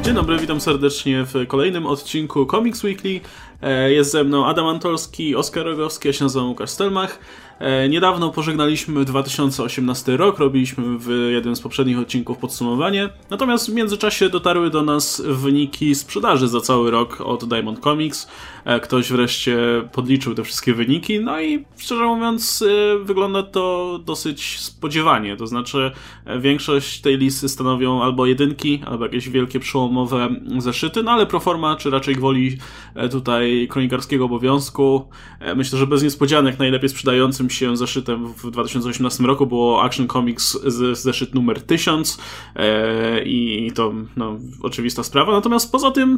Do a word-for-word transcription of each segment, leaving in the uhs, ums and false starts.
Dzień dobry, witam serdecznie w kolejnym odcinku Comics Weekly. Jest ze mną Adam Antolski, Oskar Rogowski, ja się nazywam Łukasz Stelmach. Niedawno pożegnaliśmy dwa tysiące osiemnasty rok, robiliśmy w jednym z poprzednich odcinków podsumowanie. Natomiast w międzyczasie dotarły do nas wyniki sprzedaży za cały rok od Diamond Comics. Ktoś wreszcie podliczył te wszystkie wyniki, no i szczerze mówiąc wygląda to dosyć spodziewanie. To znaczy większość tej listy stanowią albo jedynki, albo jakieś wielkie przełomowe zeszyty, no ale proforma, czy raczej gwoli tutaj kronikarskiego obowiązku. Myślę, że bez niespodzianek najlepiej sprzedającym się zeszytem w dwa tysiące osiemnastym roku było Action Comics z, zeszyt numer tysiąc e, i to no, oczywista sprawa. Natomiast poza tym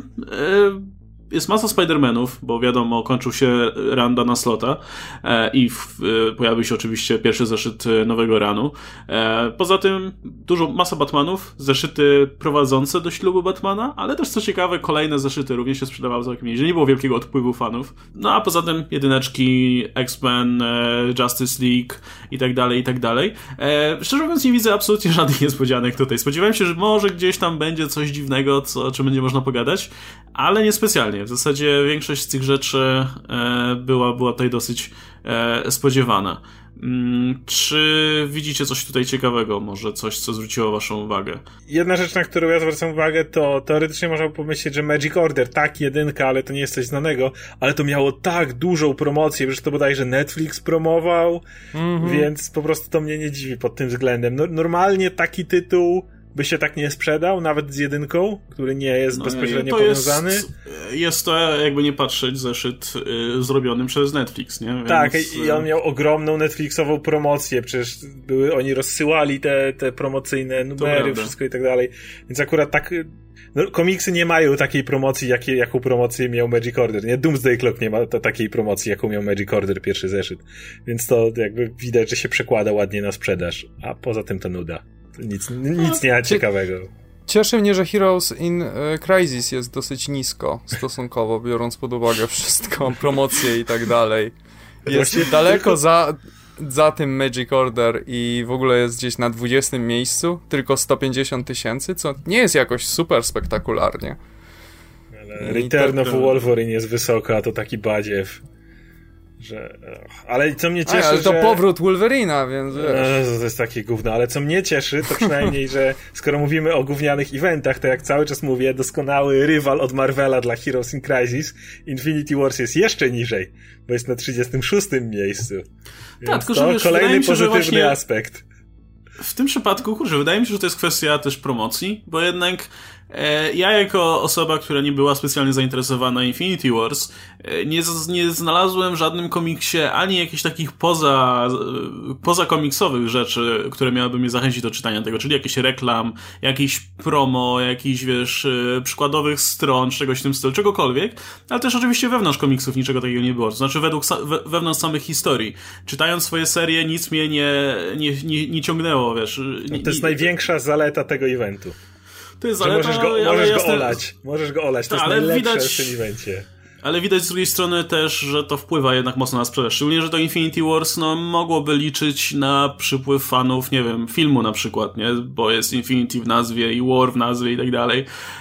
e, jest masa Spider-Manów, bo wiadomo, kończył się run Dana Slotta e, i w, e, pojawił się oczywiście pierwszy zeszyt nowego runu. E, poza tym dużo, masa Batmanów, zeszyty prowadzące do ślubu Batmana, ale też co ciekawe, kolejne zeszyty również się sprzedawały całkiem nieźle, nie było wielkiego odpływu fanów. No a poza tym jedyneczki, X-Men, e, Justice League i tak dalej, i tak dalej. E, szczerze mówiąc nie widzę absolutnie żadnych niespodzianek tutaj. Spodziewałem się, że może gdzieś tam będzie coś dziwnego, co, o czym będzie można pogadać, ale niespecjalnie. W zasadzie większość z tych rzeczy e, była, była tutaj dosyć e, spodziewana. Mm, czy widzicie coś tutaj ciekawego? Może coś, co zwróciło waszą uwagę? Jedna rzecz, na którą ja zwracam uwagę, to teoretycznie można by pomyśleć, że Magic Order, tak, jedynka, ale to nie jest coś znanego, ale to miało tak dużą promocję, że to bodajże Netflix promował, mm-hmm. więc po prostu to mnie nie dziwi pod tym względem. No, normalnie taki tytuł by się tak nie sprzedał, nawet z jedynką, który nie jest no, bezpośrednio to powiązany. Jest, jest to, jakby nie patrzeć, zeszyt y, zrobionym przez Netflix, nie? Więc... Tak, i on miał ogromną Netflixową promocję, przecież były, oni rozsyłali te, te promocyjne numery, wszystko i tak dalej. Więc akurat tak... No, komiksy nie mają takiej promocji, jakie, jaką promocję miał Magic Order, nie? Doomsday Clock nie ma ta, takiej promocji, jaką miał Magic Order, pierwszy zeszyt. Więc to jakby widać, że się przekłada ładnie na sprzedaż. A poza tym to nuda. Nic, nic nie ma ciekawego. Cieszy mnie, że Heroes in Crisis jest dosyć nisko stosunkowo, biorąc pod uwagę wszystko, promocję i tak dalej. Jest Właśnie daleko tylko... za, za tym Magic Order i w ogóle jest gdzieś na dwudziestym miejscu, tylko sto pięćdziesiąt tysięcy, co nie jest jakoś super spektakularnie. Ale Return of Wolverine jest wysoko, a to taki badziew. Że, ale co mnie cieszy, a, ale to że... powrót Wolverina, więc wiesz. No, to jest takie gówno, ale co mnie cieszy, to przynajmniej, że skoro mówimy o gównianych eventach, to jak cały czas mówię, doskonały rywal od Marvela dla Heroes in Crisis, Infinity Wars jest jeszcze niżej, bo jest na trzydziestym szóstym miejscu. Więc tak, tylko, to wiesz, kolejny się, pozytywny właśnie... aspekt. W tym przypadku, kurczę, wydaje mi się, że to jest kwestia też promocji, bo jednak e, ja jako osoba, która nie była specjalnie zainteresowana Infinity Wars, e, nie, nie znalazłem w żadnym komiksie ani jakichś takich poza, poza komiksowych rzeczy, które miałyby mnie zachęcić do czytania tego, czyli jakieś reklam, jakiś promo, jakichś, wiesz, e, przykładowych stron, czegoś w tym stylu, czegokolwiek, ale też oczywiście wewnątrz komiksów niczego takiego nie było, to znaczy według, we, wewnątrz samych historii. Czytając swoje serie nic mnie nie, nie, nie, nie ciągnęło. Wiesz, no to jest nie, największa zaleta tego eventu. To jest zaleta, możesz go, ale możesz jasne, go olać. Możesz go olać, to ta, jest ale najlepsze widać, w tym evencie. Ale widać z drugiej strony też, że to wpływa jednak mocno na sprzedaż. Szczególnie, że to Infinity Wars no, mogłoby liczyć na przypływ fanów, nie wiem, filmu na przykład, nie? Bo jest Infinity w nazwie i War w nazwie i tak dalej.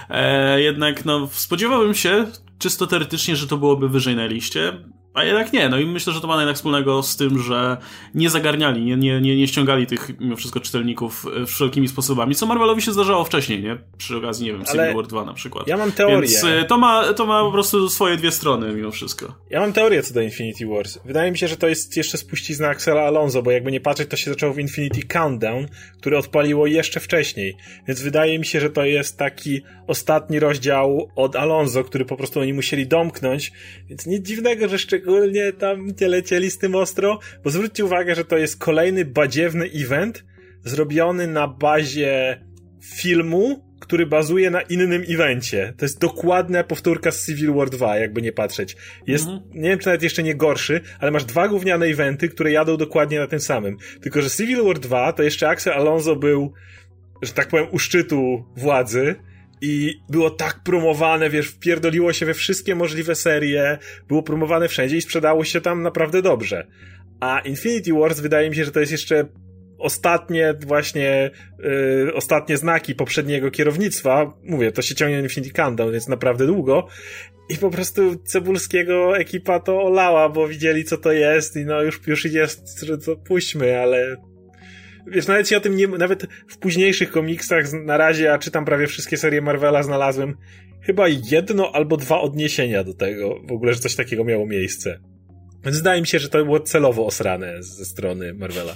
E, jednak no, spodziewałbym się czysto teoretycznie, że to byłoby wyżej na liście. A jednak nie, no i myślę, że to ma jednak wspólnego z tym, że nie zagarniali, nie, nie, nie, nie ściągali tych mimo wszystko czytelników wszelkimi sposobami, co Marvelowi się zdarzało wcześniej, nie? Przy okazji, nie wiem, Civil War dwa na przykład. Ja mam teorię. Więc to ma, to ma po prostu swoje dwie strony mimo wszystko. Ja mam teorię co do Infinity Wars. Wydaje mi się, że to jest jeszcze spuścizna Axela Alonso, bo jakby nie patrzeć, to się zaczęło w Infinity Countdown, który odpaliło jeszcze wcześniej. Więc wydaje mi się, że to jest taki ostatni rozdział od Alonso, który po prostu oni musieli domknąć, więc nic dziwnego, że szczególnie tam nie lecieli z tym ostro, bo zwróćcie uwagę, że to jest kolejny badziewny event zrobiony na bazie filmu, który bazuje na innym evencie. To jest dokładna powtórka z Civil War dwa, jakby nie patrzeć. Jest, mhm. nie wiem, czy nawet jeszcze nie gorszy, ale masz dwa gówniane eventy, które jadą dokładnie na tym samym. Tylko, że Civil War dwa to jeszcze Axel Alonso był, że tak powiem, u szczytu władzy i było tak promowane, wiesz, wpierdoliło się we wszystkie możliwe serie, było promowane wszędzie i sprzedało się tam naprawdę dobrze. A Infinity Wars wydaje mi się, że to jest jeszcze ostatnie właśnie yy, ostatnie znaki poprzedniego kierownictwa, mówię, to się ciągnie Infinity Countdown, więc naprawdę długo, i po prostu Cebulskiego ekipa to olała, bo widzieli co to jest i no już, już jest, to puśćmy, ale wiesz, nawet się o tym nie, nawet w późniejszych komiksach na razie, ja czytam prawie wszystkie serie Marvela, znalazłem chyba jedno albo dwa odniesienia do tego, w ogóle, że coś takiego miało miejsce. Więc wydaje mi się, że to było celowo osrane ze strony Marvela.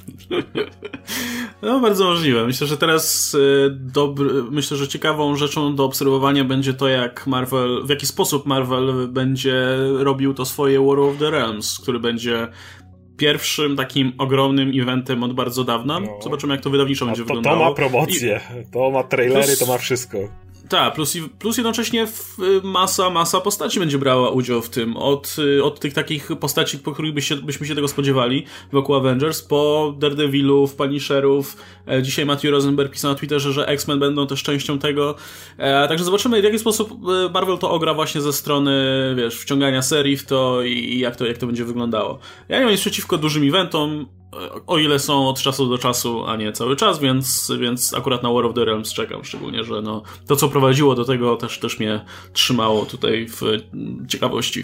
No, bardzo możliwe. Myślę, że teraz y, dobry, myślę, że ciekawą rzeczą do obserwowania będzie to, jak Marvel, w jaki sposób Marvel będzie robił to swoje War of the Realms, który będzie pierwszym takim ogromnym eventem od bardzo dawna. No. Zobaczymy, jak to wydawniczo będzie to, wyglądało. To ma promocję, I... to ma trailery, plus... to ma wszystko. Tak, plus, plus jednocześnie masa, masa postaci będzie brała udział w tym. Od, od tych takich postaci, po których by się, byśmy się tego spodziewali wokół Avengers, po Daredevilów, Punisherów. Dzisiaj Matthew Rosenberg pisał na Twitterze, że X-Men będą też częścią tego. Także zobaczymy, w jaki sposób Marvel to ogra właśnie ze strony, wiesz, wciągania serii w to i jak to, jak to będzie wyglądało. Ja nie mam nic przeciwko dużym eventom, o ile są od czasu do czasu, a nie cały czas, więc, więc akurat na War of the Realms czekam, szczególnie, że no, to, co prowadziło do tego, też, też mnie trzymało tutaj w ciekawości.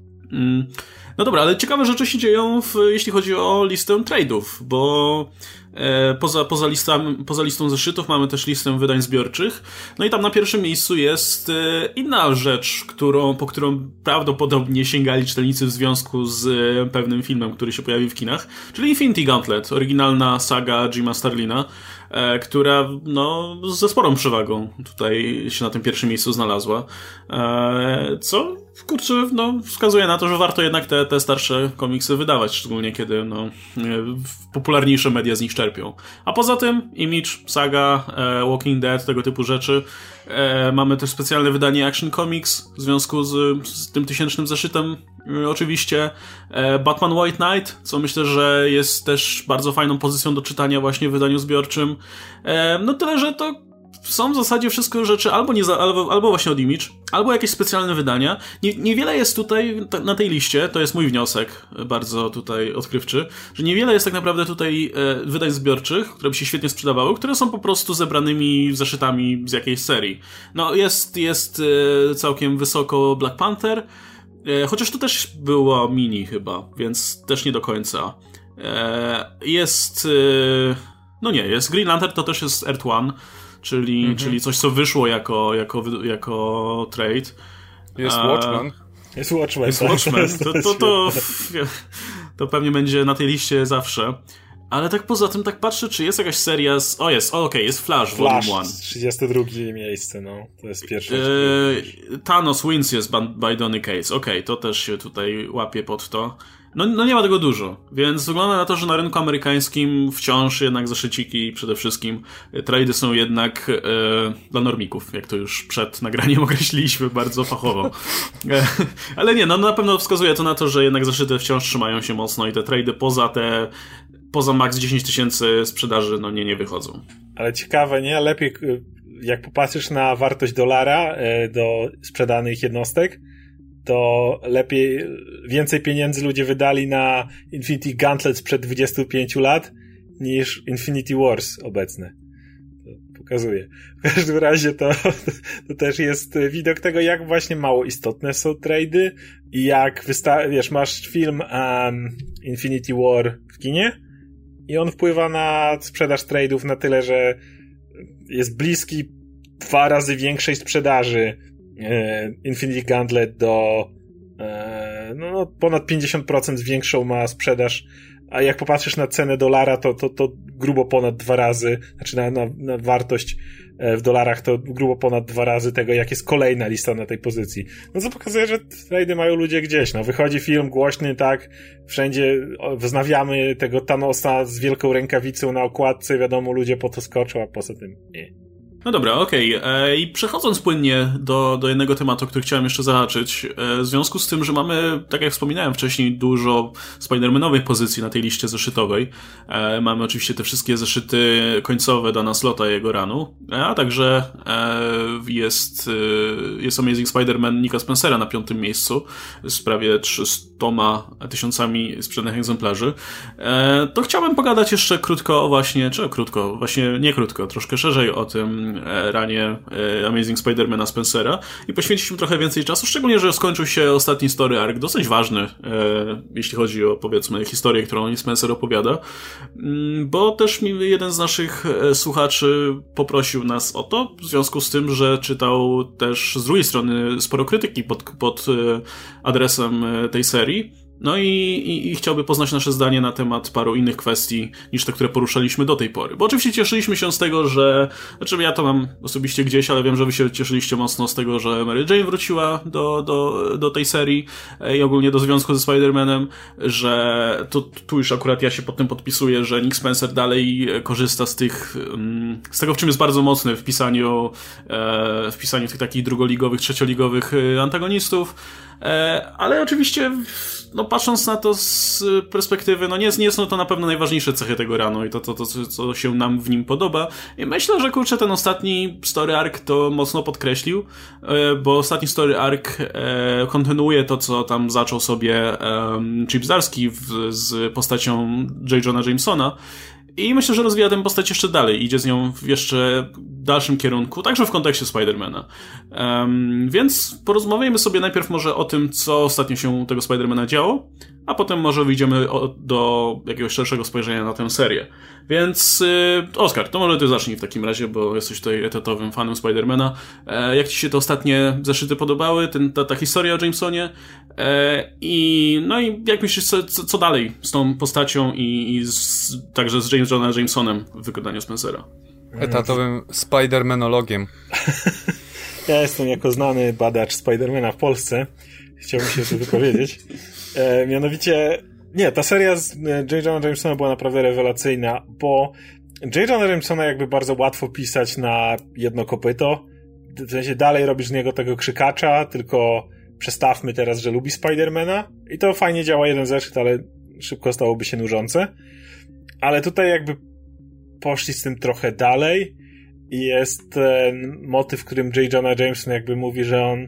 No dobra, ale ciekawe rzeczy się dzieją, w, jeśli chodzi o listę trade'ów, bo e, poza, poza, listami, poza listą zeszytów mamy też listę wydań zbiorczych. No i tam na pierwszym miejscu jest e, inna rzecz, którą, po którą prawdopodobnie sięgali czytelnicy w związku z e, pewnym filmem, który się pojawił w kinach, czyli Infinity Gauntlet, oryginalna saga Jima Starlina, e, która no, ze sporą przewagą tutaj się na tym pierwszym miejscu znalazła. E, co, kurczę, no, wskazuje na to, że warto jednak te, te starsze komiksy wydawać, szczególnie kiedy no, popularniejsze media z nich czerpią. A poza tym Image, Saga, e, Walking Dead, tego typu rzeczy. E, mamy też specjalne wydanie Action Comics w związku z, z tym tysięcznym zeszytem. E, oczywiście e, Batman White Knight, co myślę, że jest też bardzo fajną pozycją do czytania właśnie w wydaniu zbiorczym. E, no tyle, że to są w zasadzie wszystko rzeczy albo, nie za, albo, albo właśnie od Image, albo jakieś specjalne wydania. Nie, niewiele jest tutaj na tej liście, to jest mój wniosek, bardzo tutaj odkrywczy, że niewiele jest tak naprawdę tutaj e, wydań zbiorczych, które by się świetnie sprzedawały, które są po prostu zebranymi zeszytami z jakiejś serii. No jest, jest e, całkiem wysoko Black Panther, e, chociaż to też było mini chyba, więc też nie do końca. E, jest, e, no nie, jest Green Lantern, to też jest Earth One, Czyli, mhm. czyli coś, co wyszło jako, jako, jako trade. Jest Watchmen. Jest Watchmen. Jest Watchmen. To, to, to, to pewnie będzie na tej liście zawsze. Ale tak poza tym, tak patrzę, czy jest jakaś seria z... O, jest, okej, okay, jest Flash, Flash Volume jeden. trzydzieste drugie miejsce, no. To jest pierwsze. Eee, Thanos Wins jest by Donny Cates. Okej, okay, to też się tutaj łapie pod to. No, no nie ma tego dużo, więc wygląda na to, że na rynku amerykańskim wciąż jednak zeszyciki przede wszystkim trady są jednak e, dla normików, jak to już przed nagraniem określiliśmy bardzo fachowo. E, ale nie, no na pewno wskazuje to na to, że jednak zeszyty wciąż trzymają się mocno i te trady poza te poza max dziesięć tysięcy sprzedaży, no nie, nie wychodzą. Ale ciekawe, nie? Lepiej jak popatrzysz na wartość dolara do sprzedanych jednostek, to lepiej, więcej pieniędzy ludzie wydali na Infinity Gauntlet sprzed dwudziestu pięciu lat niż Infinity Wars obecne. To pokazuje. W każdym razie to, to też jest widok tego, jak właśnie mało istotne są trade'y i jak wysta- wiesz, masz film um, Infinity War w kinie i on wpływa na sprzedaż trade'ów na tyle, że jest bliski dwa razy większej sprzedaży Infinity Gauntlet do no ponad pięćdziesiąt procent większą ma sprzedaż, a jak popatrzysz na cenę dolara, to, to, to grubo ponad dwa razy, znaczy na, na, na wartość w dolarach to grubo ponad dwa razy tego, jak jest kolejna lista na tej pozycji. No co pokazuje, że trady mają ludzie gdzieś. No wychodzi film głośny, tak, wszędzie wznawiamy tego Thanosa z wielką rękawicą na okładce, wiadomo, ludzie po to skoczą, a poza tym nie. No dobra, okej. Okay. I przechodząc płynnie do, do jednego tematu, który chciałem jeszcze zahaczyć, w związku z tym, że mamy, tak jak wspominałem wcześniej, dużo Spider-Manowych pozycji na tej liście zeszytowej. E, mamy oczywiście te wszystkie zeszyty końcowe Dana Slotta i jego ranu, a także e, jest, jest Amazing Spider-Man Nicka Spencera na piątym miejscu z prawie trzystoma tysiącami sprzedanych egzemplarzy. E, to chciałbym pogadać jeszcze krótko właśnie, czy krótko, właśnie nie krótko, troszkę szerzej o tym ranie Amazing Spider-Mana Spencera i poświęcić mu trochę więcej czasu, szczególnie, że skończył się ostatni story arc, dosyć ważny, e, jeśli chodzi o, powiedzmy, historię, którą Spencer opowiada, bo też mi jeden z naszych słuchaczy poprosił nas o to, w związku z tym, że czytał też z drugiej strony sporo krytyki pod, pod adresem tej serii. No i, i, i chciałby poznać nasze zdanie na temat paru innych kwestii niż te, które poruszaliśmy do tej pory. Bo oczywiście cieszyliśmy się z tego, że... Znaczy ja to mam osobiście gdzieś, ale wiem, że wy się cieszyliście mocno z tego, że Mary Jane wróciła do, do, do tej serii i ogólnie do związku ze Spider-Manem, że tu, tu już akurat ja się pod tym podpisuję, że Nick Spencer dalej korzysta z tych... z tego, w czym jest bardzo mocny w pisaniu, w pisaniu tych takich drugoligowych, trzecioligowych antagonistów. Ale oczywiście, no patrząc na to z perspektywy, no nie, nie są to na pewno najważniejsze cechy tego ranu i to, to, to, co się nam w nim podoba. I myślę, że kurczę, ten ostatni story arc to mocno podkreślił, bo ostatni story arc kontynuuje to, co tam zaczął sobie Chip Zdarsky z postacią J. Jonah Jamesona. I myślę, że rozwija tę postać jeszcze dalej, idzie z nią w jeszcze dalszym kierunku, także w kontekście Spider-Mana. Um, więc porozmawiajmy sobie najpierw może o tym, co ostatnio się u tego Spider-Mana działo, a potem może wyjdziemy o, do jakiegoś szerszego spojrzenia na tę serię. Więc yy, Oskar, to może ty zacznij w takim razie, bo jesteś tutaj etatowym fanem Spider-Mana. E, jak ci się te ostatnie zeszyty podobały, ten, ta, ta historia o Jamesonie? E, I no i jak myślisz, co, co, co dalej z tą postacią i, i z, także z James Jonah Jamesonem w wykonaniu Spencera? Etatowym Spider-Manologiem. Ja jestem jako znany badacz Spider-Mana w Polsce. Chciałbym się tu wypowiedzieć. E, mianowicie, nie, ta seria z J. Jonah Jamesona była naprawdę rewelacyjna, bo J. Jonah Jamesona jakby bardzo łatwo pisać na jedno kopyto. W sensie dalej robisz z niego tego krzykacza, tylko przestawmy teraz, że lubi Spider-Mana. I to fajnie działa jeden zeszyt, ale szybko stałoby się nużące. Ale tutaj jakby poszli z tym trochę dalej i jest ten motyw, w którym J. Jonah Jameson jakby mówi, że on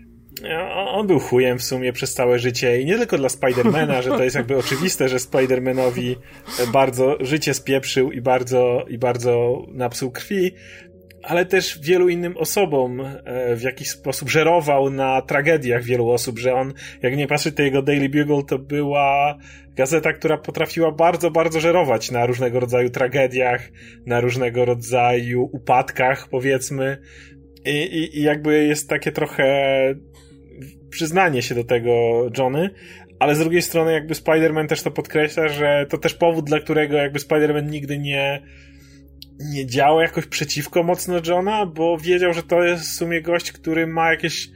on był chujem w sumie przez całe życie i nie tylko dla Spidermana, że to jest jakby oczywiste, że Spidermanowi bardzo życie spieprzył i bardzo, i bardzo napsuł krwi, ale też wielu innym osobom w jakiś sposób żerował na tragediach wielu osób, że on, jak nie patrzy, to jego Daily Bugle to była gazeta, która potrafiła bardzo, bardzo żerować na różnego rodzaju tragediach, na różnego rodzaju upadkach, powiedzmy. I, i, i jakby jest takie trochę przyznanie się do tego Johnny, ale z drugiej strony jakby Spider-Man też to podkreśla, że to też powód, dla którego jakby Spider-Man nigdy nie nie działał jakoś przeciwko mocno Johna, bo wiedział, że to jest w sumie gość, który ma jakieś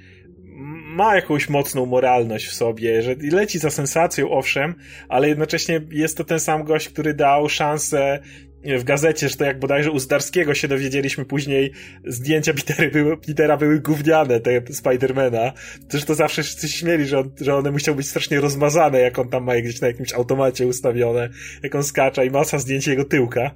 ma jakąś mocną moralność w sobie, że leci za sensacją, owszem, ale jednocześnie jest to ten sam gość, który dał szansę w gazecie, że to jak bodajże u Zdarskiego się dowiedzieliśmy później, zdjęcia Petery były, Petera były gówniane, te Spidermana. Też to zawsze wszyscy śmieli, że, on, że one musiały być strasznie rozmazane, jak on tam ma gdzieś na jakimś automacie ustawione, jak on skacza i masa zdjęć jego tyłka.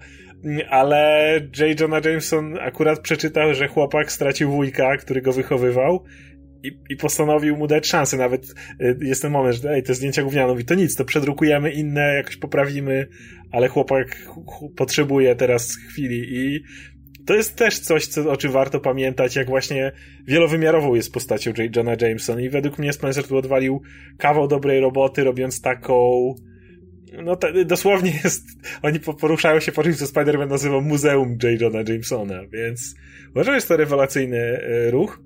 Ale J. Jonah Jameson akurat przeczytał, że chłopak stracił wujka, który go wychowywał i, i postanowił mu dać szansę. Nawet y, jest ten moment, że ej, te zdjęcia gówniane, mówi, to nic, to przedrukujemy inne, jakoś poprawimy, ale chłopak ch- potrzebuje teraz chwili i to jest też coś, co, o czym warto pamiętać, jak właśnie wielowymiarową jest postacią J. Jonah Jameson i według mnie Spencer tu odwalił kawał dobrej roboty, robiąc taką no to dosłownie jest, oni poruszają się po czymś, co Spider-Man nazywa Muzeum J. Jonah Jamesona, więc uważam, że jest to rewelacyjny e, ruch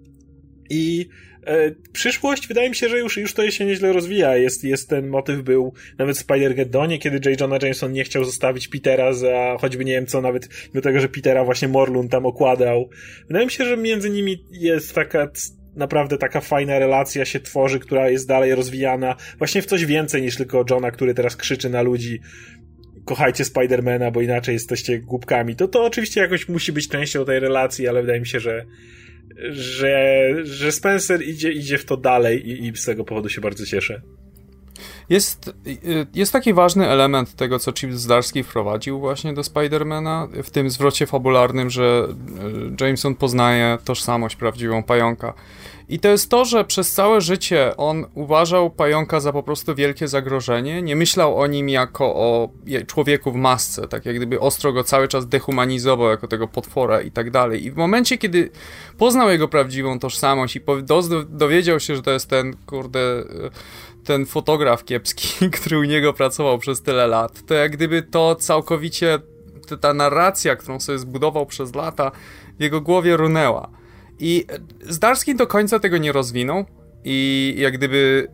i e, przyszłość, wydaje mi się, że już, już to się nieźle rozwija, jest, jest ten motyw był nawet w Spider-Gedonie, kiedy J. Jonah Jameson nie chciał zostawić Petera za choćby nie wiem co, nawet mimo tego, że Petera właśnie Morlun tam okładał. Wydaje mi się, że między nimi jest taka naprawdę taka fajna relacja się tworzy, która jest dalej rozwijana właśnie w coś więcej niż tylko Johna, który teraz krzyczy na ludzi, kochajcie Spidermana, bo inaczej jesteście głupkami. To to oczywiście jakoś musi być częścią tej relacji, ale wydaje mi się, że że, że Spencer idzie, idzie w to dalej i, i z tego powodu się bardzo cieszę. Jest, jest taki ważny element tego, co Chip Zdarsky wprowadził właśnie do Spidermana, w tym zwrocie fabularnym, że Jameson poznaje tożsamość prawdziwą Pająka. I to jest to, że przez całe życie on uważał Pająka za po prostu wielkie zagrożenie, nie myślał o nim jako o człowieku w masce, tak jak gdyby ostro go cały czas dehumanizował jako tego potwora i tak dalej. I w momencie, kiedy poznał jego prawdziwą tożsamość i dowiedział się, że to jest ten, kurde, ten fotograf kiepski, który u niego pracował przez tyle lat, to jak gdyby to całkowicie, ta narracja, którą sobie zbudował przez lata, w jego głowie runęła. I Zdarsky do końca tego nie rozwinął i jak gdyby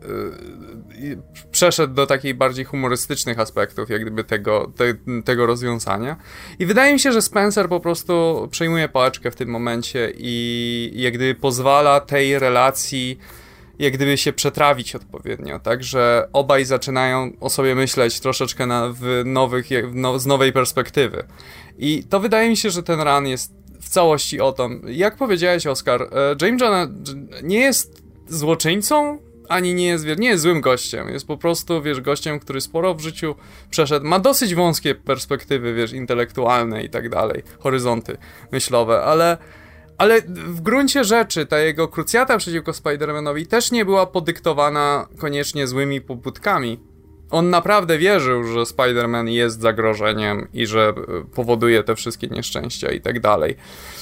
yy, przeszedł do takich bardziej humorystycznych aspektów jak gdyby tego, te, tego rozwiązania. I wydaje mi się, że Spencer po prostu przejmuje pałeczkę w tym momencie i jak gdyby pozwala tej relacji jak gdyby się przetrawić odpowiednio, tak, że obaj zaczynają o sobie myśleć troszeczkę na, w nowych, no, z nowej perspektywy. I to wydaje mi się, że ten run jest w całości o to. Jak powiedziałeś, Oskar, James Jonah nie jest złoczyńcą, ani nie jest, nie jest złym gościem. Jest po prostu, wiesz, gościem, który sporo w życiu przeszedł. Ma dosyć wąskie perspektywy, wiesz, intelektualne i tak dalej, horyzonty myślowe, ale ale w gruncie rzeczy ta jego krucjata przeciwko Spider-Manowi też nie była podyktowana koniecznie złymi pobudkami. On naprawdę wierzył, że Spider-Man jest zagrożeniem i że powoduje te wszystkie nieszczęścia i tak dalej.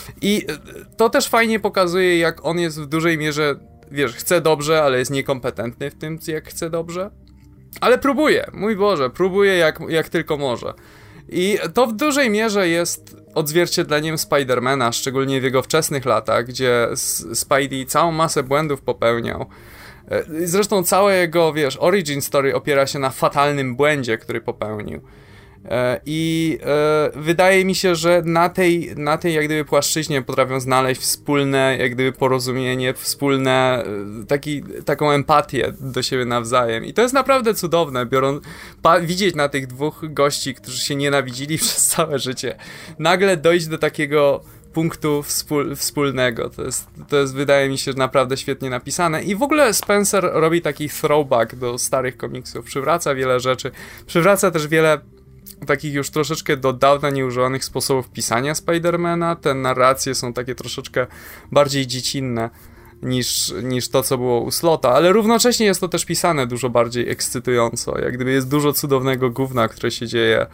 I to też fajnie pokazuje, jak on jest w dużej mierze, wiesz, chce dobrze, ale jest niekompetentny w tym, jak chce dobrze. Ale próbuje, mój Boże, próbuje jak, jak tylko może. I to w dużej mierze jest odzwierciedleniem Spidermana, szczególnie w jego wczesnych latach, gdzie Spidey całą masę błędów popełniał. Zresztą całe jego, wiesz, origin story opiera się na fatalnym błędzie, który popełnił. I wydaje mi się, że na tej, na tej jak gdyby płaszczyźnie potrafią znaleźć wspólne jak gdyby porozumienie, wspólne taki, taką empatię do siebie nawzajem. I to jest naprawdę cudowne, biorąc, pa, widzieć na tych dwóch gości, którzy się nienawidzili przez całe życie, nagle dojść do takiego punktu wspól, wspólnego. To jest, to jest, wydaje mi się, naprawdę świetnie napisane. I w ogóle Spencer robi taki throwback do starych komiksów. Przywraca wiele rzeczy. Przywraca też wiele takich już troszeczkę do dawna nieużywanych sposobów pisania Spidermana. Te narracje są takie troszeczkę bardziej dziecinne niż, niż to, co było u Slota, ale równocześnie jest to też pisane dużo bardziej ekscytująco. Jak gdyby jest dużo cudownego gówna, które się dzieje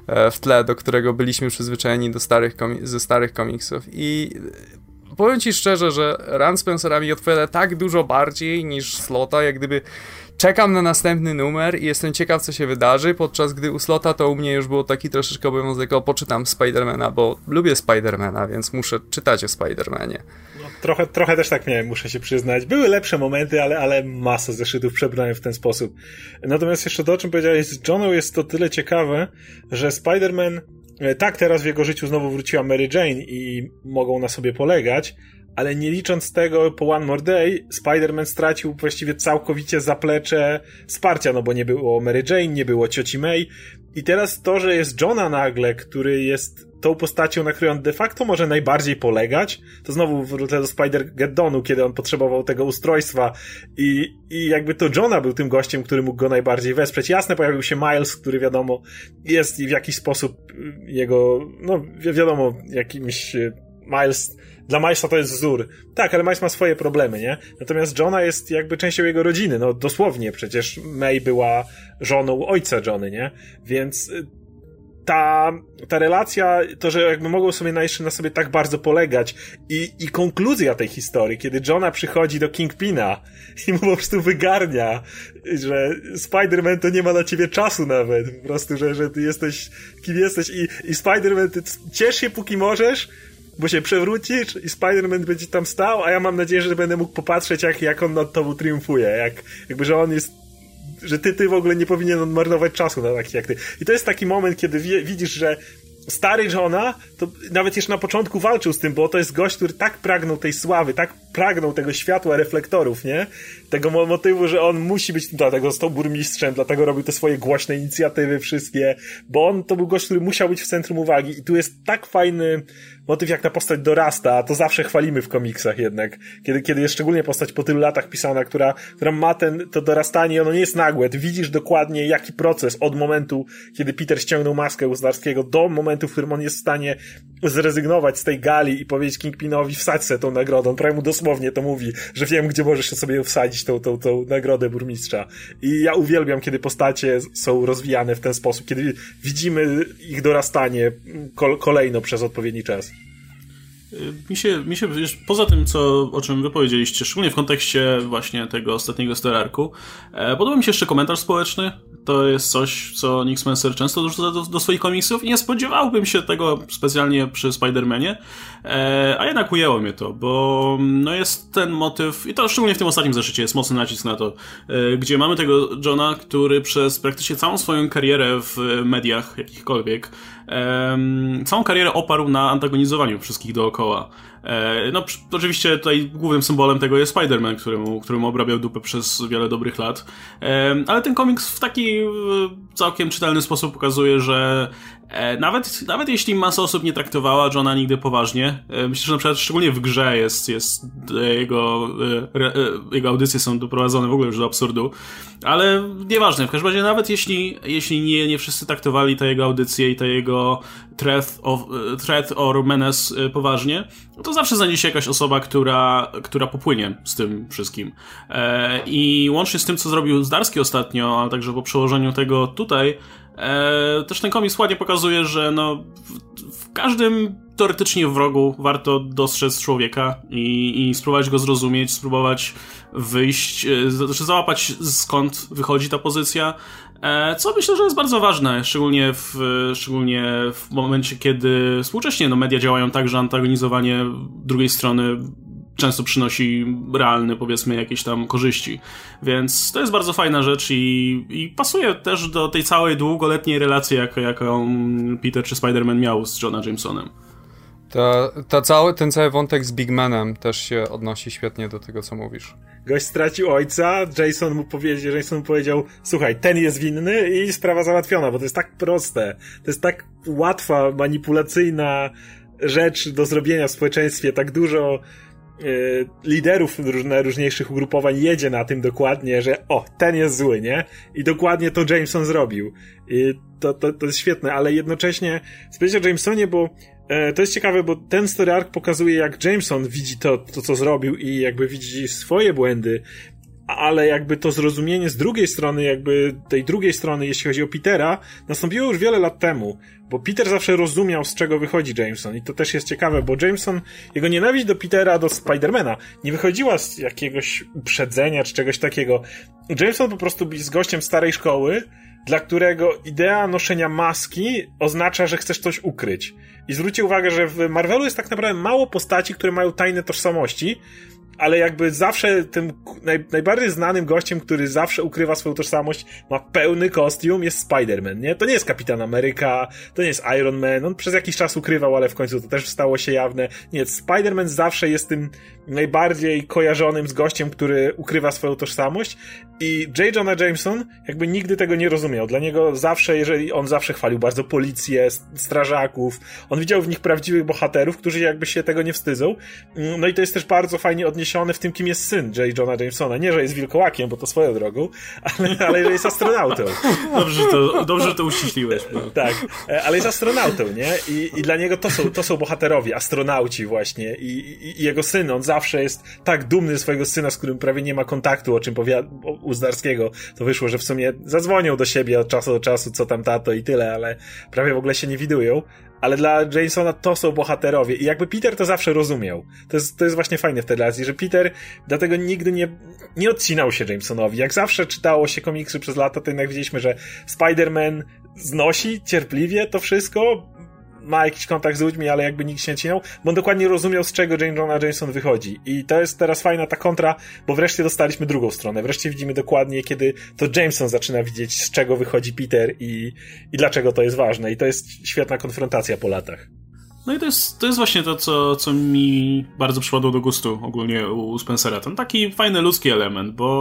w tle, do którego byliśmy przyzwyczajeni do starych komi- ze starych komiksów. I powiem ci szczerze, że run Spencera mi odpowiada tak dużo bardziej niż Slota, jak gdyby czekam na następny numer i jestem ciekaw, co się wydarzy, podczas gdy u Slota to u mnie już było taki troszeczkę obowiązek, o, poczytam Spidermana, bo lubię Spidermana, więc muszę czytać o Spidermanie. No, trochę, trochę też tak miałem, muszę się przyznać. Były lepsze momenty, ale, ale masę zeszytów przebrałem w ten sposób. Natomiast jeszcze to, o czym powiedziałeś z Johną, jest to tyle ciekawe, że Spider-Man, tak, teraz w jego życiu znowu wróciła Mary Jane i mogą na sobie polegać, ale nie licząc tego, po One More Day Spider-Man stracił właściwie całkowicie zaplecze wsparcia, no bo nie było Mary Jane, nie było cioci May i teraz to, że jest Johna nagle, który jest tą postacią, na której on de facto może najbardziej polegać, to znowu wrócę do Spider-Geddonu, kiedy on potrzebował tego ustrojstwa i, i jakby to Johna był tym gościem, który mógł go najbardziej wesprzeć. Jasne, pojawił się Miles, który wiadomo jest w jakiś sposób jego, no wi- wiadomo, jakimś Miles, dla Milesa to jest wzór. Tak, ale Miles ma swoje problemy, nie? Natomiast Johna jest jakby częścią jego rodziny, no dosłownie, przecież May była żoną ojca Johnny, nie? Więc ta, ta relacja, to, że jakby mogą sobie na, jeszcze na sobie tak bardzo polegać i, i konkluzja tej historii, kiedy Johna przychodzi do Kingpina i mu po prostu wygarnia, że Spider-Man to nie ma na ciebie czasu nawet, po prostu, że, że ty jesteś kim jesteś i, i Spider-Man, ty ciesz się póki możesz, bo się przewrócisz i Spider-Man będzie tam stał, a ja mam nadzieję, że będę mógł popatrzeć, jak, jak on nad tobą triumfuje, jak, jakby, że on jest, że ty, ty w ogóle nie powinien marnować czasu na taki jak ty. I to jest taki moment, kiedy wie, widzisz, że stary Johna, to nawet jeszcze na początku walczył z tym, bo to jest gość, który tak pragnął tej sławy, tak pragnął tego światła reflektorów, nie? Tego motywu, że on musi być, dlatego został burmistrzem, dlatego robił te swoje głośne inicjatywy wszystkie, bo on to był gość, który musiał być w centrum uwagi i tu jest tak fajny motyw, jak ta postać dorasta, a to zawsze chwalimy w komiksach jednak, kiedy, kiedy jest szczególnie postać po tylu latach pisana, która, która ma ten, to dorastanie, ono nie jest nagłe, ty widzisz dokładnie jaki proces od momentu, kiedy Peter ściągnął maskę u Zdarskiego do momentu, w którym on jest w stanie zrezygnować z tej gali i powiedzieć Kingpinowi wsadź sobie tą nagrodę, on prawie mu dosłownie to mówi, że wiem, gdzie możesz sobie wsadzić tą, tą, tą nagrodę burmistrza. I ja uwielbiam, kiedy postacie są rozwijane w ten sposób, kiedy widzimy ich dorastanie kol- kolejno przez odpowiedni czas. Mi się, mi się poza tym, co, o czym wy powiedzieliście, szczególnie w kontekście właśnie tego ostatniego Story Arcu, e, podoba mi się jeszcze komentarz społeczny. To jest coś, co Nick Spencer często dorzuca do, do swoich komiksów i nie spodziewałbym się tego specjalnie przy Spider-Manie, e, a jednak ujęło mnie to, bo no jest ten motyw, i to szczególnie w tym ostatnim zeszycie jest mocny nacisk na to, e, gdzie mamy tego Johna, który przez praktycznie całą swoją karierę w mediach jakichkolwiek, e, całą karierę oparł na antagonizowaniu wszystkich dookoła. No, oczywiście tutaj głównym symbolem tego jest Spider-Man, któremu, któremu obrabiał dupę przez wiele dobrych lat. Ale ten komiks w taki całkiem czytelny sposób pokazuje, że Nawet, nawet jeśli masa osób nie traktowała Johna nigdy poważnie, myślę, że na przykład szczególnie w grze jest, jest jego, jego audycje są doprowadzone w ogóle już do absurdu, ale nieważne, w każdym razie nawet jeśli, jeśli nie, nie wszyscy traktowali te jego audycje i te jego threat, of, threat or menace poważnie, to zawsze znajdzie się jakaś osoba, która, która popłynie z tym wszystkim. I łącznie z tym, co zrobił Zdarski ostatnio, a także po przełożeniu tego tutaj, E, też ten komiks ładnie pokazuje, że no w, w każdym teoretycznie wrogu warto dostrzec człowieka i, i spróbować go zrozumieć, spróbować wyjść, e, znaczy załapać skąd wychodzi ta pozycja, e, co myślę, że jest bardzo ważne, szczególnie w, szczególnie w momencie, kiedy współcześnie no, media działają tak, że antagonizowanie drugiej strony często przynosi realne, powiedzmy, jakieś tam korzyści. Więc to jest bardzo fajna rzecz i, i pasuje też do tej całej długoletniej relacji, jak, jaką Peter czy Spider-Man miał z Johna Jamesonem. Ta, ta cały, ten cały wątek z Big Manem też się odnosi świetnie do tego, co mówisz. Gość stracił ojca, Jason mu powiedział, Jason mu powiedział, słuchaj, ten jest winny i sprawa załatwiona, bo to jest tak proste. To jest tak łatwa, manipulacyjna rzecz do zrobienia w społeczeństwie, tak dużo liderów najróżniejszych ugrupowań jedzie na tym dokładnie, że o, ten jest zły, nie? I dokładnie to Jameson zrobił. I to, to, to jest świetne, ale jednocześnie wspomnieć o Jamesonie, bo e, to jest ciekawe, bo ten story arc pokazuje, jak Jameson widzi to, to, co zrobił i jakby widzi swoje błędy, ale jakby to zrozumienie z drugiej strony, jakby tej drugiej strony, jeśli chodzi o Petera, nastąpiło już wiele lat temu, bo Peter zawsze rozumiał, z czego wychodzi Jameson i to też jest ciekawe, bo Jameson, jego nienawiść do Petera, do Spidermana nie wychodziła z jakiegoś uprzedzenia czy czegoś takiego. Jameson po prostu jest gościem starej szkoły, dla którego idea noszenia maski oznacza, że chcesz coś ukryć. I zwróćcie uwagę, że w Marvelu jest tak naprawdę mało postaci, które mają tajne tożsamości, ale jakby zawsze tym naj, najbardziej znanym gościem, który zawsze ukrywa swoją tożsamość, ma pełny kostium, jest Spider-Man, nie? To nie jest Kapitan Ameryka, to nie jest Iron Man, on przez jakiś czas ukrywał, ale w końcu to też stało się jawne. Nie, Spider-Man zawsze jest tym najbardziej kojarzonym z gościem, który ukrywa swoją tożsamość i J. Jonah Jameson jakby nigdy tego nie rozumiał. Dla niego zawsze, jeżeli on zawsze chwalił bardzo policję, strażaków, on widział w nich prawdziwych bohaterów, którzy jakby się tego nie wstydzą. No i to jest też bardzo fajnie odniesione w tym, kim jest syn J. Jonah Jamesona. Nie, że jest wilkołakiem, bo to swoją drogą, ale, ale że jest astronautą. Dobrze to, dobrze to uściśliłeś. Bo... Tak, ale jest astronautą, nie? I, i dla niego to są, to są bohaterowie, astronauci właśnie. I, i, i jego syn, on zawsze jest tak dumny ze swojego syna, z którym prawie nie ma kontaktu, o czym powiada u Zdarskiego. To wyszło, że w sumie zadzwonią do siebie od czasu do czasu, co tam tato i tyle, ale prawie w ogóle się nie widują. Ale dla Jamesona to są bohaterowie i jakby Peter to zawsze rozumiał. To jest, to jest właśnie fajne w tej relacji, że Peter dlatego nigdy nie, nie odcinał się Jamesonowi. Jak zawsze czytało się komiksy przez lata, to jednak widzieliśmy, że Spider-Man znosi cierpliwie to wszystko, ma jakiś kontakt z ludźmi, ale jakby nikt się nie odcinał, bo on dokładnie rozumiał, z czego J. Jonah Jameson wychodzi. I to jest teraz fajna ta kontra, bo wreszcie dostaliśmy drugą stronę. Wreszcie widzimy dokładnie, kiedy to Jameson zaczyna widzieć, z czego wychodzi Peter i, i dlaczego to jest ważne. I to jest świetna konfrontacja po latach. No i to jest, to jest właśnie to, co, co mi bardzo przypadło do gustu ogólnie u Spencera. Ten taki fajny ludzki element, bo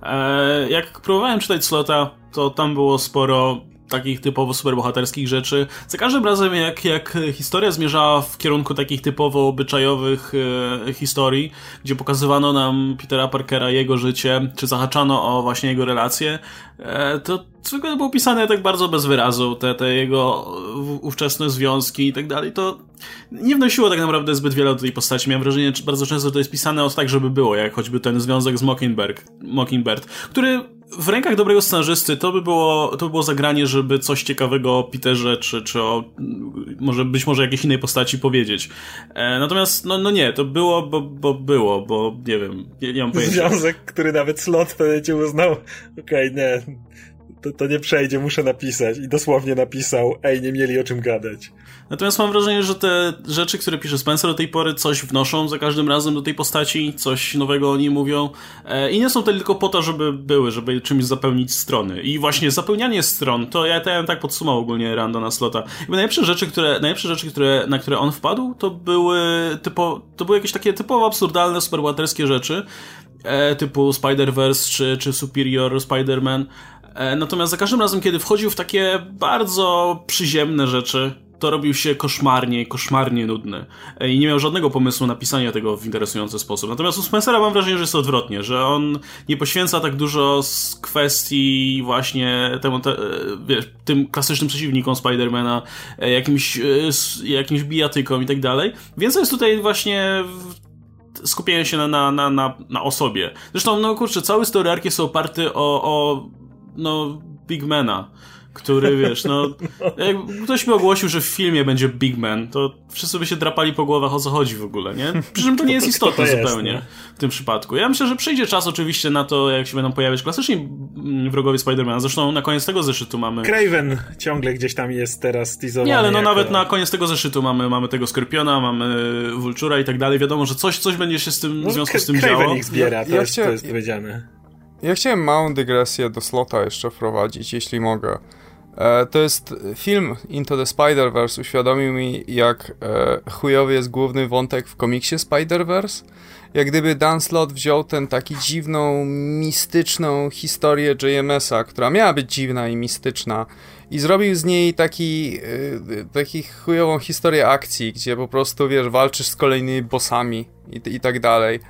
e, jak próbowałem czytać Slota, to tam było sporo takich typowo superbohaterskich rzeczy. Za każdym razem, jak, jak historia zmierzała w kierunku takich typowo obyczajowych e, historii, gdzie pokazywano nam Petera Parkera, jego życie, czy zahaczano o właśnie jego relacje, e, to zwykle było pisane tak bardzo bez wyrazu, te, te jego ówczesne związki i tak dalej, to nie wnosiło tak naprawdę zbyt wiele do tej postaci. Miałem wrażenie, że bardzo często to jest pisane o tak, żeby było, jak choćby ten związek z Mockingbird, Mockingbird, który w rękach dobrego scenarzysty to by było, to by było zagranie, żeby coś ciekawego o Peterze, czy, czy o może być może jakiejś innej postaci powiedzieć. E, natomiast, no, no nie, to było, bo, bo było, bo nie wiem, nie, nie mam pojęcia. Związek, który nawet Slot w pewnym momencie uznał, okej, okay, nie, to, to nie przejdzie, muszę napisać. I dosłownie napisał, ej, nie mieli o czym gadać. Natomiast mam wrażenie, że te rzeczy, które pisze Spencer do tej pory, coś wnoszą za każdym razem do tej postaci, coś nowego o niej mówią e, i nie są to tylko po to, żeby były, żeby czymś zapełnić strony. I właśnie zapełnianie stron, to ja, to ja tak podsumował ogólnie Randona Slota. I najlepsze rzeczy, które, najlepsze rzeczy które, na które on wpadł, to były, typo, to były jakieś takie typowo absurdalne, superbohaterskie rzeczy, e, typu Spider-Verse czy, czy Superior Spider-Man. E, natomiast za każdym razem, kiedy wchodził w takie bardzo przyziemne rzeczy, to robił się koszmarnie, koszmarnie nudny. I nie miał żadnego pomysłu na pisanie tego w interesujący sposób. Natomiast u Spencera mam wrażenie, że jest odwrotnie, że on nie poświęca tak dużo z kwestii właśnie temu, te, wiesz, tym klasycznym przeciwnikom Spidermana, jakimś, jakimś bijatykom i tak dalej. Więc jest tutaj właśnie skupienie się na, na, na, na, na osobie. Zresztą, no kurczę, cały story arc jest oparty o, o no, Bigmana, który, wiesz, no, jak ktoś mi ogłosił, że w filmie będzie Big Man, to wszyscy by się drapali po głowach, o co chodzi w ogóle, nie? Przy czym to nie jest istotne to jest, zupełnie nie? w tym przypadku. Ja myślę, że przyjdzie czas oczywiście na to, jak się będą pojawiać klasyczni wrogowie Spidermana. Zresztą na koniec tego zeszytu mamy... Kraven ciągle gdzieś tam jest teraz teasowany. Nie, ale no jako... nawet na koniec tego zeszytu mamy, mamy tego Skorpiona, mamy Vultura i tak dalej. Wiadomo, że coś, coś będzie się z tym, w związku z tym Kraven działo. ich zbiera, to, ja jest, chcia... to jest powiedziane. Ja chciałem małą dygresję do Slota jeszcze wprowadzić, jeśli mogę. E, to jest film Into the Spider-Verse, uświadomił mi, jak e, chujowy jest główny wątek w komiksie Spider-Verse. Jak gdyby Dan Slott wziął ten taki dziwną, mistyczną historię J M S-a, która miała być dziwna i mistyczna, i zrobił z niej taki, e, taki chujową historię akcji, gdzie po prostu, wiesz, walczysz z kolejnymi bossami i, i tak dalej.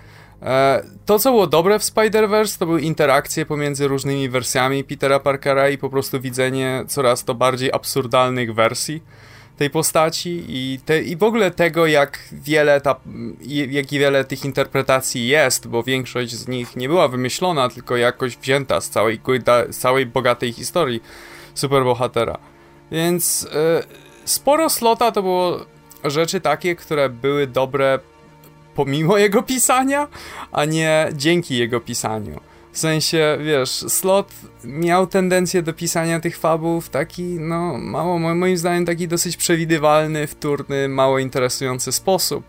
To, co było dobre w Spider-Verse, to były interakcje pomiędzy różnymi wersjami Petera Parkera i po prostu widzenie coraz to bardziej absurdalnych wersji tej postaci i, te, i w ogóle tego, jak wiele, ta, jak wiele tych interpretacji jest, bo większość z nich nie była wymyślona, tylko jakoś wzięta z całej, z całej bogatej historii superbohatera. Więc e, sporo Slota to było rzeczy takie, które były dobre pomimo jego pisania, a nie dzięki jego pisaniu. W sensie, wiesz, Slott miał tendencję do pisania tych fabuł w taki, no, mało, moim zdaniem, taki dosyć przewidywalny, wtórny, mało interesujący sposób.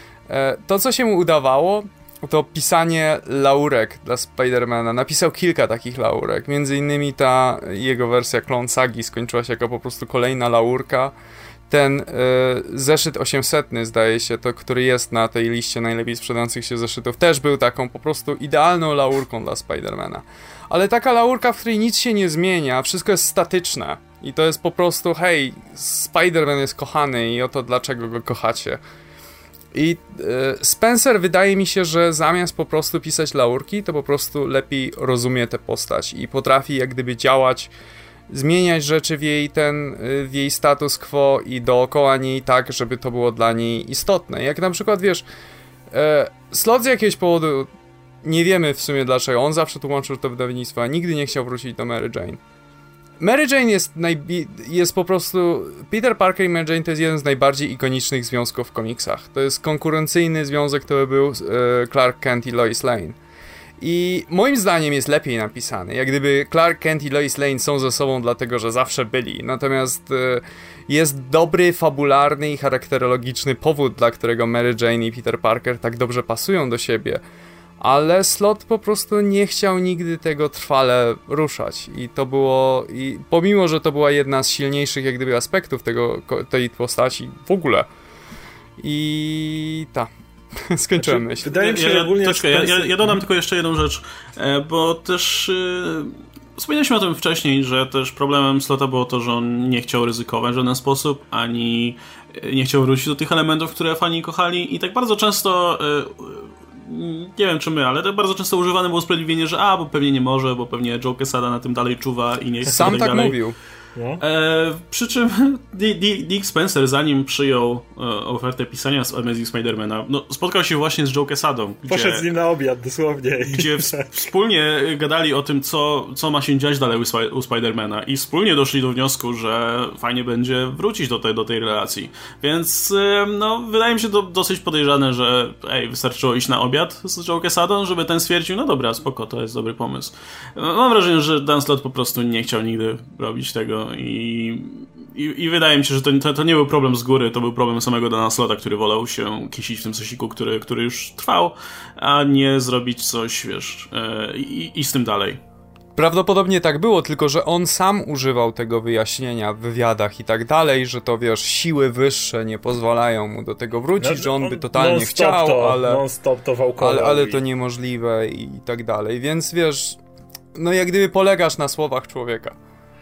E, to, co się mu udawało, to pisanie laurek dla Spidermana. Napisał kilka takich laurek, między innymi ta jego wersja Clone Sagi skończyła się jako po prostu kolejna laurka. Ten y, zeszyt osiemsetny, zdaje się, to, który jest na tej liście najlepiej sprzedających się zeszytów, też był taką po prostu idealną laurką dla Spidermana. Ale taka laurka, w której nic się nie zmienia, wszystko jest statyczne. I to jest po prostu, hej, Spiderman jest kochany i oto dlaczego go kochacie. I y, Spencer, wydaje mi się, że zamiast po prostu pisać laurki, to po prostu lepiej rozumie tę postać i potrafi jak gdyby działać, zmieniać rzeczy w jej ten, w jej status quo i dookoła niej tak, żeby to było dla niej istotne. Jak na przykład, wiesz, e, Slott z jakiegoś powodu, nie wiemy w sumie dlaczego, on zawsze tłumaczył to wydawnictwo, a nigdy nie chciał wrócić do Mary Jane. Mary Jane jest, najbi- jest po prostu... Peter Parker i Mary Jane to jest jeden z najbardziej ikonicznych związków w komiksach. To jest konkurencyjny związek, który był e, Clark Kent i Lois Lane. I moim zdaniem jest lepiej napisany. Jak gdyby Clark Kent i Lois Lane są ze sobą dlatego, że zawsze byli. Natomiast y, jest dobry, fabularny i charakterologiczny powód, dla którego Mary Jane i Peter Parker tak dobrze pasują do siebie. Ale Slott po prostu nie chciał nigdy tego trwale ruszać. I to było... I pomimo, że to była jedna z silniejszych jak gdyby aspektów tego, tej postaci w ogóle, I ta. Skończyłem znaczy, myśl. Wydaje mi się, ja, że ogólnie... Troszkę, ja, ja, ja dodam tylko jeszcze jedną rzecz, bo też yy, wspomnieliśmy o tym wcześniej, że też problemem Slota było to, że on nie chciał ryzykować w żaden sposób, ani nie chciał wrócić do tych elementów, które fani kochali i tak bardzo często... Yy, nie wiem czy my, ale tak bardzo często używane było usprawiedliwienie, że a, bo pewnie nie może, bo pewnie Joe Quesada na tym dalej czuwa i nie chce. Sam tak, tak dalej. mówił. No. E, przy czym Nick Spencer, zanim przyjął e, ofertę pisania z Amazing Spider-Mana, no, spotkał się właśnie z Joe Quesadą. Poszedł z nim na obiad, dosłownie. Gdzie w, wspólnie gadali o tym, co, co ma się dziać dalej u, u Spider-Mana i wspólnie doszli do wniosku, że fajnie będzie wrócić do tej, do tej relacji. Więc e, no, wydaje mi się to dosyć podejrzane, że ej, wystarczyło iść na obiad z Joe Quesadą, żeby ten stwierdził, no dobra, spoko, to jest dobry pomysł. Mam wrażenie, że Dan Slott po prostu nie chciał nigdy robić tego. I, i, i wydaje mi się, że to, to, to nie był problem z góry, to był problem samego Dana Slotta, który wolał się kisić w tym sosiku, który, który już trwał, a nie zrobić coś, wiesz, yy, i, i z tym dalej. Prawdopodobnie tak było, tylko że on sam używał tego wyjaśnienia w wywiadach i tak dalej, że to, wiesz, siły wyższe nie pozwalają mu do tego wrócić, no, że on, on by totalnie chciał, to, ale, non-stop to ale, ale to niemożliwe i tak dalej, więc wiesz, no jak gdyby polegasz na słowach człowieka.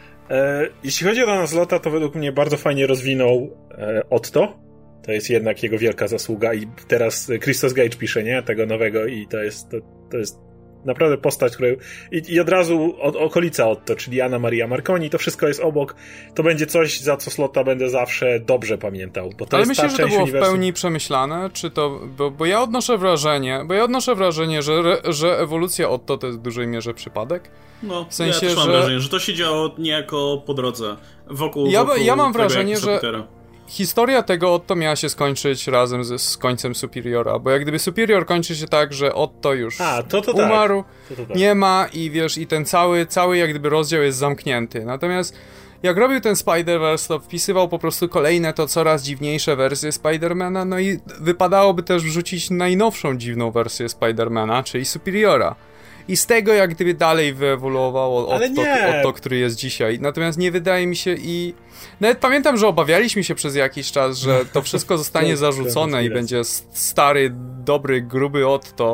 E, jeśli chodzi o Dana Slotta, to według mnie bardzo fajnie rozwinął e, Otto. To jest jednak jego wielka zasługa i teraz Christos Gage pisze, nie? Tego nowego i to jest to, to jest naprawdę postać, której... I, i od razu od, okolica Otto, czyli Anna Maria Marconi, to wszystko jest obok. To będzie coś, za co Slotta będę zawsze dobrze pamiętał. Bo to Ale jest myślę, ta że to część było uniwersum... w pełni przemyślane, czy to... Bo, bo ja odnoszę wrażenie, bo ja odnoszę wrażenie, że, że ewolucja Otto to jest w dużej mierze przypadek. No, w sensie, ja też mam że... wrażenie, że to się działo niejako po drodze. Wokół, ja, wokół ja mam tego, wrażenie, że Petera. historia tego Otto miała się skończyć razem z, z końcem Superiora, bo jak gdyby Superior kończy się tak, że Otto już A, to, to umarł, tak. to, to tak. nie ma i wiesz, i ten cały, cały jak gdyby rozdział jest zamknięty. Natomiast jak robił ten Spider-Verse, to wpisywał po prostu kolejne to coraz dziwniejsze wersje Spider-Mana, no i wypadałoby też wrzucić najnowszą dziwną wersję Spider-Mana, czyli Superiora. I z tego jak gdyby dalej wyewoluowało Otto, Otto, który jest dzisiaj. Natomiast nie wydaje mi się i... Nawet pamiętam, że obawialiśmy się przez jakiś czas, że to wszystko zostanie zarzucone i będzie stary, dobry, gruby Otto,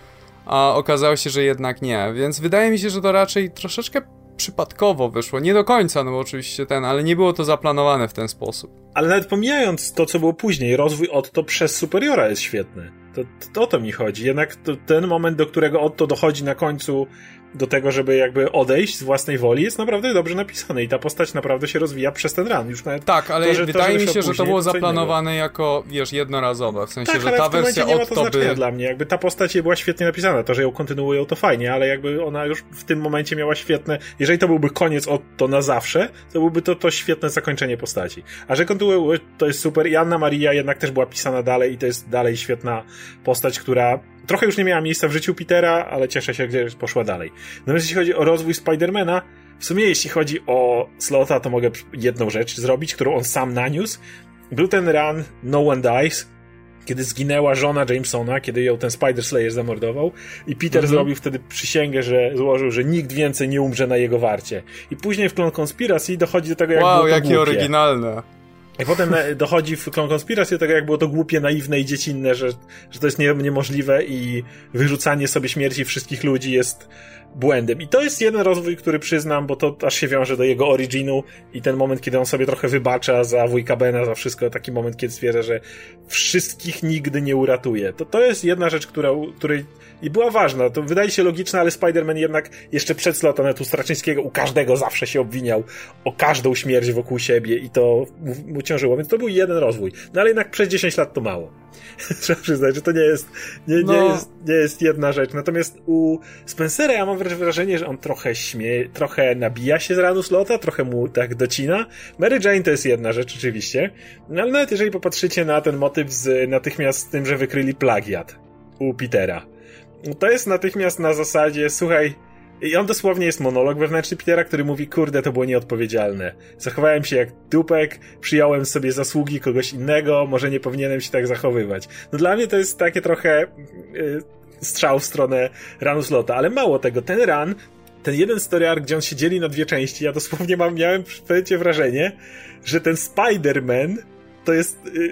a okazało się, że jednak nie. Więc wydaje mi się, że to raczej troszeczkę przypadkowo wyszło. Nie do końca, no bo oczywiście ten, ale nie było to zaplanowane w ten sposób. Ale nawet pomijając to, co było później, rozwój Otto przez Superiora jest świetny. To, to o to mi chodzi. Jednak to, ten moment, do którego Otto dochodzi na końcu do tego, żeby jakby odejść z własnej woli, jest naprawdę dobrze napisany i ta postać naprawdę się rozwija przez ten run. Już nawet tak, ale to, że, wydaje to, że mi się, że to było zaplanowane innego. jako, wiesz, jednorazowe. W sensie, tak, że ale ta w tym wersja nie ma to Otto znaczenia by... dla mnie. Jakby ta postać była świetnie napisana. To, że ją kontynuują, to fajnie, ale jakby ona już w tym momencie miała świetne... Jeżeli to byłby koniec Otto na zawsze, to byłby to, to świetne zakończenie postaci. A że kontynuują, to jest super. I Anna Maria jednak też była pisana dalej i to jest dalej świetna postać, która trochę już nie miała miejsca w życiu Petera, ale cieszę się, gdzie poszła dalej. Natomiast jeśli chodzi o rozwój Spidermana, w sumie jeśli chodzi o Slotta, to mogę jedną rzecz zrobić, którą on sam naniósł. Był ten run No One Dies, kiedy zginęła żona Jamesona, kiedy ją ten Spider Slayer zamordował i Peter mhm. zrobił wtedy przysięgę, że złożył, że nikt więcej nie umrze na jego warcie. I później w Clone Conspiracy dochodzi do tego, jak wow, było to jakie głupie. oryginalne. I potem dochodzi w Clone Conspiracy do tego, jak było to głupie, naiwne i dziecinne, że, że to jest nie, niemożliwe i wyrzucanie sobie śmierci wszystkich ludzi jest błędem. I to jest jeden rozwój, który przyznam, bo to aż się wiąże do jego originu i ten moment, kiedy on sobie trochę wybacza za wujka Bena, za wszystko, taki moment, kiedy stwierdza, że wszystkich nigdy nie uratuje. To, to jest jedna rzecz, która, której i była ważna. To wydaje się logiczne, ale Spider-Man jednak jeszcze przed Slotanetu Straczyńskiego u każdego zawsze się obwiniał o każdą śmierć wokół siebie i to mu, mu ciążyło, więc to był jeden rozwój. No ale jednak przez dziesięć lat to mało. Trzeba przyznać, że to nie jest nie, nie, no. jest nie jest jedna rzecz. Natomiast u Spencera ja mam wrażenie, że on trochę śmieje, trochę nabija się z ranu Slotta, trochę mu tak docina. Mary Jane to jest jedna rzecz oczywiście, no ale nawet jeżeli popatrzycie na ten motyw z natychmiast tym, że wykryli plagiat u Petera, to jest natychmiast na zasadzie, słuchaj, i on dosłownie jest monolog wewnętrzny Petera, który mówi, kurde, to było nieodpowiedzialne. Zachowałem się jak dupek, przyjąłem sobie zasługi kogoś innego, może nie powinienem się tak zachowywać. No dla mnie to jest takie trochę yy, strzał w stronę runu Slotta, ale mało tego, ten run, ten jeden story arc, gdzie on się dzieli na dwie części, ja dosłownie mam, miałem w pewnym wrażenie, że ten Spider-Man to jest... Yy,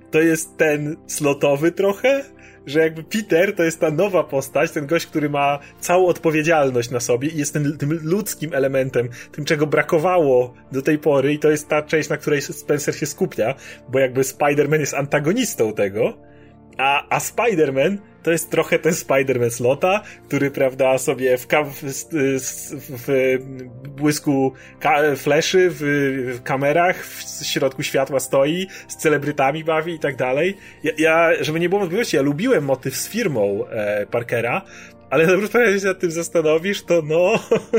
to jest ten slotowy trochę, że jakby Peter to jest ta nowa postać, ten gość, który ma całą odpowiedzialność na sobie i jest ten, tym ludzkim elementem, tym czego brakowało do tej pory i to jest ta część, na której Spencer się skupia, bo jakby Spider-Man jest antagonistą tego, a, a Spider-Man to jest trochę ten Spider-Man Slota, który, prawda, sobie w, ka- w, w, w błysku ka- fleszy, w, w kamerach, w środku światła stoi, z celebrytami bawi i tak dalej. Ja, ja żeby nie było wątpliwości, ja lubiłem motyw z firmą e, Parkera, ale na przykład jak się nad tym zastanowisz, to no...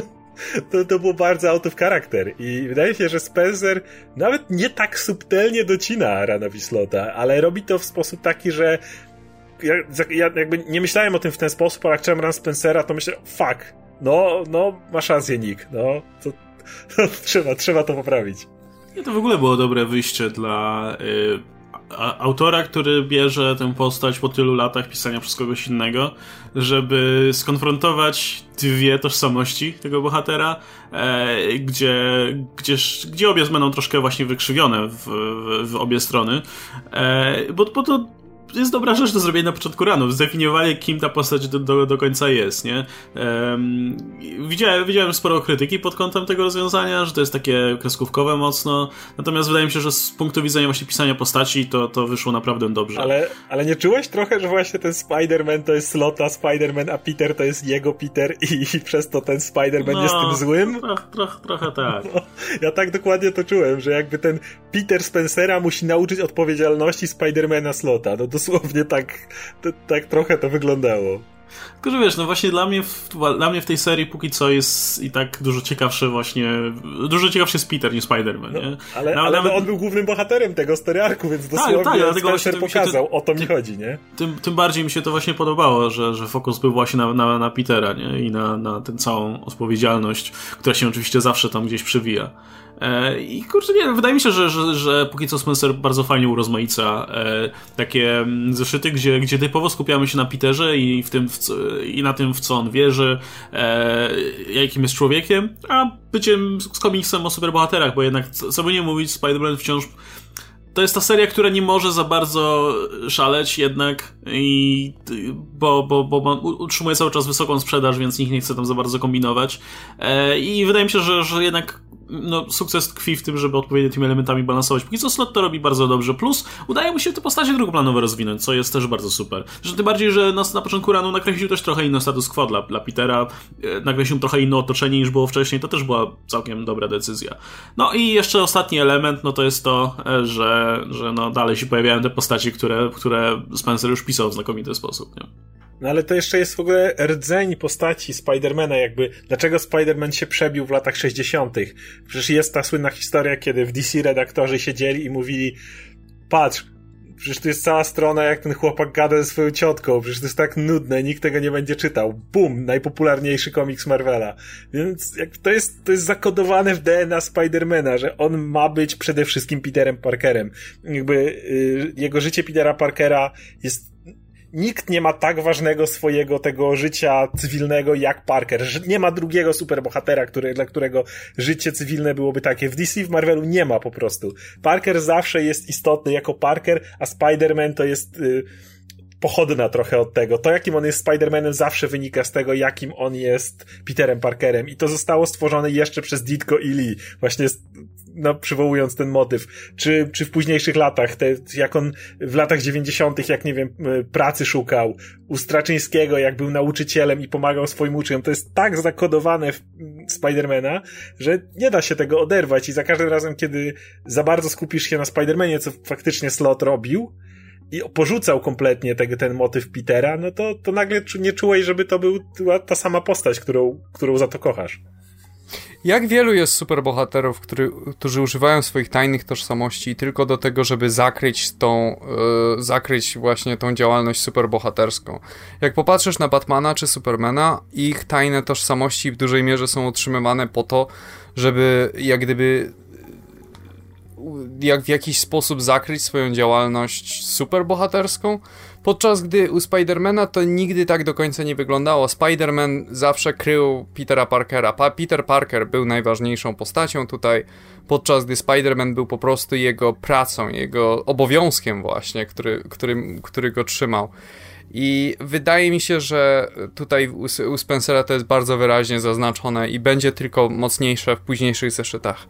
To, to było bardzo out of character i wydaje mi się, że Spencer nawet nie tak subtelnie docina Ranowi Slota, ale robi to w sposób taki, że ja, ja jakby nie myślałem o tym w ten sposób, ale jak czytałem Ran Spencera, to myślę, fuck, no, no, masz rację, Nick, no, to, to trzeba, trzeba to poprawić. I to w ogóle było dobre wyjście dla y, a, autora, który bierze tę postać po tylu latach pisania przez kogoś innego, żeby skonfrontować dwie tożsamości tego bohatera, e, gdzie, gdzie, gdzie obie będą troszkę właśnie wykrzywione w, w, w obie strony, e, bo, bo to jest dobra rzecz do zrobienia na początku rano, zdefiniowanie, kim ta postać do, do, do końca jest, nie? Um, widziałem, widziałem sporo krytyki pod kątem tego rozwiązania, że to jest takie kreskówkowe mocno, natomiast wydaje mi się, że z punktu widzenia właśnie pisania postaci to, to wyszło naprawdę dobrze. Ale, ale nie czułeś trochę, że właśnie ten Spider-Man to jest Slota Spider-Man, a Peter to jest jego Peter i, i przez to ten Spider-Man no, jest tym złym? Trochę, trochę, trochę tak. No, ja tak dokładnie to czułem, że jakby ten Peter Spencera musi nauczyć odpowiedzialności Spider-Mana Slota. No dosłownie tak, to, tak trochę to wyglądało. Tylko, że wiesz, no właśnie dla mnie, w, dla mnie w tej serii póki co jest i tak dużo ciekawsze właśnie, dużo ciekawszy jest Peter niż Spider-Man, no, nie? Ale, ale nawet... no on był głównym bohaterem tego story arcu, więc dosłownie tak, tak, Spencer pokazał, to, o to mi tym, chodzi, nie? Tym, tym bardziej mi się to właśnie podobało, że, że fokus był właśnie na, na, na Petera, nie? I na, na tę całą odpowiedzialność, która się oczywiście zawsze tam gdzieś przewija. I kurczę, nie, wydaje mi się, że, że, że póki co Spencer bardzo fajnie urozmaica e, takie zeszyty, gdzie, gdzie typowo skupiamy się na Peterze i, w tym, w co, i na tym, w co on wierzy, e, jakim jest człowiekiem, a byciem z komiksem o superbohaterach, bo jednak, co by nie mówić, Spider-Man wciąż to jest ta seria, która nie może za bardzo szaleć jednak, i, bo, bo, bo utrzymuje cały czas wysoką sprzedaż, więc nikt nie chce tam za bardzo kombinować. E, I wydaje mi się, że, że jednak no, sukces tkwi w tym, żeby odpowiednio tymi elementami balansować. Póki co Slot to robi bardzo dobrze, plus udaje mu się te postacie drugoplanowe rozwinąć, co jest też bardzo super. Że tym bardziej, że na, na początku ranu nakreślił też trochę inny status quo dla, dla Petera, e, nakreślił trochę inne otoczenie niż było wcześniej, to też była całkiem dobra decyzja. No i jeszcze ostatni element, no to jest to, że, że no dalej się pojawiają te postaci, które, które Spencer już pisał w znakomity sposób, nie? No ale to jeszcze jest w ogóle rdzeń postaci Spidermana, jakby dlaczego Spider-Man się przebił w latach sześćdziesiątych. Przecież jest ta słynna historia, kiedy w D C redaktorzy siedzieli i mówili, patrz, przecież tu jest cała strona, jak ten chłopak gada ze swoją ciotką, przecież to jest tak nudne, nikt tego nie będzie czytał. Bum, najpopularniejszy komiks Marvela. Więc jak to jest, to jest zakodowane w D N A Spidermana, że on ma być przede wszystkim Peterem Parkerem. Jakby yy, jego życie Petera Parkera jest... Nikt nie ma tak ważnego swojego tego życia cywilnego jak Parker. Nie ma drugiego superbohatera, który, dla którego życie cywilne byłoby takie. W D C, w Marvelu nie ma po prostu. Parker zawsze jest istotny jako Parker, a Spider-Man to jest yy, pochodna trochę od tego. To, jakim on jest Spider-Manem, zawsze wynika z tego, jakim on jest Peterem Parkerem. I to zostało stworzone jeszcze przez Ditko i Lee. Właśnie no, przywołując ten motyw. Czy, czy w późniejszych latach, te, jak on w latach dziewięćdziesiątych, jak nie wiem, pracy szukał, u Straczyńskiego, jak był nauczycielem i pomagał swoim uczniom. To jest tak zakodowane w Spidermana, że nie da się tego oderwać i za każdym razem, kiedy za bardzo skupisz się na Spidermanie, co faktycznie Slot robił, i porzucał kompletnie te, ten motyw Petera, no to, to nagle nie czułeś, żeby to była ta sama postać, którą, którą za to kochasz. Jak wielu jest superbohaterów, który, którzy używają swoich tajnych tożsamości tylko do tego, żeby zakryć tą, yy, zakryć właśnie tą działalność superbohaterską. Jak popatrzysz na Batmana czy Supermana, ich tajne tożsamości w dużej mierze są utrzymywane po to, żeby jak gdyby jak w jakiś sposób zakryć swoją działalność superbohaterską, podczas gdy u Spidermana to nigdy tak do końca nie wyglądało. Spiderman zawsze krył Petera Parkera. Pa- Peter Parker był najważniejszą postacią tutaj, podczas gdy Spiderman był po prostu jego pracą, jego obowiązkiem właśnie, który, który, który go trzymał. I wydaje mi się, że tutaj u, u Spencera to jest bardzo wyraźnie zaznaczone i będzie tylko mocniejsze w późniejszych zeszytach.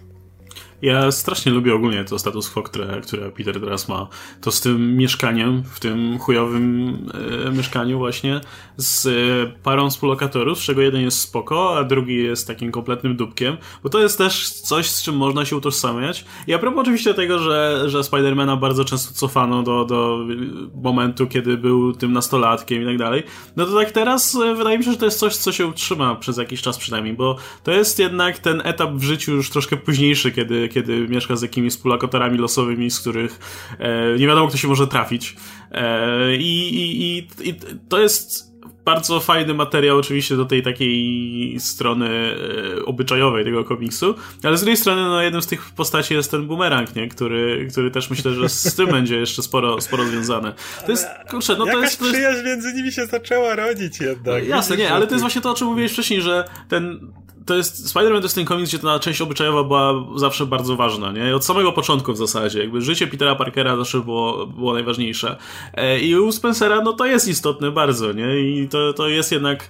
Ja strasznie lubię ogólnie to status quo, które, które Peter teraz ma. To z tym mieszkaniem, w tym chujowym e, mieszkaniu właśnie, z e, parą współlokatorów, z czego jeden jest spoko, a drugi jest takim kompletnym dupkiem, bo to jest też coś, z czym można się utożsamiać. I a propos oczywiście tego, że, że Spidermana bardzo często cofano do, do momentu, kiedy był tym nastolatkiem i tak dalej, no to tak teraz e, wydaje mi się, że to jest coś, co się utrzyma przez jakiś czas przynajmniej, bo to jest jednak ten etap w życiu już troszkę późniejszy, kiedy kiedy mieszka z jakimiś współlokatorami losowymi, z których e, nie wiadomo, kto się może trafić. E, i, i, I to jest bardzo fajny materiał oczywiście do tej takiej strony e, obyczajowej tego komiksu, ale z drugiej strony no, jednym z tych postaci jest ten bumerang, nie? Który, który też myślę, że z tym będzie jeszcze sporo, sporo związane. To jest, kurczę, no to Jakaś jest... To jest... przyjaźń między nimi się zaczęła rodzić jednak. No, jasne, nie, ale to jest właśnie to, o czym mówiłeś wcześniej, że ten to jest, Spider-Man to jest ten komiks, gdzie ta część obyczajowa była zawsze bardzo ważna, nie? Od samego początku w zasadzie, jakby życie Petera Parkera zawsze było, było najważniejsze. I u Spencera, no to jest istotne bardzo, nie? I to, to jest jednak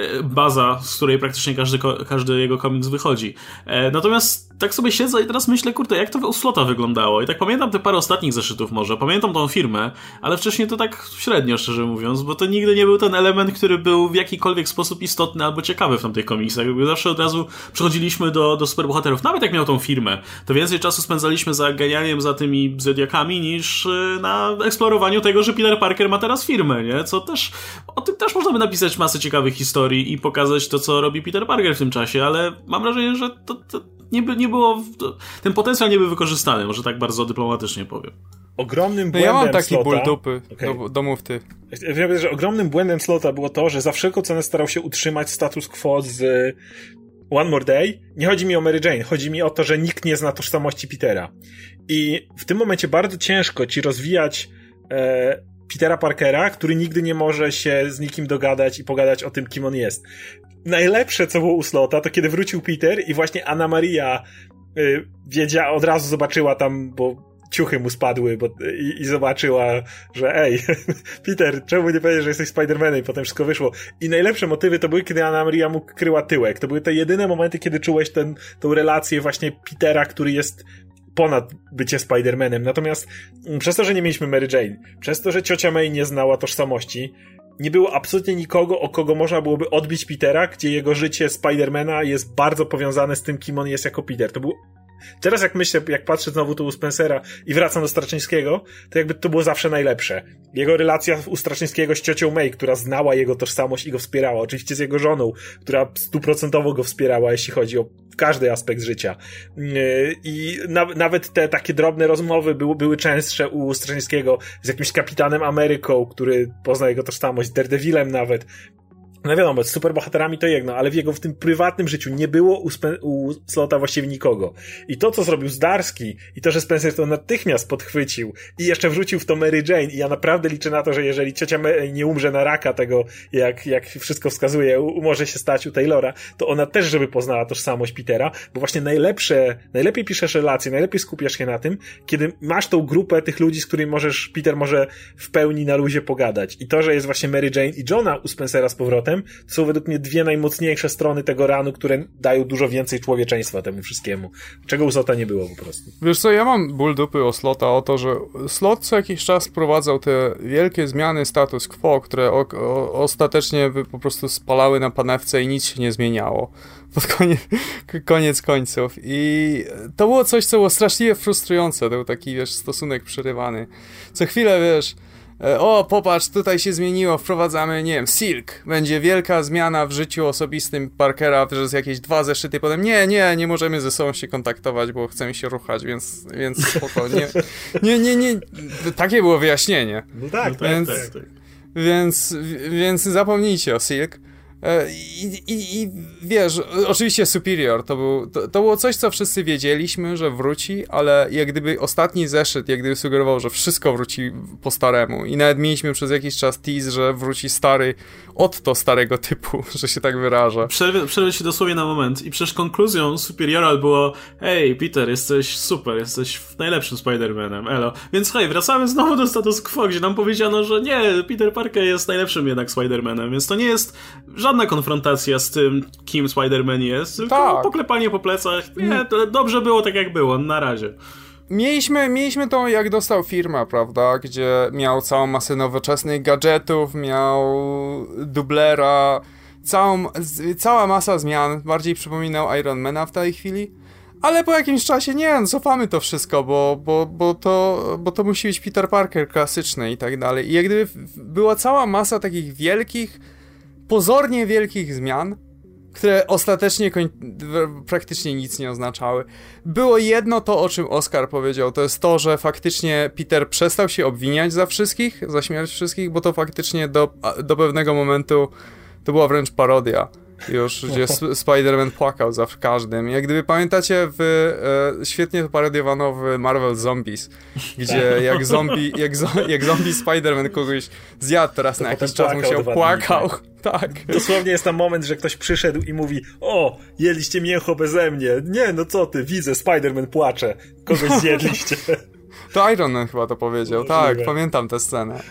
baza, z której praktycznie każdy, każdy jego komiks wychodzi. Natomiast tak sobie siedzę i teraz myślę, kurde, jak to u Slota wyglądało? I tak pamiętam te parę ostatnich zeszytów może, pamiętam tą firmę, ale wcześniej to tak średnio, szczerze mówiąc, bo to nigdy nie był ten element, który był w jakikolwiek sposób istotny albo ciekawy w tamtych komiksach. Jakby zawsze od razu przechodziliśmy do, do superbohaterów. Nawet jak miał tą firmę, to więcej czasu spędzaliśmy za ganianiem za tymi zodiakami niż na eksplorowaniu tego, że Peter Parker ma teraz firmę, nie? Co też, o tym też można by napisać masę ciekawych historii i pokazać to, co robi Peter Parker w tym czasie, ale mam wrażenie, że to, to nie, by, nie było, to, ten potencjał nie był wykorzystany, może tak bardzo dyplomatycznie powiem. Ogromnym błędem no ja mam taki Slota, ból dupy, okay. do, domów ty. Ja wiem, że ogromnym błędem Slota było to, że za wszelką cenę starał się utrzymać status quo z One More Day. Nie chodzi mi o Mary Jane, chodzi mi o to, że nikt nie zna tożsamości Petera. I w tym momencie bardzo ciężko ci rozwijać e, Petera Parkera, który nigdy nie może się z nikim dogadać i pogadać o tym, kim on jest. Najlepsze, co było u Slota, to kiedy wrócił Peter i właśnie Anna Maria y, wiedziała, od razu zobaczyła tam, bo ciuchy mu spadły bo, i, i zobaczyła, że ej, Peter, czemu nie powiedziesz, że jesteś Spider-Manem i potem wszystko wyszło. I najlepsze motywy to były, kiedy Anna Maria mu kryła tyłek. To były te jedyne momenty, kiedy czułeś ten, tą relację właśnie Petera, który jest ponad bycie Spider-Manem. Natomiast przez to, że nie mieliśmy Mary Jane, przez to, że ciocia May nie znała tożsamości, nie było absolutnie nikogo, o kogo można byłoby odbić Petera, gdzie jego życie Spidermana jest bardzo powiązane z tym, kim on jest jako Peter. To był... Teraz jak myślę, jak patrzę znowu tu u Spencera i wracam do Straczyńskiego, to jakby to było zawsze najlepsze. Jego relacja u Straczyńskiego z ciocią May, która znała jego tożsamość i go wspierała. Oczywiście z jego żoną, która stuprocentowo go wspierała, jeśli chodzi o każdy aspekt życia. I na, nawet te takie drobne rozmowy były, były częstsze u Straczyńskiego z jakimś Kapitanem Ameryką, który pozna jego tożsamość, z Daredevilem nawet. No wiadomo, z superbohaterami to jedno, ale w jego w tym prywatnym życiu nie było u, Spen- u Slota właściwie nikogo. I to, co zrobił Zdarski i to, że Spencer to natychmiast podchwycił i jeszcze wrzucił w to Mary Jane i ja naprawdę liczę na to, że jeżeli ciocia Mary nie umrze na raka tego, jak, jak wszystko wskazuje, u, może się stać u Taylora, to ona też, żeby poznała tożsamość Petera, bo właśnie najlepsze, najlepiej piszesz relacje, najlepiej skupiasz się na tym, kiedy masz tą grupę tych ludzi, z którymi możesz, Peter może w pełni na luzie pogadać. I to, że jest właśnie Mary Jane i Johna u Spencera z powrotem, to są według mnie dwie najmocniejsze strony tego ranu, które dają dużo więcej człowieczeństwa temu wszystkiemu. Czego u Slota nie było po prostu. Wiesz co, ja mam ból dupy o Slota, o to, że Slot co jakiś czas wprowadzał te wielkie zmiany status quo, które o, o, ostatecznie po prostu spalały na panewce i nic się nie zmieniało. Pod koniec, koniec końców. I to było coś, co było straszliwie frustrujące. To był taki, wiesz, stosunek przerywany. Co chwilę, wiesz, o, popatrz, tutaj się zmieniło, wprowadzamy, nie wiem, Silk. Będzie wielka zmiana w życiu osobistym Parkera przez jakieś dwa zeszyty, potem nie, nie, nie możemy ze sobą się kontaktować, bo chcemy się ruchać, więc, więc spokojnie. Nie, nie, nie, takie było wyjaśnienie. No tak, więc, tak, tak, tak. Więc, więc zapomnijcie o Silk. I, i, i wiesz, oczywiście Superior to, był, to, to było coś, co wszyscy wiedzieliśmy, że wróci, ale jak gdyby ostatni zeszyt, jak gdyby sugerował, że wszystko wróci po staremu i nawet mieliśmy przez jakiś czas tease, że wróci stary Otto starego typu, że się tak wyraża. Przerwę, przerwę ci dosłownie na moment i przecież konkluzją Superiora było: hej Peter, jesteś super, jesteś najlepszym Spider-Manem, elo. Więc hej, wracamy znowu do status quo, gdzie nam powiedziano, że nie, Peter Parker jest najlepszym jednak Spider-Manem, więc to nie jest żadna konfrontacja z tym, kim Spider-Man jest, tylko tak. poklepanie po plecach. Nie, to dobrze było tak jak było, na razie. Mieliśmy, mieliśmy to, jak dostał firma, prawda, gdzie miał całą masę nowoczesnych gadżetów, miał dublera, całą, cała masa zmian, bardziej przypominał Ironmana w tej chwili, ale po jakimś czasie nie, no, cofamy to wszystko, bo, bo, bo, to, bo to musi być Peter Parker klasyczny i tak dalej. I jak gdyby była cała masa takich wielkich, pozornie wielkich zmian, które ostatecznie koń... praktycznie nic nie oznaczały. Było jedno to, o czym Oskar powiedział, to jest to, że faktycznie Peter przestał się obwiniać za wszystkich, za śmierć wszystkich, bo to faktycznie do, do pewnego momentu to była wręcz parodia już, gdzie Spider-Man płakał za każdym. Jak gdyby pamiętacie, w, e, świetnie to parodiowano w Marvel Zombies, gdzie jak zombie, jak, zo, jak zombie Spider-Man kogoś zjadł, teraz to na jakiś czas musiał płakał. Tak. Dosłownie jest tam moment, że ktoś przyszedł i mówi: o, jedliście mięcho beze mnie. Nie, no co ty, widzę, Spider-Man płacze. Kogoś zjedliście. To Iron Man chyba to powiedział. Tak, pamiętam tę scenę.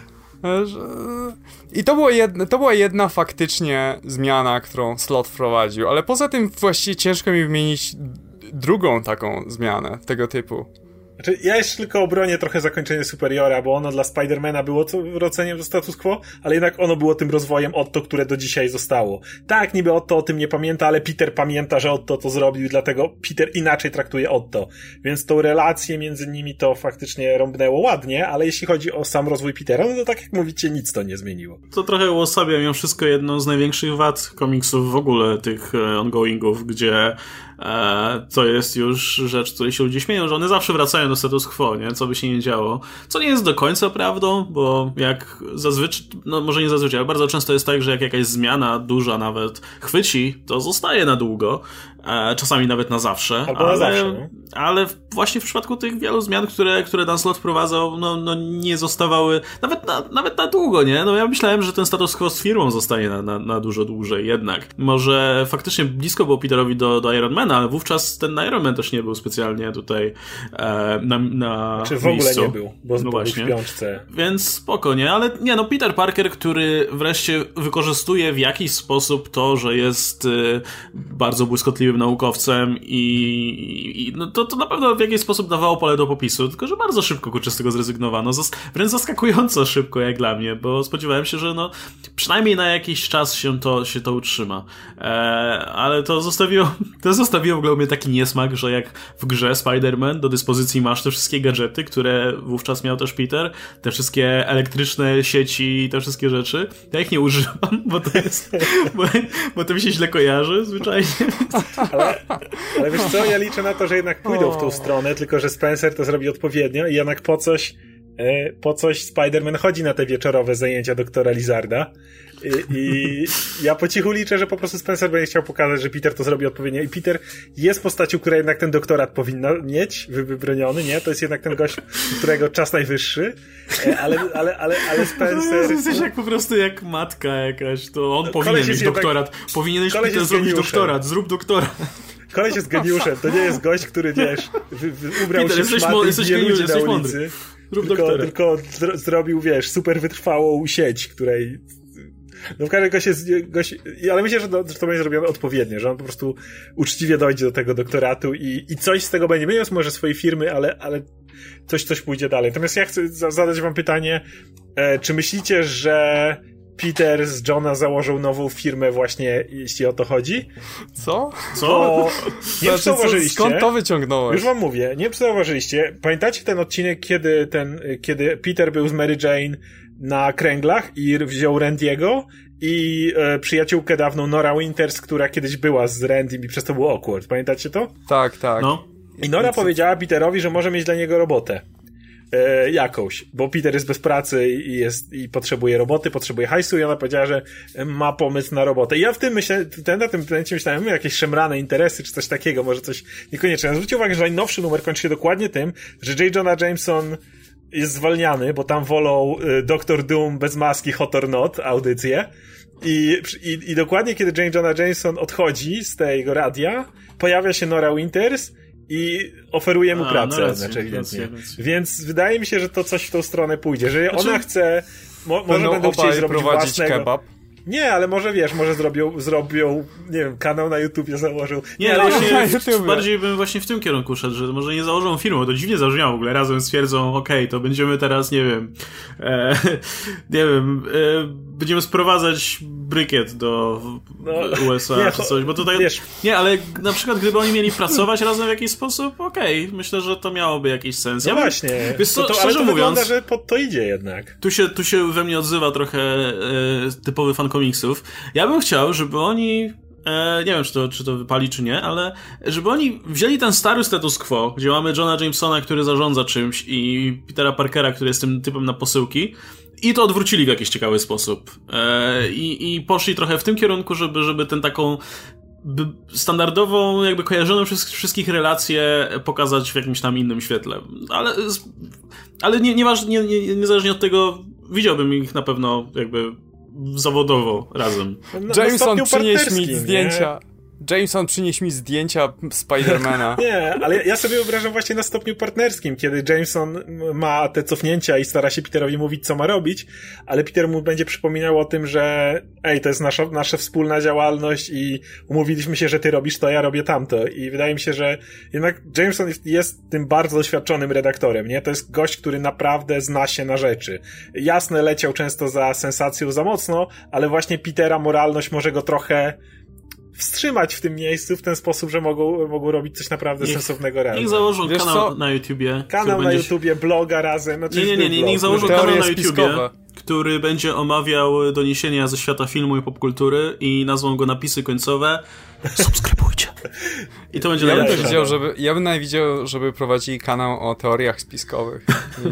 I to, było jedna, to była jedna faktycznie zmiana, którą Slott wprowadził, ale poza tym właściwie ciężko mi wymienić drugą taką zmianę tego typu. Znaczy, ja jeszcze tylko obronię trochę zakończenie Superiora, bo ono dla Spidermana było wróceniem do status quo, ale jednak ono było tym rozwojem Otto, które do dzisiaj zostało. Tak, niby Otto o tym nie pamięta, ale Peter pamięta, że Otto to zrobił i dlatego Peter inaczej traktuje Otto. Więc tą relację między nimi to faktycznie rąbnęło ładnie, ale jeśli chodzi o sam rozwój Petera, no to tak jak mówicie, nic to nie zmieniło. To trochę uosabia mimo wszystko jedną z największych wad komiksów w ogóle, tych ongoingów, gdzie e, to jest już rzecz, której się ludzie śmieją, że one zawsze wracają do status quo, nie? Co by się nie działo. Co nie jest do końca prawdą, bo jak zazwyczaj, no może nie zazwyczaj, ale bardzo często jest tak, że jak jakaś zmiana duża nawet chwyci, to zostaje na długo, e, czasami nawet na zawsze. Albo ale, na zawsze, no. Ale właśnie w przypadku tych wielu zmian, które, które Dan Slott wprowadzał, no, no nie zostawały nawet na, nawet na długo, nie? No ja myślałem, że ten status quo z firmą zostanie na, na, na dużo dłużej jednak. Może faktycznie blisko było Peterowi do, do Ironmana, ale wówczas ten Iron Man też nie był specjalnie tutaj e, na, na znaczy w miejscu. ogóle nie był, bo no był w śpiączce. Więc spoko, nie? Ale nie, no Peter Parker, który wreszcie wykorzystuje w jakiś sposób to, że jest y, bardzo błyskotliwym naukowcem i, i no to, to na pewno w jakiś sposób dawało pole do popisu, tylko że bardzo szybko kurczę z tego zrezygnowano. Zas- wręcz zaskakująco szybko jak dla mnie, bo spodziewałem się, że no przynajmniej na jakiś czas się to, się to utrzyma. E, ale to zostawiło, to zostawiło w ogóle u mnie taki niesmak, że jak w grze Spider-Man do dyspozycji masz te wszystkie gadżety, które wówczas miał też Peter, te wszystkie elektryczne sieci i te wszystkie rzeczy. Ja ich nie używam, bo to jest, bo, bo to mi się źle kojarzy zwyczajnie. Ale, ale wiesz co, ja liczę na to, że jednak pójdą w tą stronę, tylko że Spencer to zrobi odpowiednio i jednak po coś po coś Spider-Man chodzi na te wieczorowe zajęcia doktora Lizarda i, i ja po cichu liczę, że po prostu Spencer będzie chciał pokazać, że Peter to zrobi odpowiednio i Peter jest postacią, która jednak ten doktorat powinna mieć wybroniony, nie? To jest jednak ten gość, którego czas najwyższy, ale, ale, ale, ale Spencer... Jesteś jak po prostu jak matka jakaś, to on powinien mieć doktorat. Jednak... Powinieneś Peter zrobić doktorat, zrób doktorat. Koleś jest geniuszem, to nie jest gość, który, wiesz, wy, wy, ubrał Peter, się w szmaty jesteś, i bije ludzi jesteś na ulicy. Mądry. Rób tylko, tylko zro, zrobił, wiesz, super wytrwałą sieć, której... No w każdym razie jest gość... Ale myślę, że to, że to będzie zrobione odpowiednio, że on po prostu uczciwie dojdzie do tego doktoratu i, i coś z tego będzie. Nie jest może swojej firmy, ale, ale coś, coś pójdzie dalej. Natomiast ja chcę zadać wam pytanie, e, czy myślicie, że Peter z Johna założył nową firmę właśnie, jeśli o to chodzi? Co? Co? Bo nie znaczy, zauważyliście. Skąd to wyciągnąłeś? Już wam mówię, nie zauważyliście. Pamiętacie ten odcinek, kiedy ten, kiedy Peter był z Mary Jane na kręglach i wziął Randy'ego i e, przyjaciółkę dawną Nora Winters, która kiedyś była z Randym i przez to było awkward. Pamiętacie to? Tak, tak. No. I Nora powiedziała Peterowi, że może mieć dla niego robotę. e, jakąś, bo Peter jest bez pracy i, jest, i potrzebuje roboty, potrzebuje hajsu i ona powiedziała, że ma pomysł na robotę. I ja w tym myślę, ten, na tym momencie myślałem, jakieś szemrane interesy, czy coś takiego, może coś niekoniecznie. Zwróćcie uwagę, że najnowszy numer kończy się dokładnie tym, że J. Jonah Jameson jest zwalniany, bo tam wolą y, doktor Doom bez maski Hot or Not audycję. I, i, I dokładnie kiedy J. Jonah Jameson odchodzi z tego radia, pojawia się Nora Winters i oferuje mu A, pracę, no racja, znaczy ewidentnie. Racja, racja. Więc wydaje mi się, że to coś w tą stronę pójdzie, że znaczy, ona chce, mo, może będą chcieli zrobić własnego... kebab. Nie, ale może wiesz, może zrobią, zrobią, nie wiem, kanał na YouTubie założył. Nie, nie ale właśnie w, bardziej bym właśnie w tym kierunku szedł, że może nie założą firmy, to dziwnie zabrzmiało w ogóle, razem stwierdzą, okej, okay, to będziemy teraz, nie wiem, e, nie wiem, e, będziemy sprowadzać brykiet do no, U S A nie, czy coś, bo tutaj, wiesz, nie, ale na przykład gdyby oni mieli pracować razem w jakiś sposób, okej, okay, myślę, że to miałoby jakiś sens. No ja właśnie, bym, wiesz, co, to, to, szczerze ale to mówiąc, wygląda, że pod to idzie jednak. Tu się, tu się we mnie odzywa trochę e, typowy fan komiksów. Ja bym chciał, żeby oni, e, nie wiem, czy to, czy to wypali, czy nie, ale żeby oni wzięli ten stary status quo, gdzie mamy Johna Jamesona, który zarządza czymś i Petera Parkera, który jest tym typem na posyłki, i to odwrócili w jakiś ciekawy sposób. E, i, I poszli trochę w tym kierunku, żeby, żeby ten taką standardową, jakby kojarzoną przez wszystkich relacje pokazać w jakimś tam innym świetle. Ale, ale nie, nieważ, nie, nie, niezależnie od tego widziałbym ich na pewno jakby zawodowo razem. Na, Jameson, na przynieś mi zdjęcia. Nie? Jameson, przynieś mi zdjęcia Spidermana. Nie, ale ja sobie wyobrażam właśnie na stopniu partnerskim, kiedy Jameson ma te cofnięcia i stara się Peterowi mówić, co ma robić, ale Peter mu będzie przypominał o tym, że ej, to jest nasza, nasza wspólna działalność i umówiliśmy się, że ty robisz to, ja robię tamto. I wydaje mi się, że jednak Jameson jest, jest tym bardzo doświadczonym redaktorem, nie? To jest gość, który naprawdę zna się na rzeczy. Jasne, leciał często za sensacją za mocno, ale właśnie Petera moralność może go trochę wstrzymać w tym miejscu w ten sposób, że mogą, mogą robić coś naprawdę niech, sensownego razem. Niech założą Wiesz kanał co? na YouTubie. Kanał na YouTubie, bloga razem. Znaczy nie, nie, nie, nie, niech założą kanał na YouTubie, który będzie omawiał doniesienia ze świata filmu i popkultury i nazwą go Napisy końcowe. Subskrybujcie. I to będzie ja najlepsze. Bym widział, żeby, ja bym najwidział, żeby prowadzili kanał o teoriach spiskowych.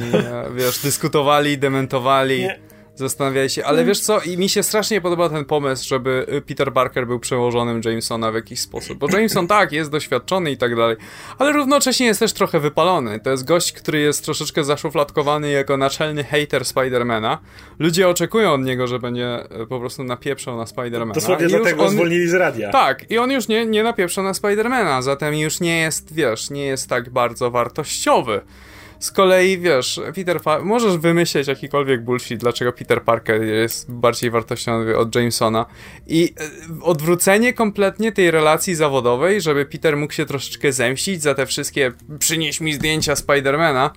I, wiesz, dyskutowali, dementowali. Nie. Zastanawiali się, ale wiesz co, i mi się strasznie podoba ten pomysł, żeby Peter Parker był przełożonym Jamesona w jakiś sposób, bo Jameson tak, jest doświadczony i tak dalej, ale równocześnie jest też trochę wypalony. To jest gość, który jest troszeczkę zaszufladkowany jako naczelny hater Spidermana. Ludzie oczekują od niego, że będzie po prostu napieprzał na Spidermana. Dosłownie I dlatego on zwolnili z radia. Tak, i on już nie, nie napieprzał na Spidermana, zatem już nie jest, wiesz, nie jest tak bardzo wartościowy. Z kolei, wiesz, Peter pa- możesz wymyśleć jakikolwiek bullshit, dlaczego Peter Parker jest bardziej wartościowy od Jamesona i odwrócenie kompletnie tej relacji zawodowej, żeby Peter mógł się troszeczkę zemścić za te wszystkie przynieś mi zdjęcia Spidermana,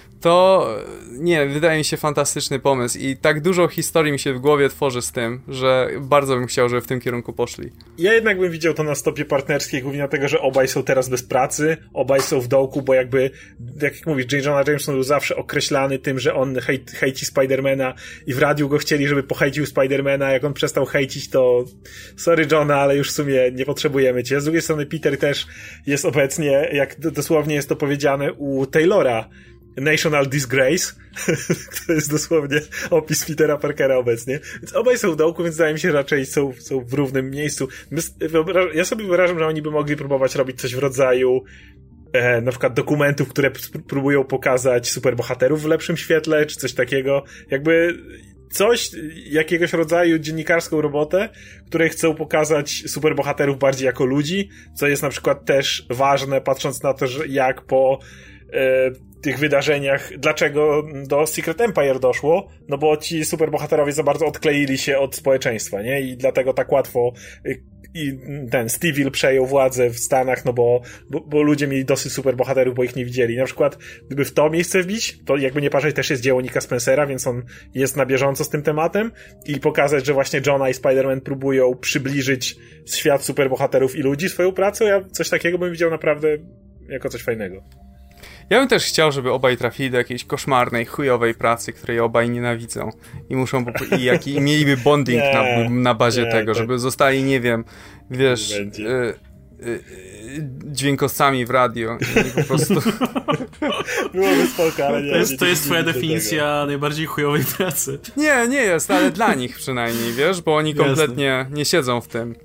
to nie, wydaje mi się fantastyczny pomysł i tak dużo historii mi się w głowie tworzy z tym, że bardzo bym chciał, żeby w tym kierunku poszli. Ja jednak bym widział to na stopie partnerskiej, głównie dlatego, że obaj są teraz bez pracy, obaj są w dołku, bo jakby, jak mówisz, J. Jonah Jameson był zawsze określany tym, że on hejt, hejci Spidermana i w radiu go chcieli, żeby pohejcił Spidermana, jak on przestał hejcić, to sorry Johna, ale już w sumie nie potrzebujemy cię. Z drugiej strony Peter też jest obecnie, jak dosłownie jest to powiedziane u Taylora, National Disgrace, to jest dosłownie opis Petera Parkera obecnie. Więc obaj są w dołku, więc wydaje mi się, że raczej są, są w równym miejscu. Ja sobie wyobrażam, że oni by mogli próbować robić coś w rodzaju e, na przykład dokumentów, które próbują pokazać superbohaterów w lepszym świetle, czy coś takiego. Jakby coś, jakiegoś rodzaju dziennikarską robotę, której chcą pokazać superbohaterów bardziej jako ludzi, co jest na przykład też ważne, patrząc na to, że jak po e, tych wydarzeniach, dlaczego do Secret Empire doszło, no bo ci superbohaterowie za bardzo odkleili się od społeczeństwa, nie? I dlatego tak łatwo i ten Steve przejął władzę w Stanach, no bo, bo, bo ludzie mieli dosyć superbohaterów, bo ich nie widzieli. Na przykład, gdyby w to miejsce wbić, to jakby nie patrzeć, też jest dzieło Nicka Spencera, więc on jest na bieżąco z tym tematem i pokazać, że właśnie Johna i Spider-Man próbują przybliżyć świat superbohaterów i ludzi swoją pracą. Ja coś takiego bym widział naprawdę jako coś fajnego. Ja bym też chciał, żeby obaj trafili do jakiejś koszmarnej, chujowej pracy, której obaj nienawidzą i muszą i, jak, i mieliby bonding nie, na, na bazie nie, tego, to... żeby zostali, nie wiem, wiesz, y, dźwiękowcami w radio i po prostu... Byłoby spoko, ale nie. To jest, nie, to jest nie, twoja nie najbardziej najbardziej chujowej pracy. Nie, nie jest, ale dla nich przynajmniej, wiesz, bo oni kompletnie Jasne. nie siedzą w tym.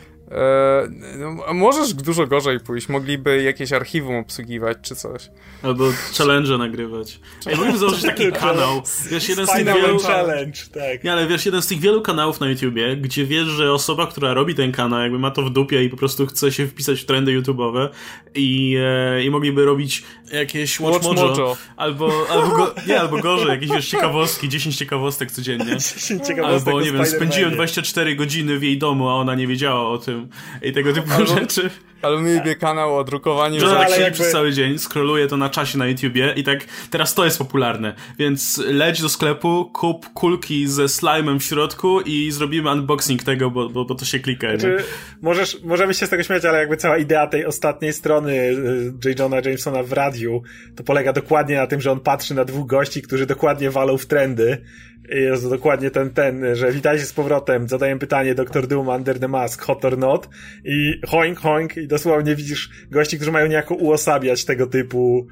Eee, no, możesz dużo gorzej pójść, mogliby jakieś archiwum obsługiwać czy coś. Albo challenge nagrywać. Ja mogliby założyć taki kanał. Wiesz, jeden z tych wielu... challenge, tak. Nie, ale wiesz, jeden z tych wielu kanałów na YouTubie, gdzie wiesz, że osoba, która robi ten kanał, jakby ma to w dupie i po prostu chce się wpisać w trendy YouTube'owe i, e, i mogliby robić jakieś Watch, Watch Mojo, Mojo. Albo, albo, go, nie, albo gorzej, jakieś wiesz, ciekawostki, dziesięć ciekawostek codziennie. dziesięć ciekawostek albo, nie wiem, spędziłem dwadzieścia cztery godziny w jej domu, a ona nie wiedziała o tym i tego typu albo, rzeczy. Ale mieliby kanał o drukowaniu. Że tak siedzi jakby... przez cały dzień, scrolluje to na czasie na YouTubie i tak teraz to jest popularne, więc leć do sklepu, kup kulki ze slime'em w środku i zrobimy unboxing tego, bo, bo, bo to się klika. Znaczy, możesz, możemy się z tego śmiać, ale jakby cała idea tej ostatniej strony J. Jonah Jamesona w radiu to polega dokładnie na tym, że on patrzy na dwóch gości, którzy dokładnie walą w trendy. Jest dokładnie ten, ten, że witajcie z powrotem, zadaję pytanie doktor Doom Under the Mask, hot or not i hoink, hoink i dosłownie widzisz gości, którzy mają niejako uosabiać tego typu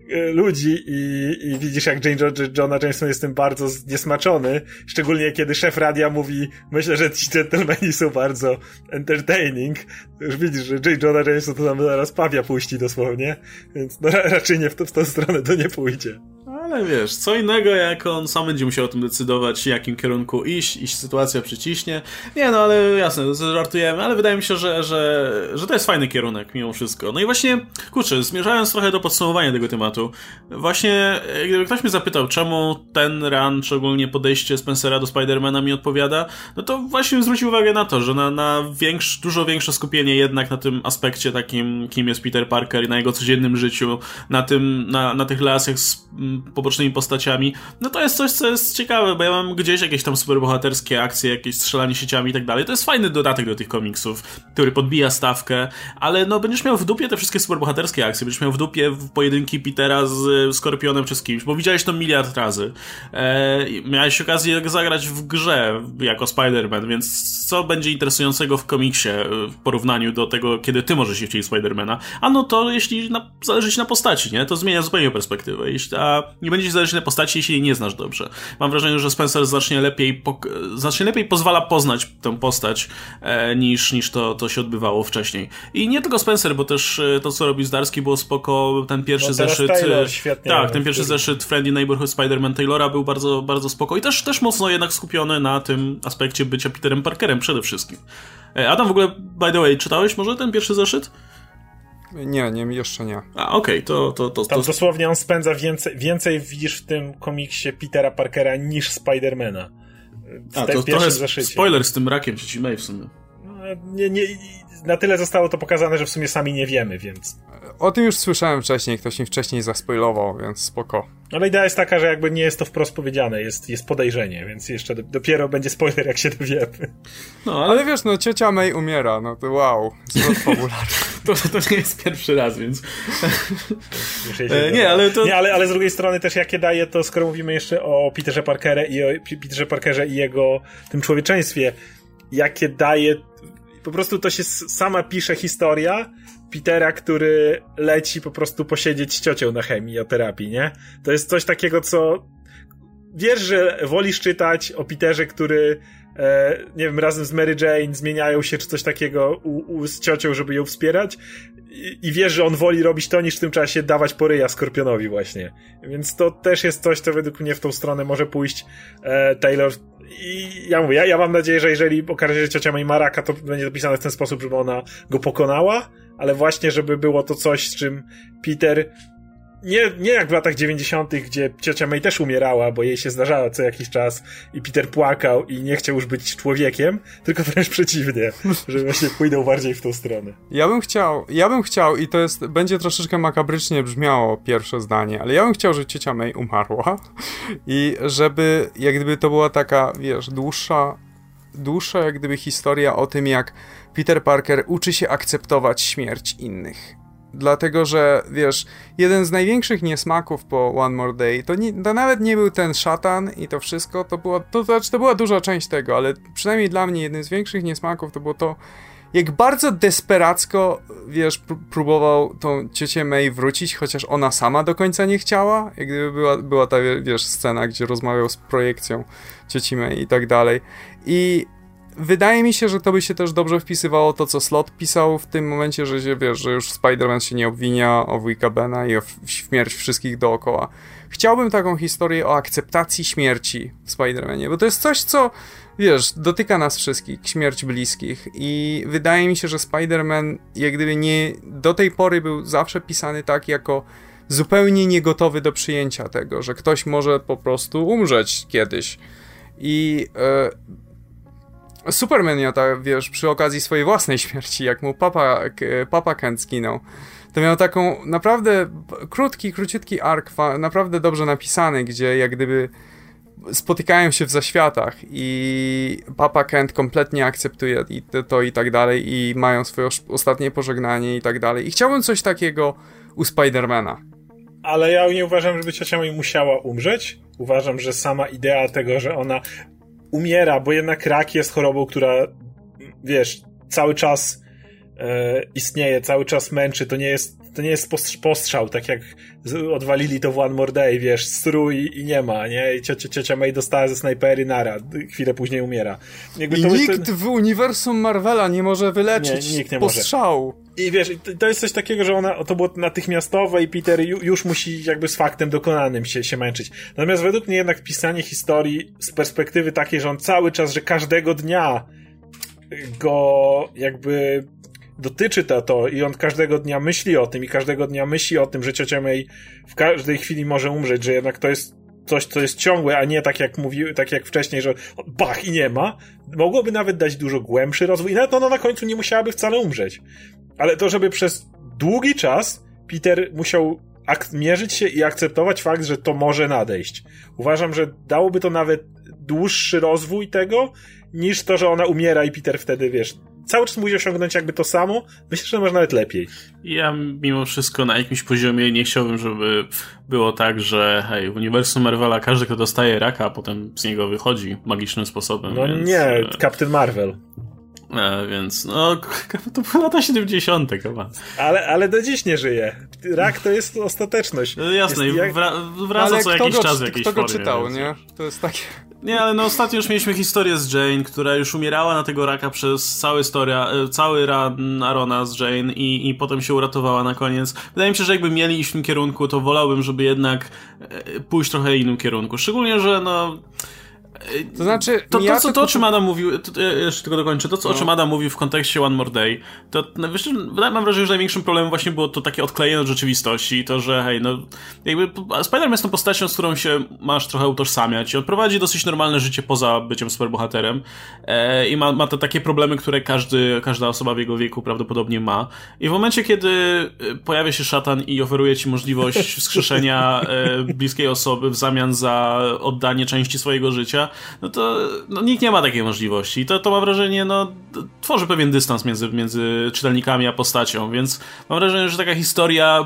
ludzi i, i widzisz jak Jonah Jameson jest tym bardzo zniesmaczony, szczególnie kiedy szef radia mówi, myślę, że ci gentlemani są bardzo entertaining, to już widzisz, że J. Jonah Jameson to tam zaraz pawia puści dosłownie, więc no, raczej nie w, to, w tą stronę to nie pójdzie. Ale wiesz, co innego jak on sam będzie musiał o tym decydować, w jakim kierunku iść, iść sytuacja przyciśnie. Nie no, ale jasne, żartujemy, ale wydaje mi się, że, że, że to jest fajny kierunek mimo wszystko. No i właśnie, kurczę, zmierzając trochę do podsumowania tego tematu, właśnie gdyby ktoś mnie zapytał, czemu ten run, szczególnie podejście Spencera do Spidermana mi odpowiada, no to właśnie zwrócił uwagę na to, że na, na większ, dużo większe skupienie jednak na tym aspekcie takim, kim jest Peter Parker i na jego codziennym życiu, na tym, na, na tych relacjach z pobocznymi postaciami, no to jest coś, co jest ciekawe, bo ja mam gdzieś jakieś tam superbohaterskie akcje, jakieś strzelanie sieciami i tak dalej. To jest fajny dodatek do tych komiksów, który podbija stawkę, ale no będziesz miał w dupie te wszystkie superbohaterskie akcje, będziesz miał w dupie pojedynki Petera z Skorpionem czy z kimś, bo widziałeś to miliard razy. Eee, miałeś okazję zagrać w grze jako Spider-Man, więc co będzie interesującego w komiksie w porównaniu do tego, kiedy ty możesz się wcielić Spider-Mana? A no to jeśli na, zależy ci na postaci, nie? To zmienia zupełnie perspektywę. Jeśli, a nie będzie ci zależeć na postaci, jeśli jej nie znasz dobrze. Mam wrażenie, że Spencer znacznie lepiej, pok- znacznie lepiej pozwala poznać tę postać e, niż, niż to, to się odbywało wcześniej. I nie tylko Spencer, bo też e, to, co robi Zdarski, było spoko. Ten pierwszy no zeszyt... Taylor, świetnie, tak, ten pierwszy zeszyt Friendly Neighborhood Spider-Man Taylora był bardzo, bardzo spoko i też, też mocno jednak skupiony na tym aspekcie bycia Peterem Parkerem przede wszystkim. E, Adam, w ogóle, by the way, czytałeś może ten pierwszy zeszyt? Nie, nie, jeszcze nie. A, okej, okay, to, to, to... Tam dosłownie on spędza więcej, więcej widzisz w tym komiksie Petera Parkera niż Spidermana. W A, to trochę zeszycie. Spoiler z tym rakiem ci May w sumie. No, nie, nie, na tyle zostało to pokazane, że w sumie sami nie wiemy, więc... O tym już słyszałem wcześniej, ktoś mi wcześniej zaspoilował, więc spoko. Ale idea jest taka, że jakby nie jest to wprost powiedziane, jest, jest podejrzenie, więc jeszcze do, dopiero będzie spoiler, jak się dowiemy. No, ale... ale wiesz, no ciocia May umiera, no to wow, zwrot fabularny. to, to nie jest pierwszy raz, więc... e, nie, ale to... Nie, ale, ale z drugiej strony też jakie daje to, skoro mówimy jeszcze o Peterze Parkerze i o Peterze Parkerze i jego tym człowieczeństwie, jakie daje... Po prostu to się sama pisze historia Petera, który leci po prostu posiedzieć z ciocią na chemioterapii, nie? To jest coś takiego, co wiesz, że wolisz czytać o Peterze, który e, nie wiem, razem z Mary Jane zmieniają się czy coś takiego u, u, z ciocią, żeby ją wspierać i, i wiesz, że on woli robić to, niż w tym czasie dawać poryja Skorpionowi właśnie. Więc to też jest coś, co według mnie w tą stronę może pójść e, Taylor. I ja mówię, ja, ja mam nadzieję, że jeżeli okaże się, że ciocia May ma raka, to będzie dopisane w ten sposób, żeby ona go pokonała, ale właśnie, żeby było to coś, z czym Peter nie, nie jak w latach dziewięćdziesiątych, gdzie ciocia May też umierała, bo jej się zdarzało co jakiś czas i Peter płakał i nie chciał już być człowiekiem, tylko wręcz przeciwnie, że właśnie pójdą bardziej w tą stronę. Ja bym chciał, ja bym chciał i to jest, będzie troszeczkę makabrycznie brzmiało pierwsze zdanie, ale ja bym chciał, żeby ciocia May umarła i żeby, jak gdyby to była taka, wiesz, dłuższa, dłuższa jak gdyby historia o tym, jak Peter Parker uczy się akceptować śmierć innych. Dlatego, że wiesz, jeden z największych niesmaków po One More Day to, nie, to nawet nie był ten szatan i to wszystko, to była, to, to, to była duża część tego, ale przynajmniej dla mnie jednym z większych niesmaków to było to, jak bardzo desperacko, wiesz, pró- próbował tą ciocię May wrócić, chociaż ona sama do końca nie chciała. Jak gdyby była, była ta, wiesz, scena, gdzie rozmawiał z projekcją cioci May i tak dalej. I wydaje mi się, że to by się też dobrze wpisywało to, co Slott pisał w tym momencie, że się, wiesz, że już Spider-Man się nie obwinia o wujka Bena i o śmierć wszystkich dookoła. Chciałbym taką historię o akceptacji śmierci w Spider-Manie, bo to jest coś, co, wiesz, dotyka nas wszystkich, śmierć bliskich i wydaje mi się, że Spider-Man jak gdyby nie, do tej pory był zawsze pisany tak jako zupełnie niegotowy do przyjęcia tego, że ktoś może po prostu umrzeć kiedyś i e, Superman ja tak, wiesz, przy okazji swojej własnej śmierci, jak mu papa, papa Kent zginął, to miał taką naprawdę krótki, króciutki ark, naprawdę dobrze napisany, gdzie jak gdyby spotykają się w zaświatach i papa Kent kompletnie akceptuje i to, to i tak dalej i mają swoje ostatnie pożegnanie i tak dalej. I chciałbym coś takiego u Spidermana. Ale ja nie uważam, żeby ciocia May musiała umrzeć. Uważam, że sama idea tego, że ona umiera, bo jednak rak jest chorobą, która, wiesz, cały czas e, istnieje, cały czas męczy, to nie jest to nie jest postrzał, tak jak odwalili to w One More Day, wiesz, strój i nie ma, nie? I ciocia, ciocia May dostała ze snajpery nara, chwilę później umiera. Jakby I to nikt ten... w uniwersum Marvela nie może wyleczyć nie, nikt nie postrzału. Może. I wiesz, to jest coś takiego, że ona, to było natychmiastowe i Peter już musi jakby z faktem dokonanym się, się męczyć. Natomiast według mnie jednak pisanie historii z perspektywy takiej, że on cały czas, że każdego dnia go jakby dotyczy to, to i on każdego dnia myśli o tym i każdego dnia myśli o tym, że ciocia May w każdej chwili może umrzeć, że jednak to jest coś, co jest ciągłe, a nie tak jak mówił, tak jak wcześniej, że bach i nie ma, mogłoby nawet dać dużo głębszy rozwój i nawet ona na końcu nie musiałaby wcale umrzeć. Ale to, żeby przez długi czas Peter musiał ak- mierzyć się i akceptować fakt, że to może nadejść. Uważam, że dałoby to nawet dłuższy rozwój tego, niż to, że ona umiera i Peter wtedy, wiesz, cały czas musi osiągnąć jakby to samo. Myślę, że może nawet lepiej. Ja mimo wszystko na jakimś poziomie nie chciałbym, żeby było tak, że hej, w uniwersum Marvela każdy, kto dostaje raka, a potem z niego wychodzi magicznym sposobem. No więc, nie, e... Captain Marvel. E, więc no, to były lata siedemdziesiąte chyba. Ale, ale do dziś nie żyje. Rak to jest ostateczność. No jasne, jest jak... wra wraca ale co jakiś go, czas w jakiejś kto formie. Kto go czytał, nie? To jest takie... Nie, ale no ostatnio już mieliśmy historię z Jane, która już umierała na tego raka przez cały, storia, cały run Arona z Jane i, i potem się uratowała na koniec. Wydaje mi się, że jakby mieli iść w tym kierunku, to wolałbym, żeby jednak pójść trochę innym kierunku. Szczególnie, że no... To znaczy, to, to, to, co, to o czym Adam mówił, to, ja jeszcze tylko dokończę, to co, no. o czym Adam mówił w kontekście One More Day, to wiesz, mam wrażenie, że największym problemem właśnie było to takie odklejenie od rzeczywistości i to, że hej, no jakby Spider-Man jest tą postacią, z którą się masz trochę utożsamiać i on prowadzi dosyć normalne życie poza byciem superbohaterem e, i ma, ma te takie problemy, które każdy, każda osoba w jego wieku prawdopodobnie ma i w momencie, kiedy pojawia się szatan i oferuje ci możliwość wskrzeszenia e, bliskiej osoby w zamian za oddanie części swojego życia, no to no, nikt nie ma takiej możliwości. I to, to mam wrażenie, no, tworzy pewien dystans między, między czytelnikami a postacią, więc mam wrażenie, że taka historia,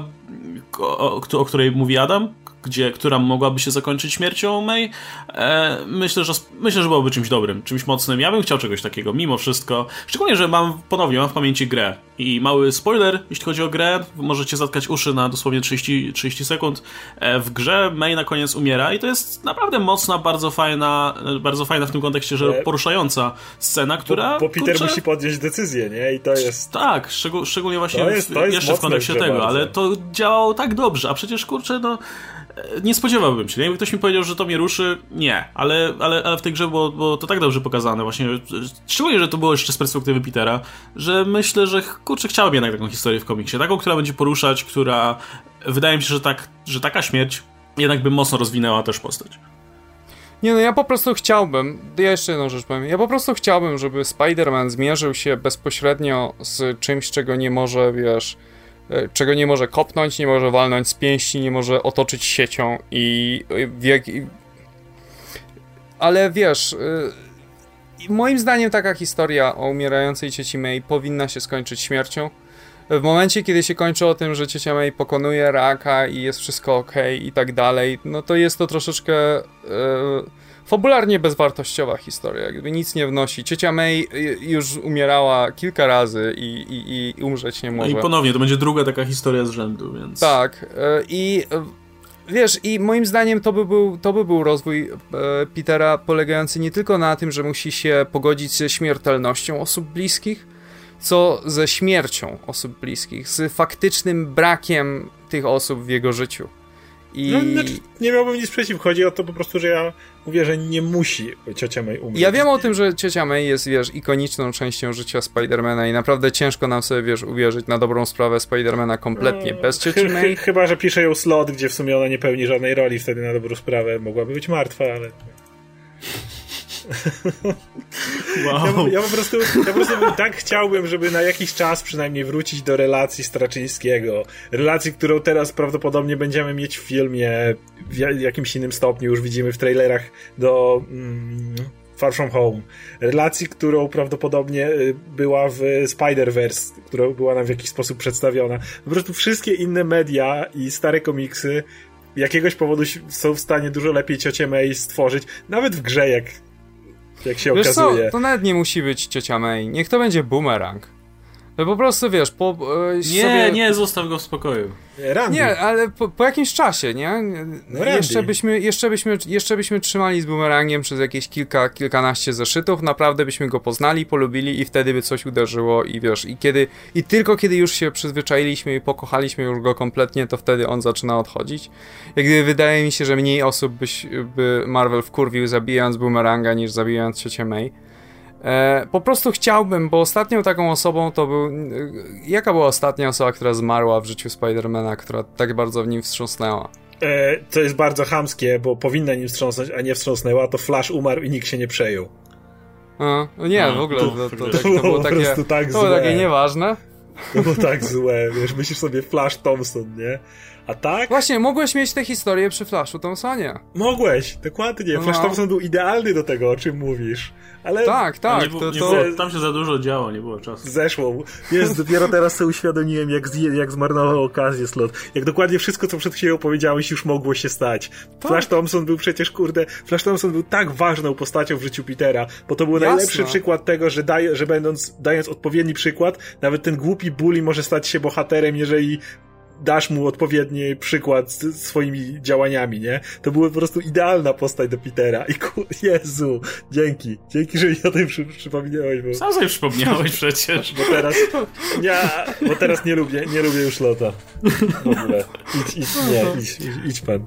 o, o której mówi Adam, gdzie, która mogłaby się zakończyć śmiercią May, e, myślę, że myślę, że byłoby czymś dobrym, czymś mocnym. Ja bym chciał czegoś takiego, mimo wszystko. Szczególnie, że mam, ponownie, mam w pamięci grę. I mały spoiler, jeśli chodzi o grę, możecie zatkać uszy na dosłownie trzydzieści, trzydzieści sekund. E, w grze May na koniec umiera i to jest naprawdę mocna, bardzo fajna, bardzo fajna w tym kontekście, że poruszająca scena, która... Bo, bo Peter kurczę, musi podjąć decyzję, nie? I to jest... Tak, szczeg- szczególnie właśnie to jest, to jest jeszcze w kontekście tego, bardzo. ale to działało tak dobrze, a przecież, kurczę, no... Nie spodziewałbym się. Jakby ktoś mi powiedział, że to mnie ruszy, nie. Ale, ale, ale w tej grze było, było to tak dobrze pokazane właśnie. Szczególnie, że to było jeszcze z perspektywy Petera, że myślę, że kurczę, chciałbym jednak taką historię w komiksie. Taką, która będzie poruszać, która wydaje mi się, że, tak, że taka śmierć jednak by mocno rozwinęła też postać. Nie no, ja po prostu chciałbym, ja jeszcze jedną rzecz powiem, ja po prostu chciałbym, żeby Spider-Man zmierzył się bezpośrednio z czymś, czego nie może, wiesz... czego nie może kopnąć, nie może walnąć z pięści, nie może otoczyć siecią i... Wiek... Ale wiesz... Moim zdaniem taka historia o umierającej cioci May powinna się skończyć śmiercią. w momencie, kiedy się kończy o tym, że ciocia May pokonuje raka i jest wszystko okej okay i tak dalej, no to jest to troszeczkę e, fabularnie bezwartościowa historia, jakby nic nie wnosi. Ciocia May już umierała kilka razy i, i, i umrzeć nie może. No i ponownie, to będzie druga taka historia z rzędu, więc... Tak, e, i wiesz, i moim zdaniem to by był, to by był rozwój e, Petera polegający nie tylko na tym, że musi się pogodzić ze śmiertelnością osób bliskich, co ze śmiercią osób bliskich, z faktycznym brakiem tych osób w jego życiu. I... No, znaczy, nie miałbym nic przeciw. Chodzi o to po prostu, że ja mówię, że nie musi ciocia May umrzeć. Ja wiem o tym, że ciocia May jest, wiesz, ikoniczną częścią życia Spidermana i naprawdę ciężko nam sobie, wiesz, uwierzyć na dobrą sprawę Spidermana kompletnie no, bez cioci May. Ch- chyba, że pisze ją slot, gdzie w sumie ona nie pełni żadnej roli, wtedy na dobrą sprawę mogłaby być martwa, ale... Wow. Ja, ja, po prostu, ja po prostu tak chciałbym, żeby na jakiś czas przynajmniej wrócić do relacji Straczyńskiego. Relacji, którą teraz prawdopodobnie będziemy mieć w filmie w jakimś innym stopniu, już widzimy w trailerach do mm, Far From Home. Relacji, którą prawdopodobnie była w Spider-Verse, która była nam w jakiś sposób przedstawiona. Po prostu wszystkie inne media i stare komiksy jakiegoś powodu są w stanie dużo lepiej ciocię May stworzyć, nawet w grze, jak jak się wiesz okazuje. Co, to nawet nie musi być ciocia May. Niech to będzie Boomerang. To po prostu, wiesz, po... E, nie, sobie... nie, zostaw go w spokoju. Randy. Nie, ale po, po jakimś czasie, nie? No jeszcze, byśmy, jeszcze, byśmy, jeszcze byśmy trzymali z Boomerangiem przez jakieś kilka, kilkanaście zeszytów, naprawdę byśmy go poznali, polubili i wtedy by coś uderzyło i wiesz, i kiedy, i tylko kiedy już się przyzwyczailiśmy i pokochaliśmy już go kompletnie, to wtedy on zaczyna odchodzić. Jak gdyby wydaje mi się, że mniej osób byś, by Marvel wkurwił zabijając Boomeranga niż zabijając ciocię May. E, po prostu chciałbym, bo ostatnią taką osobą to był... Jaka była ostatnia osoba, która zmarła w życiu Spidermana, która tak bardzo w nim wstrząsnęła? E, to jest bardzo chamskie, bo powinna nim wstrząsnąć, a nie wstrząsnęła, to Flash umarł i nikt się nie przejął. A, nie, no, w ogóle to, to, to, to, to, to było takie, tak to było takie nieważne. To było tak złe, wiesz, myślisz sobie Flash Thompson, nie? A tak? Właśnie, mogłeś mieć tę historię przy Flashu Thompsonie. Mogłeś, dokładnie. Flash no. Thompson był idealny do tego, o czym mówisz. Ale tak, tak. Nie, to, nie to... było, tam się za dużo działo, nie było czasu. Zeszło. Jest, dopiero teraz sobie uświadomiłem, jak, z, jak zmarnował okazję slot. Jak dokładnie wszystko, co przed chwilą powiedziałeś, już mogło się stać. Tak. Flash Thompson był przecież, kurde, Flash Thompson był tak ważną postacią w życiu Petera, bo to był Jasne. najlepszy przykład tego, że, daj, że będąc, dając odpowiedni przykład, nawet ten głupi bully może stać się bohaterem, jeżeli dasz mu odpowiedni przykład z swoimi działaniami, nie? To była po prostu idealna postać do Petera i ku... Jezu, dzięki. Dzięki, że mi o tym przy, przypomniałeś. Bo... Sam sobie przypomniałeś przecież. Bo teraz nie, bo teraz nie lubię, nie lubię już Lota. W ogóle. Idź, idź, nie, idź, idź, idź pan.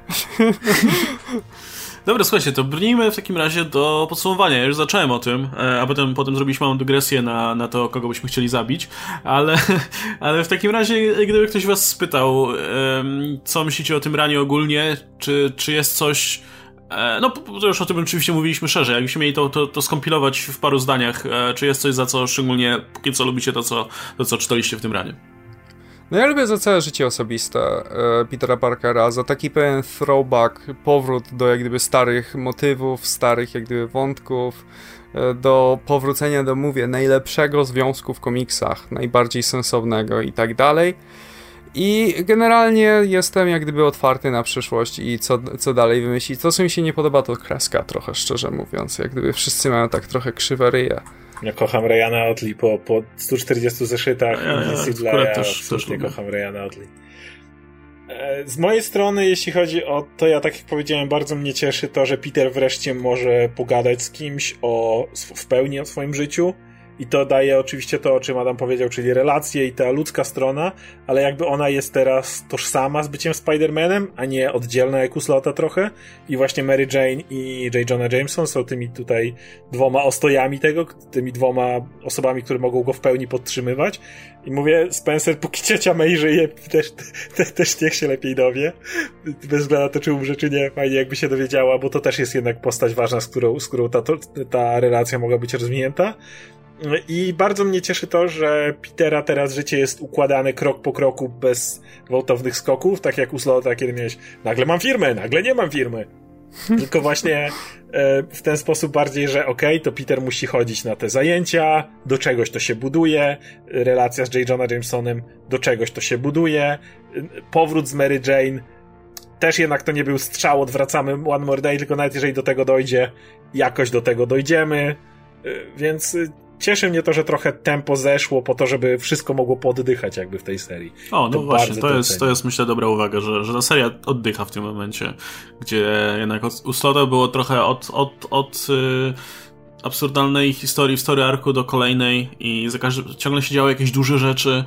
Dobra, słuchajcie, to brnijmy w takim razie do podsumowania. Ja już zacząłem o tym, a potem, potem zrobiliśmy małą dygresję na, na to, kogo byśmy chcieli zabić, ale, ale w takim razie, gdyby ktoś was spytał, co myślicie o tym ranie ogólnie, czy, czy jest coś... No, to już o tym oczywiście mówiliśmy szerzej. Jakbyśmy mieli to, to, to skompilować w paru zdaniach, czy jest coś, za co szczególnie póki co lubicie to, co, to, co czytaliście w tym ranie? No ja lubię za całe życie osobiste e, Petera Parkera, za taki pewien throwback, powrót do jak gdyby starych motywów, starych jak gdyby wątków, e, do powrócenia do, mówię, najlepszego związku w komiksach, najbardziej sensownego i tak dalej. I generalnie jestem jak gdyby otwarty na przyszłość i co, co dalej wymyślić. To, co mi się nie podoba, to kreska trochę, szczerze mówiąc. Jak gdyby wszyscy mają tak trochę krzywe ryje. Ja kocham Ryana Otley po, po stu czterdziestu zeszytach. Ja, ja, ja, ja też, absolutnie też kocham Ryana Otley. Z mojej strony, jeśli chodzi o to, ja tak jak powiedziałem, bardzo mnie cieszy to, że Peter wreszcie może pogadać z kimś o, w pełni o swoim życiu. I to daje oczywiście to, o czym Adam powiedział, czyli relacje i ta ludzka strona, ale jakby ona jest teraz tożsama z byciem Spider-Manem, a nie oddzielna jak u Slota trochę. I właśnie Mary Jane i J. Jonah Jameson są tymi tutaj dwoma ostojami tego, tymi dwoma osobami, które mogą go w pełni podtrzymywać. I mówię, Spencer, póki ciocia May żyje, też, te, też niech się lepiej dowie. Bez względu na to, czy umrze, czy nie. Fajnie jakby się dowiedziała, bo to też jest jednak postać ważna, z którą, z którą ta, to, ta relacja mogła być rozwinięta. I bardzo mnie cieszy to, że Petera teraz życie jest układane krok po kroku bez gwałtownych skoków, tak jak u Slota, kiedy miałeś nagle mam firmę, nagle nie mam firmy. Tylko właśnie e, w ten sposób bardziej, że okej, okay, to Peter musi chodzić na te zajęcia, do czegoś to się buduje, relacja z J. Jonah Jamesonem, do czegoś to się buduje, powrót z Mary Jane, też jednak to nie był strzał, odwracamy One More Day, tylko nawet jeżeli do tego dojdzie, jakoś do tego dojdziemy, e, więc cieszy mnie to, że trochę tempo zeszło po to, żeby wszystko mogło poddychać jakby w tej serii. O, no to właśnie, to jest, to jest myślę dobra uwaga, że, że ta seria oddycha w tym momencie, gdzie jednak od, u Slota było trochę od, od, od yy, absurdalnej historii w story arku do kolejnej i za każdy, ciągle się działy jakieś duże rzeczy.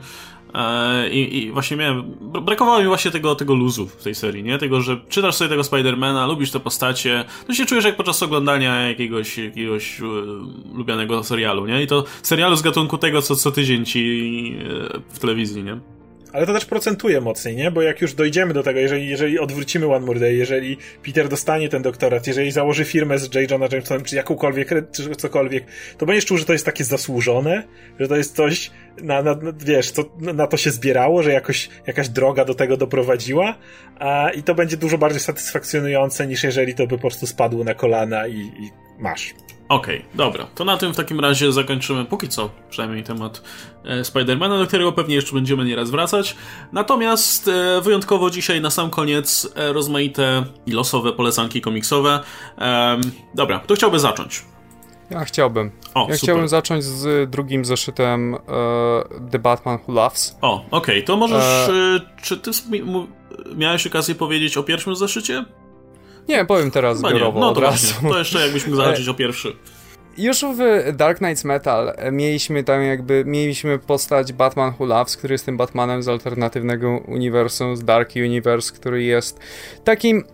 I, I właśnie miałem, brakowało mi właśnie tego, tego luzu w tej serii, nie? Tego, że czytasz sobie tego Spidermana, lubisz te postacie, to się czujesz jak podczas oglądania jakiegoś, jakiegoś e, lubianego serialu, nie? I to serialu z gatunku tego, co co tydzień ci e, w telewizji, nie? Ale to też procentuje mocniej, nie? Bo jak już dojdziemy do tego, jeżeli, jeżeli odwrócimy One More Day, jeżeli Peter dostanie ten doktorat, jeżeli założy firmę z J. Jonah Jamesonem, czy jakąkolwiek, czy cokolwiek, to będziesz czuł, że to jest takie zasłużone, że to jest coś, na, na, wiesz, co na to się zbierało, że jakoś, jakaś droga do tego doprowadziła, a, i to będzie dużo bardziej satysfakcjonujące, niż jeżeli to by po prostu spadło na kolana i, i masz. Okej, okay, dobra. To na tym w takim razie zakończymy póki co przynajmniej temat e, Spidermana, do którego pewnie jeszcze będziemy nieraz wracać. Natomiast e, wyjątkowo dzisiaj na sam koniec e, rozmaite i losowe polecanki komiksowe. E, dobra, kto chciałby zacząć? Ja chciałbym. O, ja super. Chciałbym zacząć z drugim zeszytem e, The Batman Who Laughs. O, okej. Okay. To możesz... E... Czy ty miałeś okazję powiedzieć o pierwszym zeszycie? Nie, powiem teraz zbiorowo no od to razu. Właśnie. To jeszcze jakbyś mógł zacząć o pierwszy. Już w Dark Knight's Metal mieliśmy tam jakby, mieliśmy postać Batman Who Laughs, który jest tym Batmanem z alternatywnego uniwersum, z Dark Universe, który jest takim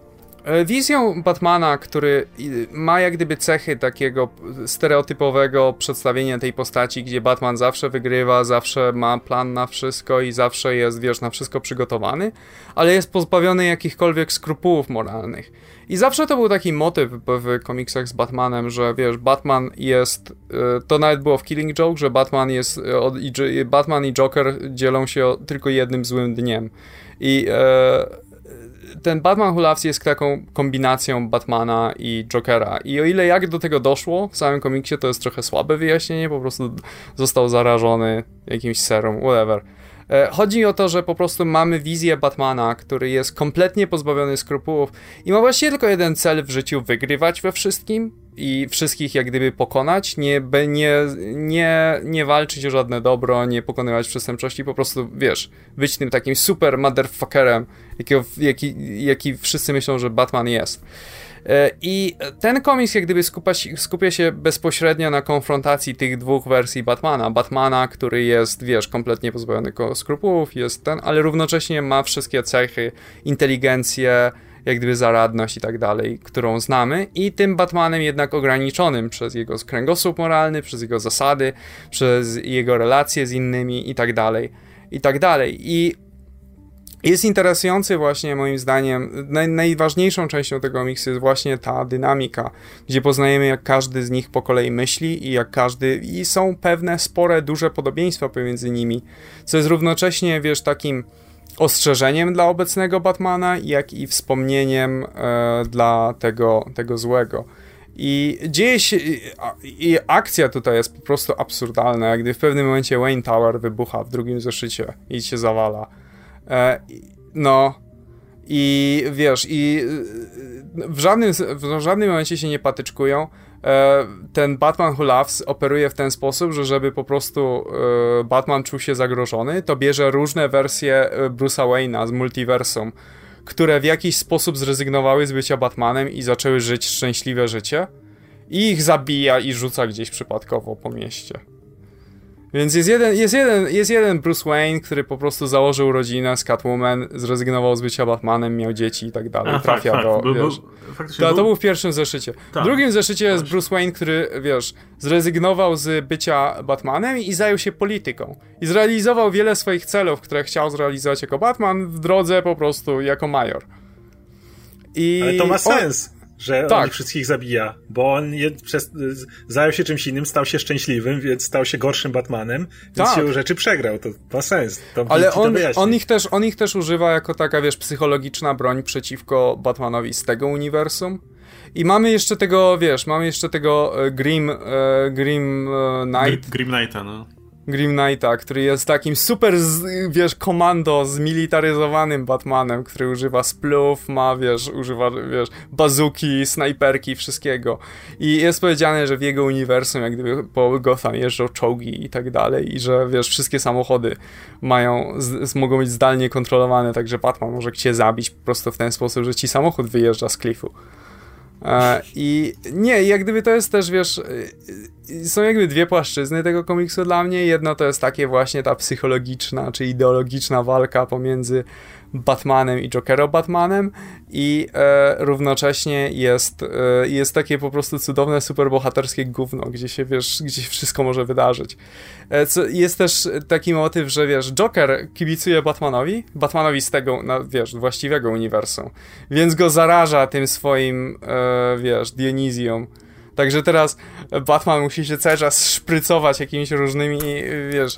wizją Batmana, który ma jak gdyby cechy takiego stereotypowego przedstawienia tej postaci, gdzie Batman zawsze wygrywa, zawsze ma plan na wszystko i zawsze jest, wiesz, na wszystko przygotowany, ale jest pozbawiony jakichkolwiek skrupułów moralnych. I zawsze to był taki motyw w komiksach z Batmanem, że wiesz, Batman jest, to nawet było w Killing Joke, że Batman jest, Batman i Joker dzielą się tylko jednym złym dniem. I e, ten Batman Who Laughs jest taką kombinacją Batmana i Jokera. I o ile jak do tego doszło w samym komiksie, to jest trochę słabe wyjaśnienie, po prostu został zarażony jakimś serum, whatever. Chodzi o to, że po prostu mamy wizję Batmana, który jest kompletnie pozbawiony skrupułów i ma właściwie tylko jeden cel w życiu: wygrywać we wszystkim i wszystkich jak gdyby pokonać, nie, nie, nie, nie walczyć o żadne dobro, nie pokonywać przestępczości, po prostu, wiesz, być tym takim super motherfuckerem, jakiego, jaki, jaki wszyscy myślą, że Batman jest. I ten komiks jak gdyby skupia się, skupia się bezpośrednio na konfrontacji tych dwóch wersji Batmana. Batmana, który jest, wiesz, kompletnie pozbawiony skrupułów, jest ten, ale równocześnie ma wszystkie cechy, inteligencję, jak gdyby zaradność i tak dalej, którą znamy, i tym Batmanem jednak ograniczonym przez jego kręgosłup moralny, przez jego zasady, przez jego relacje z innymi i tak dalej, i tak dalej. I jest interesujący właśnie moim zdaniem, naj, najważniejszą częścią tego komiksu jest właśnie ta dynamika, gdzie poznajemy jak każdy z nich po kolei myśli i jak każdy, i są pewne spore, duże podobieństwa pomiędzy nimi, co jest równocześnie, wiesz, takim ostrzeżeniem dla obecnego Batmana, jak i wspomnieniem e, dla tego, tego złego. I dzieje się, i, i akcja tutaj jest po prostu absurdalna, jak gdy w pewnym momencie Wayne Tower wybucha w drugim zeszycie i się zawala. E, no i wiesz, i w żadnym, w żadnym momencie się nie patyczkują. E, ten Batman Who Laughs operuje w ten sposób, że żeby po prostu e, Batman czuł się zagrożony, to bierze różne wersje Bruce'a Wayne'a z multiversum, które w jakiś sposób zrezygnowały z bycia Batmanem i zaczęły żyć szczęśliwe życie, i ich zabija i rzuca gdzieś przypadkowo po mieście. Więc jest jeden, jest jeden, jest jeden Bruce Wayne, który po prostu założył rodzinę z Catwoman, zrezygnował z bycia Batmanem, miał dzieci i tak dalej. A, trafia tak, do, tak. Był, wiesz... był, to, to był w pierwszym zeszycie. Tak. W drugim zeszycie jest Bruce Wayne, który, wiesz, zrezygnował z bycia Batmanem i zajął się polityką. I zrealizował wiele swoich celów, które chciał zrealizować jako Batman, w drodze po prostu jako major. I Ale to ma sens. On... że tak. on ich wszystkich zabija, bo on je, przez, zajął się czymś innym, stał się szczęśliwym, więc stał się gorszym Batmanem, więc tak. się rzeczy przegrał, to ma sens. To ale on, on, ich też, on ich też używa jako taka, wiesz, psychologiczna broń przeciwko Batmanowi z tego uniwersum. I mamy jeszcze tego, wiesz, mamy jeszcze tego e, Grim, e, Grim e, Knight. Grim Knighta, no. Grim Knighta, który jest takim super, z, wiesz, komando zmilitaryzowanym Batmanem, który używa splów, ma, wiesz, używa, wiesz, bazuki, snajperki, wszystkiego. I jest powiedziane, że w jego uniwersum, jak gdyby po Gotham jeżdżą czołgi i tak dalej, i że, wiesz, wszystkie samochody mają, z, mogą być zdalnie kontrolowane, także Batman może cię zabić po prostu w ten sposób, że ci samochód wyjeżdża z klifu. E, I nie, jak gdyby to jest też, wiesz, są jakby dwie płaszczyzny tego komiksu dla mnie. Jedno to jest takie właśnie ta psychologiczna czy ideologiczna walka pomiędzy Batmanem i Jokero Batmanem i e, równocześnie jest, e, jest takie po prostu cudowne, superbohaterskie gówno, gdzie się, wiesz, gdzie się wszystko może wydarzyć. E, co, jest też taki motyw, że, wiesz, Joker kibicuje Batmanowi, Batmanowi z tego, no, wiesz, właściwego uniwersum, więc go zaraża tym swoim, e, wiesz, Dionizją. Także teraz Batman musi się cały czas szprycować jakimiś różnymi, wiesz,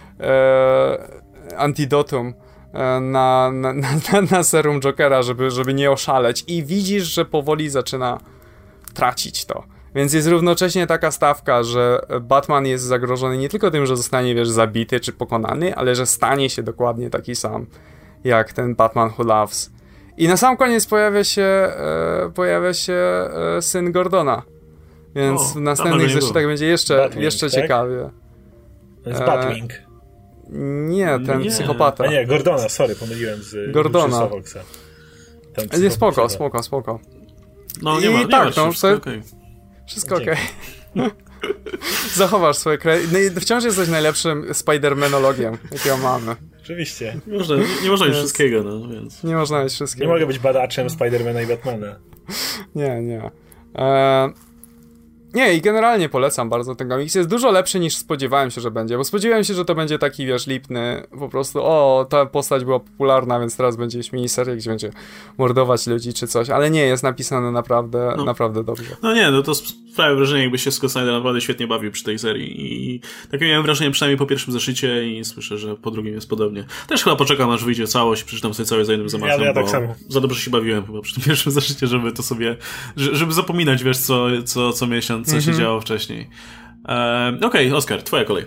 e, antidotum na, na, na, na serum Jokera, żeby, żeby nie oszaleć. I widzisz, że powoli zaczyna tracić to. Więc jest równocześnie taka stawka, że Batman jest zagrożony nie tylko tym, że zostanie, wiesz, zabity czy pokonany, ale że stanie się dokładnie taki sam, jak ten Batman Who Loves. I na sam koniec pojawia się, e, pojawia się e, syn Gordona. Więc o, w następnych zeszytach będzie jeszcze, Batwing, jeszcze tak? ciekawie. To jest Batwing. E, nie, ten nie. psychopata. A nie, Gordona, sorry, pomyliłem z Gordona. Nie, spoko, spoko, spoko. No nie I ma, nie tak, ma, no, wszystko okej. Wszystko okej. Okay. Zachowasz swoje kraje. No wciąż jesteś najlepszym Spider-Manologiem, jakiego mamy. Oczywiście. Nie można, nie, nie można mieć wszystkiego, no więc. Nie można mieć wszystkiego. Nie mogę być badaczem Spider-Mana i Batmana. Nie, nie. Eee... Nie, i generalnie polecam bardzo ten komiks. Jest dużo lepszy niż spodziewałem się, że będzie, bo spodziewałem się, że to będzie taki, wiesz, lipny, po prostu o, ta postać była popularna, więc teraz będzie miniserię, gdzie będzie mordować ludzi czy coś, ale nie, jest napisane naprawdę, no. naprawdę dobrze. No nie, no to sprawia wrażenie, jakby się Scott Snyder naprawdę świetnie bawił przy tej serii i takie miałem wrażenie przynajmniej po pierwszym zeszycie i słyszę, że po drugim jest podobnie. Też chyba poczekam, aż wyjdzie całość, przeczytam sobie cały za jednym zamachem, ja, ja tak bo samo. za dobrze się bawiłem chyba przy tym pierwszym zeszycie, żeby to sobie, żeby zapominać, wiesz, co, co, co miesiąc, co mm-hmm. się działo wcześniej. Um, Okej, okay, Oskar, twoja kolej.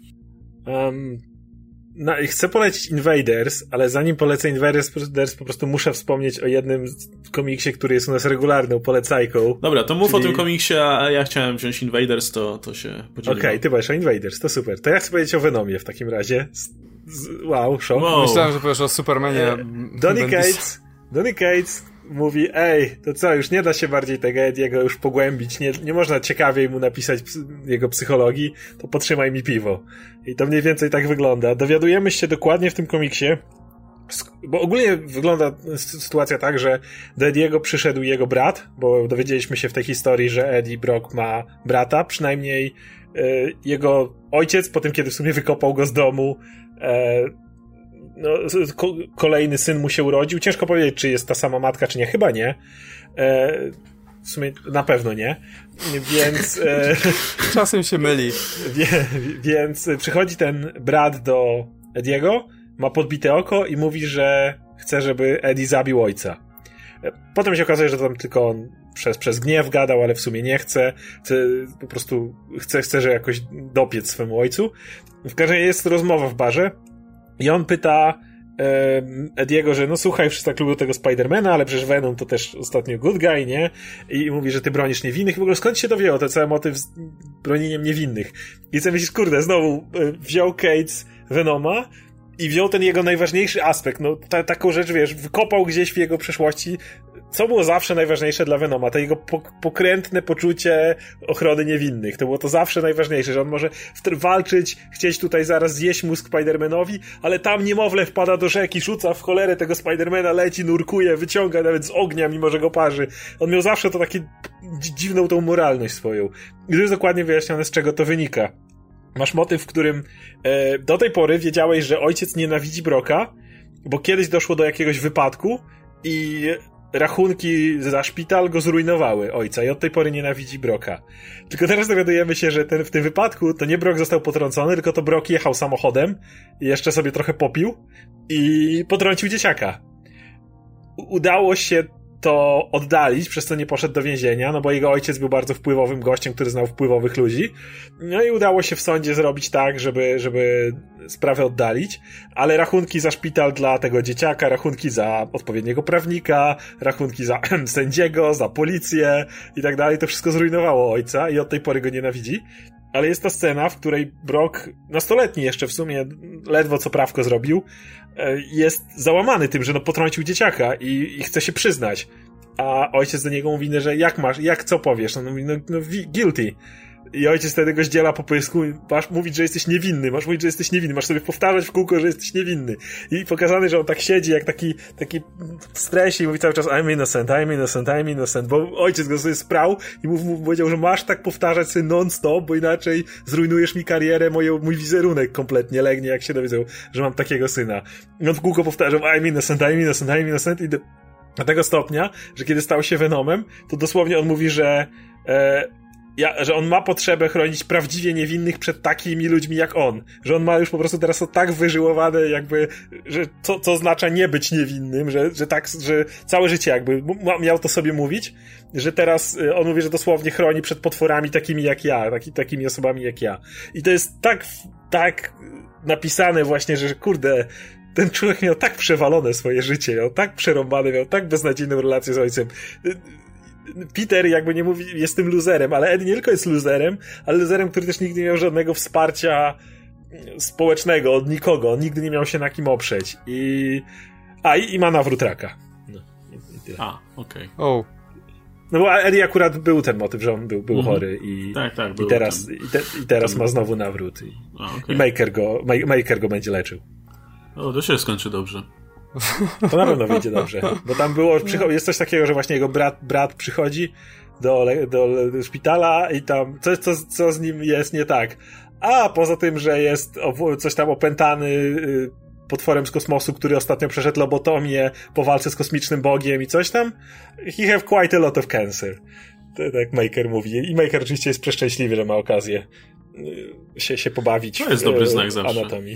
Um, no, chcę polecić Invaders, ale zanim polecę Invaders, po prostu muszę wspomnieć o jednym komiksie, który jest u nas regularną polecajką. Dobra, to mów czyli... o tym komiksie, a ja chciałem wziąć Invaders, to, to się podzielimy. Okej, okay, ty powiesz o Invaders, to super. To ja chcę powiedzieć o Venomie w takim razie. Z... Wow, szok. Wow. Myślałem, że powiesz o Supermanie. E, Donny Cates, Donny Cates mówi, ej, to co, już nie da się bardziej tego Ediego już pogłębić, nie, nie można ciekawiej mu napisać ps- jego psychologii, to potrzymaj mi piwo. I to mniej więcej tak wygląda. Dowiadujemy się dokładnie w tym komiksie, bo ogólnie wygląda sytuacja tak, że do Ediego przyszedł jego brat, bo dowiedzieliśmy się w tej historii, że Eddie Brock ma brata, przynajmniej e, jego ojciec, po tym kiedy w sumie wykopał go z domu, e, no, ko- kolejny syn mu się urodził. Ciężko powiedzieć, czy jest ta sama matka, czy nie. Chyba nie. E, w sumie na pewno nie. Więc... E, czasem się myli. Wie, więc przychodzi ten brat do Ediego, ma podbite oko i mówi, że chce, żeby Eddie zabił ojca. Potem się okazuje, że to tam tylko on przez, przez gniew gadał, ale w sumie nie chce. chce po prostu chce, chce, że jakoś dopiec swemu ojcu. W każdym razie jest rozmowa w barze i on pyta e, Ediego, że no słuchaj, wszyscy tak lubią tego Spidermana, ale przecież Venom to też ostatnio good guy, nie? I mówi, że ty bronisz niewinnych. W ogóle skąd się to wzięło, ten cały motyw z bronieniem niewinnych? I co myślisz, kurde, znowu e, wziął Cates Venoma i wziął ten jego najważniejszy aspekt, no ta, taką rzecz, wiesz, wykopał gdzieś w jego przeszłości, co było zawsze najważniejsze dla Venoma, to jego pokrętne poczucie ochrony niewinnych, to było to zawsze najważniejsze, że on może walczyć, chcieć tutaj zaraz zjeść mózg Spidermanowi, ale tam niemowlę wpada do rzeki, rzuca w cholerę tego Spidermana, leci, nurkuje, wyciąga nawet z ognia, mimo że go parzy. On miał zawsze to takie dziwną tą moralność swoją. I to jest dokładnie wyjaśnione, z czego to wynika. Masz motyw, w którym e, do tej pory wiedziałeś, że ojciec nienawidzi Brocka, bo kiedyś doszło do jakiegoś wypadku i rachunki za szpital go zrujnowały, ojca, i od tej pory nienawidzi Brocka. Tylko teraz dowiadujemy się, że ten, w tym wypadku to nie Brock został potrącony, tylko to Brock jechał samochodem i jeszcze sobie trochę popił i potrącił dzieciaka. U- udało się to oddalić, przez co nie poszedł do więzienia, no bo jego ojciec był bardzo wpływowym gościem, który znał wpływowych ludzi. No i udało się w sądzie zrobić tak, żeby, żeby sprawę oddalić, ale rachunki za szpital dla tego dzieciaka, rachunki za odpowiedniego prawnika, rachunki za sędziego, za policję i tak dalej, to wszystko zrujnowało ojca i od tej pory go nienawidzi. Ale jest ta scena, w której Brock, nastoletni jeszcze w sumie, ledwo co prawko zrobił, jest załamany tym, że no potrącił dzieciaka i, i chce się przyznać. A ojciec do niego mówi, że jak masz, jak co powiesz? On mówi, no, no guilty. I ojciec wtedy go zdziela po pysku i masz mówić, że jesteś niewinny, masz mówić, że jesteś niewinny, masz sobie powtarzać w kółko, że jesteś niewinny. I pokazany, że on tak siedzi jak taki, taki w stresie i mówi cały czas I'm innocent, I'm innocent, I'm innocent, bo ojciec go sobie sprał i mu, mu powiedział, że masz tak powtarzać sobie non-stop, bo inaczej zrujnujesz mi karierę, moje, mój wizerunek kompletnie legnie, jak się dowiedzą, że mam takiego syna. I on w kółko powtarzał I'm innocent, I'm innocent, I'm innocent i do, do tego stopnia, że kiedy stał się Venomem, to dosłownie on mówi, że e, Ja, że on ma potrzebę chronić prawdziwie niewinnych przed takimi ludźmi jak on. Że on ma już po prostu teraz to tak wyżyłowane jakby, że co, co oznacza nie być niewinnym, że, że tak, że całe życie jakby miał to sobie mówić, że teraz on mówi, że dosłownie chroni przed potworami takimi jak ja, taki, takimi osobami jak ja. I to jest tak, tak napisane właśnie, że kurde, ten człowiek miał tak przewalone swoje życie, miał tak przerąbane, miał tak beznadziejną relację z ojcem. Peter jakby nie mówi, jest tym luzerem, ale Eddie nie tylko jest luzerem, ale luzerem, który też nigdy nie miał żadnego wsparcia społecznego od nikogo, nigdy nie miał się na kim oprzeć i a i, i ma nawrót raka. No, i, i tyle. A, okej. Okay. Oh. No bo Eddie akurat był ten motyw, że on był, był mm-hmm. chory i, tak, tak, i teraz, i, te, i teraz ma znowu nawrót i, a, okay. i Maker, go, Maker go będzie leczył. O, to się skończy dobrze. To na pewno wyjdzie dobrze, bo tam było, jest coś takiego, że właśnie jego brat, brat przychodzi do, do, do szpitala i tam coś, co, co z nim jest nie tak. A poza tym, że jest coś tam opętany potworem z kosmosu, który ostatnio przeszedł lobotomię po walce z kosmicznym bogiem i coś tam, he have quite a lot of cancer. To tak Maker mówi. I Maker oczywiście jest przeszczęśliwy, że ma okazję się, się pobawić. To jest dobry znak zawsze. Anatomii.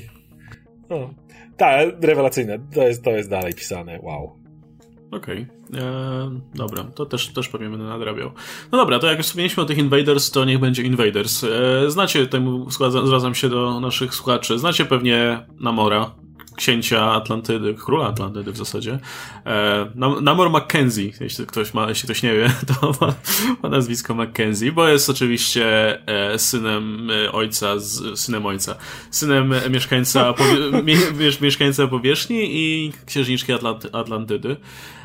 No. Tak, rewelacyjne. To jest, to jest dalej pisane. Wow. Okej. Okay. Eee, dobra, to też, też pewnie będę nadrabiał. No dobra, to jak już wspomnieliśmy o tych Invaders, to niech będzie Invaders. Eee, znacie, temu zwracam się do naszych słuchaczy, znacie pewnie Namora, księcia Atlantydy, króla Atlantydy w zasadzie. E, Namor Mackenzie, jeśli ktoś ma, jeśli ktoś nie wie, to ma, ma nazwisko Mackenzie, bo jest oczywiście e, synem ojca, z, synem ojca, synem mieszkańca, powie, mie, mieszkańca powierzchni i księżniczki Atlanty, Atlantydy.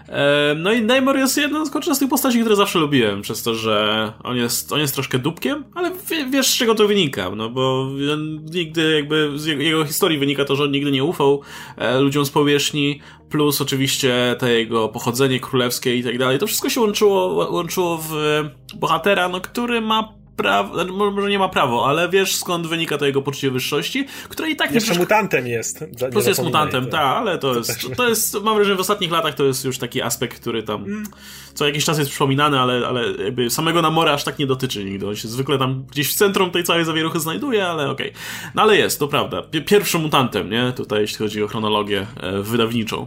E, no i Namor jest jedną z tych postaci, które zawsze lubiłem, przez to, że on jest, on jest troszkę dupkiem, ale wie, wiesz, z czego to wynika, no bo nigdy jakby z jego, jego historii wynika to, że on nigdy nie ufał e, ludziom z powierzchni, plus oczywiście te jego pochodzenie królewskie i tak dalej. To wszystko się łączyło, łączyło w bohatera, no, który ma prawo, może nie ma prawo, ale wiesz, skąd wynika to jego poczucie wyższości, które i tak... Jeszcze nie mutantem jest. Plus jest mutantem, tak, ale to, to jest, to jest, mam wrażenie, w ostatnich latach to jest już taki aspekt, który tam mm. co jakiś czas jest przypominany, ale, ale jakby samego Namora aż tak nie dotyczy nigdy. On się zwykle tam gdzieś w centrum tej całej zawieruchy znajduje, ale okej. Okay. No ale jest, to prawda. Pierwszym mutantem, nie? Tutaj jeśli chodzi o chronologię e, wydawniczą.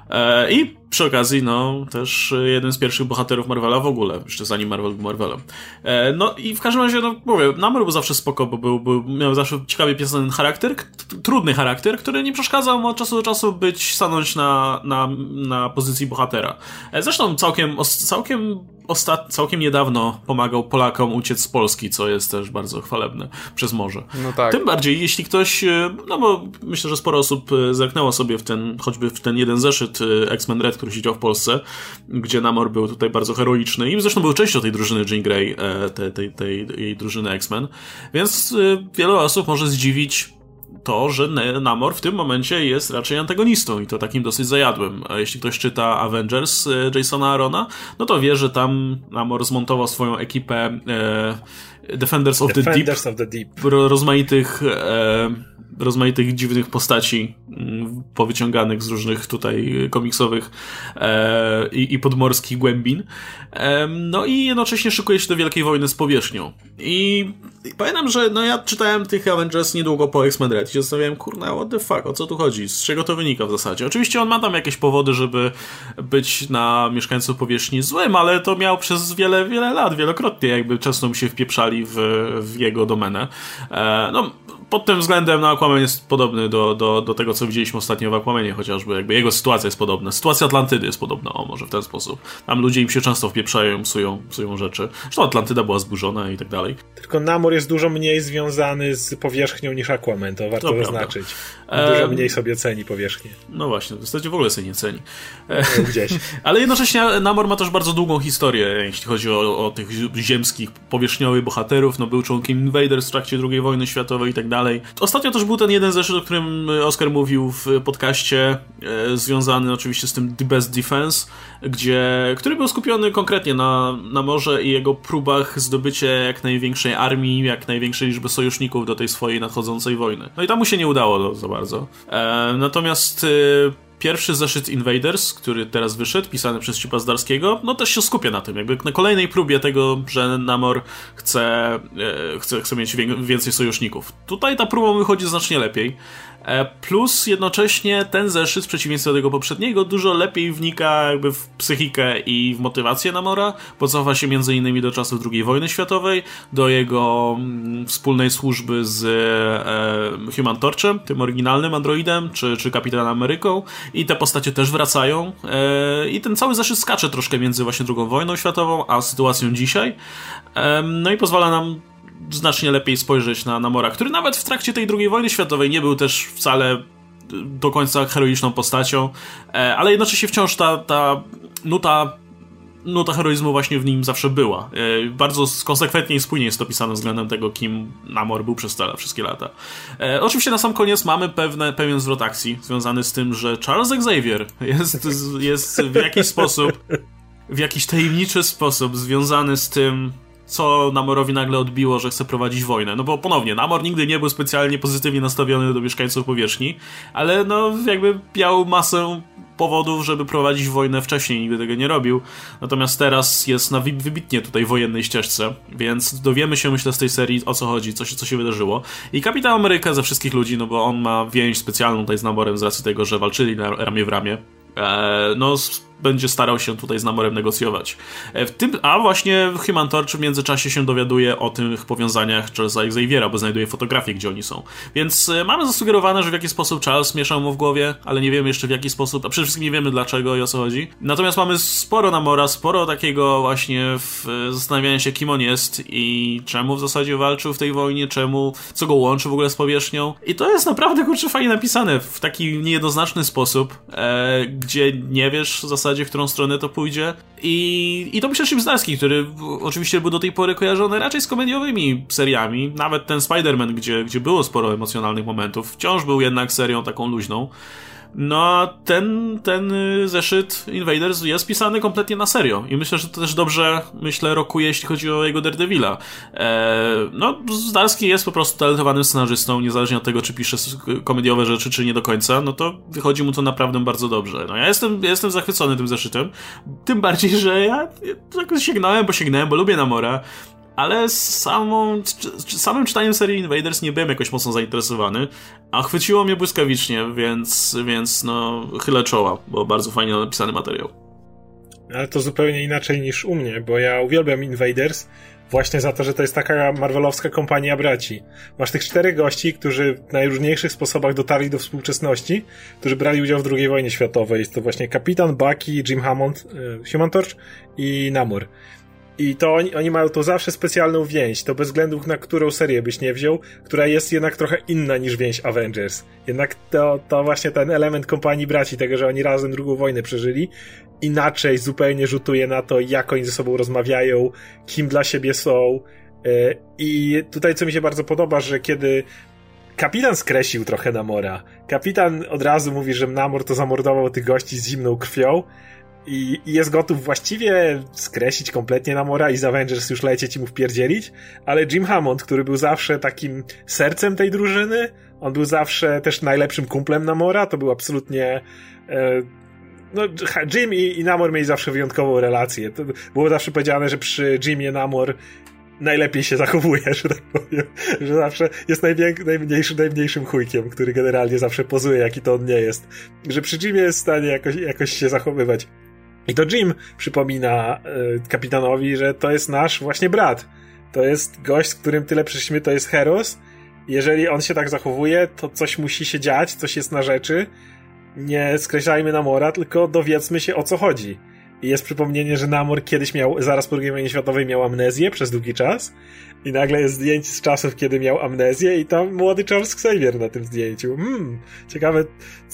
E, I przy okazji, no, też jeden z pierwszych bohaterów Marvela w ogóle, jeszcze zanim Marvel był Marvelem. E, no i w każdym razie, no mówię, Namor był zawsze spoko, bo był, był, miał zawsze ciekawie pisany charakter, t- trudny charakter, który nie przeszkadzał mu od czasu do czasu być, stanąć na, na, na pozycji bohatera. E, zresztą całkiem, całkiem Ostat... całkiem niedawno pomagał Polakom uciec z Polski, co jest też bardzo chwalebne, przez morze. No tak. Tym bardziej, jeśli ktoś, no bo myślę, że sporo osób zerknęło sobie w ten, choćby w ten jeden zeszyt X-Men Red, który siedział w Polsce, gdzie Namor był tutaj bardzo heroiczny i zresztą był częścią tej drużyny Jean Grey, tej, tej, tej jej drużyny X-Men, więc wiele osób może zdziwić to, że Namor w tym momencie jest raczej antagonistą i to takim dosyć zajadłym. A jeśli ktoś czyta Avengers Jasona Aarona, no to wie, że tam Namor zmontował swoją ekipę e, Defenders of Defenders the Deep, of the Deep. rozmaitych e, rozmaitych dziwnych postaci m, powyciąganych z różnych tutaj komiksowych e, i, i podmorskich głębin. E, no i jednocześnie szykuje się do wielkiej wojny z powierzchnią. I pamiętam, że no ja czytałem tych Avengers niedługo po X-Men Red i się zastanawiałem, kurna, what the fuck, o co tu chodzi, z czego to wynika w zasadzie. Oczywiście on ma tam jakieś powody, żeby być na mieszkańców powierzchni złym, ale to miał przez wiele, wiele lat, wielokrotnie jakby często mu się wpieprzali w, w jego domenę. E, no, pod tym względem no, Aquaman jest podobny do, do, do tego, co widzieliśmy ostatnio w Aquamanie, chociażby jakby jego sytuacja jest podobna. Sytuacja Atlantydy jest podobna, o może w ten sposób. Tam ludzie im się często wpieprzają, psują, psują rzeczy. Zresztą Atlantyda była zburzona i tak dalej. Tylko Namor jest dużo mniej związany z powierzchnią niż Aquaman, to warto to zaznaczyć. Dużo mniej sobie ceni powierzchnię. No właśnie, w zasadzie w ogóle sobie nie ceni. No, gdzieś. Ale jednocześnie Namor ma też bardzo długą historię, jeśli chodzi o, o tych ziemskich, powierzchniowych bohaterów. No był członkiem Invaders w trakcie drugiej wojny światowej i tak dalej. Ostatnio też był ten jeden zeszyt, o którym Oskar mówił w podcaście, e, związany oczywiście z tym The Best Defense, gdzie, który był skupiony konkretnie na Namorze i jego próbach zdobycia jak największej armii, jak największej liczby sojuszników do tej swojej nadchodzącej wojny. No i tam mu się nie udało za bardzo. E, natomiast e, pierwszy zeszyt Invaders, który teraz wyszedł, pisany przez Chipa Zdarskiego, no też się skupia na tym, jakby na kolejnej próbie tego, że Namor chce, e, chce, chce mieć więcej sojuszników. Tutaj ta próba wychodzi znacznie lepiej. Plus jednocześnie ten zeszyt, w przeciwieństwie do tego poprzedniego, dużo lepiej wnika jakby w psychikę i w motywację Namora. Pocofa się między innymi do czasów drugiej wojny światowej, do jego mm, wspólnej służby z e, Human Torchem, tym oryginalnym androidem, czy, czy Kapitanem Ameryką, i te postacie też wracają. E, I ten cały zeszyt skacze troszkę między właśnie drugą wojną światową a sytuacją dzisiaj. E, no i pozwala nam znacznie lepiej spojrzeć na Namora, który nawet w trakcie tej drugiej wojny światowej nie był też wcale do końca heroiczną postacią, ale jednocześnie wciąż ta, ta nuta, nuta heroizmu właśnie w nim zawsze była. Bardzo konsekwentnie i spójnie jest to pisane względem tego, kim Namor był przez te wszystkie lata. Oczywiście na sam koniec mamy pewne, pewien zwrot akcji związany z tym, że Charles Xavier jest, jest w jakiś sposób, w jakiś tajemniczy sposób związany z tym, co Namorowi nagle odbiło, że chce prowadzić wojnę. No bo ponownie, Namor nigdy nie był specjalnie pozytywnie nastawiony do mieszkańców powierzchni, ale no jakby miał masę powodów, żeby prowadzić wojnę wcześniej, nigdy tego nie robił. Natomiast teraz jest na wybitnie tutaj wojennej ścieżce, więc dowiemy się, myślę, z tej serii, o co chodzi, co się, co się wydarzyło. I Kapitan Ameryka ze wszystkich ludzi, no bo on ma więź specjalną tutaj z Namorem z racji tego, że walczyli na ramię w ramię. Eee, no będzie starał się tutaj z Namorem negocjować. W tym, a właśnie Human Torch w międzyczasie się dowiaduje o tych powiązaniach Charlesa Xaviera, bo znajduje fotografie, gdzie oni są. Więc mamy zasugerowane, że w jaki sposób Charles mieszał mu w głowie, ale nie wiemy jeszcze w jaki sposób, a przede wszystkim nie wiemy dlaczego i o co chodzi. Natomiast mamy sporo Namora, sporo takiego właśnie w zastanawiania się, kim on jest i czemu w zasadzie walczył w tej wojnie, czemu, co go łączy w ogóle z powierzchnią. I to jest naprawdę, kurczę, fajnie napisane w taki niejednoznaczny sposób, e, gdzie nie wiesz w zasadzie, w którą stronę to pójdzie. I, i to pisze Chip Zdarsky, który oczywiście był do tej pory kojarzony raczej z komediowymi seriami. Nawet ten Spider-Man, gdzie, gdzie było sporo emocjonalnych momentów, wciąż był jednak serią taką luźną. No a ten, ten zeszyt Invaders jest pisany kompletnie na serio i myślę, że to też dobrze, myślę, rokuje, jeśli chodzi o jego Daredevila. Eee, no, Zdarsky jest po prostu talentowanym scenarzystą, niezależnie od tego, czy pisze komediowe rzeczy, czy nie do końca, no to wychodzi mu to naprawdę bardzo dobrze. No ja jestem, ja jestem zachwycony tym zeszytem, tym bardziej, że ja tak sięgnąłem, bo sięgnąłem, bo lubię Namora, ale samą, samym czytaniem serii Invaders nie byłem jakoś mocno zainteresowany, a chwyciło mnie błyskawicznie, więc, więc no chylę czoła, bo bardzo fajnie napisany materiał. Ale to zupełnie inaczej niż u mnie, bo ja uwielbiam Invaders właśnie za to, że to jest taka marvelowska kompania braci. Masz tych czterech gości, którzy w najróżniejszych sposobach dotarli do współczesności, którzy brali udział w drugiej wojnie światowej. Jest to właśnie Kapitan, Bucky, Jim Hammond, Human Torch i Namor. I to oni, oni mają tu zawsze specjalną więź, to bez względu na którą serię byś nie wziął, która jest jednak trochę inna niż więź Avengers. Jednak to, to właśnie ten element kompanii braci, tego, że oni razem drugą wojnę przeżyli, inaczej zupełnie rzutuje na to, jak oni ze sobą rozmawiają, kim dla siebie są. I tutaj co mi się bardzo podoba, że kiedy Kapitan skreślił trochę Namora, Kapitan od razu mówi, że Namor to zamordował tych gości z zimną krwią, I, i jest gotów właściwie skreślić kompletnie Namora i z Avengers już lecieć i mu wpierdzielić, ale Jim Hammond, który był zawsze takim sercem tej drużyny, on był zawsze też najlepszym kumplem Namora, to był absolutnie e, no Jim i, i Namor mieli zawsze wyjątkową relację. To było zawsze powiedziane, że przy Jimie Namor najlepiej się zachowuje, że tak powiem, że zawsze jest najwię- najmniejszy, najmniejszym chujkiem, który generalnie zawsze pozuje, jaki to on nie jest, że przy Jimie jest w stanie jakoś, jakoś się zachowywać. I to Jim przypomina y, kapitanowi, że to jest nasz właśnie brat. To jest gość, z którym tyle przeszliśmy, to jest Heros. Jeżeli on się tak zachowuje, to coś musi się dziać, coś jest na rzeczy. Nie skreślajmy Namora, tylko dowiedzmy się, o co chodzi. I jest przypomnienie, że Namor kiedyś miał, zaraz po drugiej wojnie światowej miał amnezję przez długi czas i nagle jest zdjęcie z czasów, kiedy miał amnezję i tam młody Charles Xavier na tym zdjęciu. Hmm, ciekawe.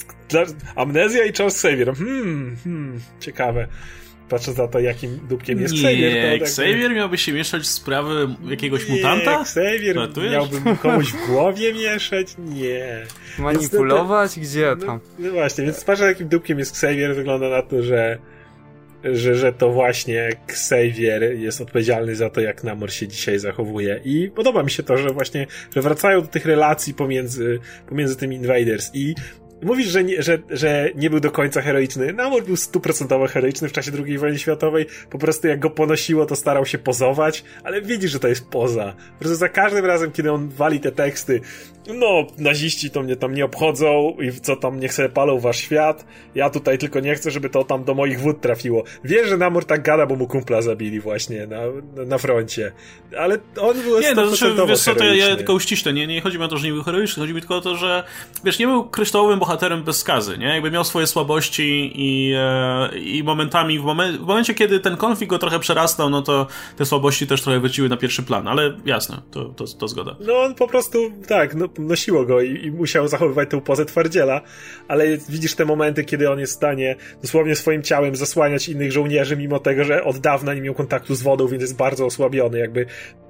Amnezja i Charles Xavier. Hmm, hmm, ciekawe. Patrząc na to, jakim dupkiem jest nie, Xavier. To Nie, tak Xavier miałby się mieszać w sprawy jakiegoś nie, mutanta? Xavier Ratujesz? miałby komuś w głowie mieszać? Nie. Manipulować? Więc, Gdzie no, tam? No właśnie, więc patrzę, jakim dupkiem jest Xavier. Wygląda na to, że Że, że to właśnie Xavier jest odpowiedzialny za to, jak Namor się dzisiaj zachowuje. I podoba mi się to, że właśnie że wracają do tych relacji pomiędzy, pomiędzy tymi Invaders. I mówisz, że nie, że, że nie był do końca heroiczny. Namor był stuprocentowo heroiczny w czasie drugiej wojny światowej. Po prostu jak go ponosiło, to starał się pozować, ale widzisz, że to jest poza. Po prostu za każdym razem, kiedy on wali te teksty, no, naziści to mnie tam nie obchodzą i co tam, niech sobie palą wasz świat. Ja tutaj tylko nie chcę, żeby to tam do moich wód trafiło. Wiesz, że Namor tak gada, bo mu kumpla zabili właśnie na, na froncie. Ale on był Nie, no znaczy, wiesz co, to ja, ja tylko uściślę, nie, nie chodzi mi o to, że nie był heroiczny, chodzi mi tylko o to, że wiesz, nie był kryształowym bohaterem bez skazy, nie? Jakby miał swoje słabości i, e, i momentami, w, momen, w momencie, kiedy ten konflikt go trochę przerastał, no to te słabości też trochę wróciły na pierwszy plan, ale jasne, to, to, to zgoda. No on po prostu, tak, no, nosiło go i, i musiał zachowywać tę pozę twardziela, ale widzisz te momenty, kiedy on jest w stanie dosłownie swoim ciałem zasłaniać innych żołnierzy, mimo tego, że od dawna nie miał kontaktu z wodą, więc jest bardzo osłabiony, jakby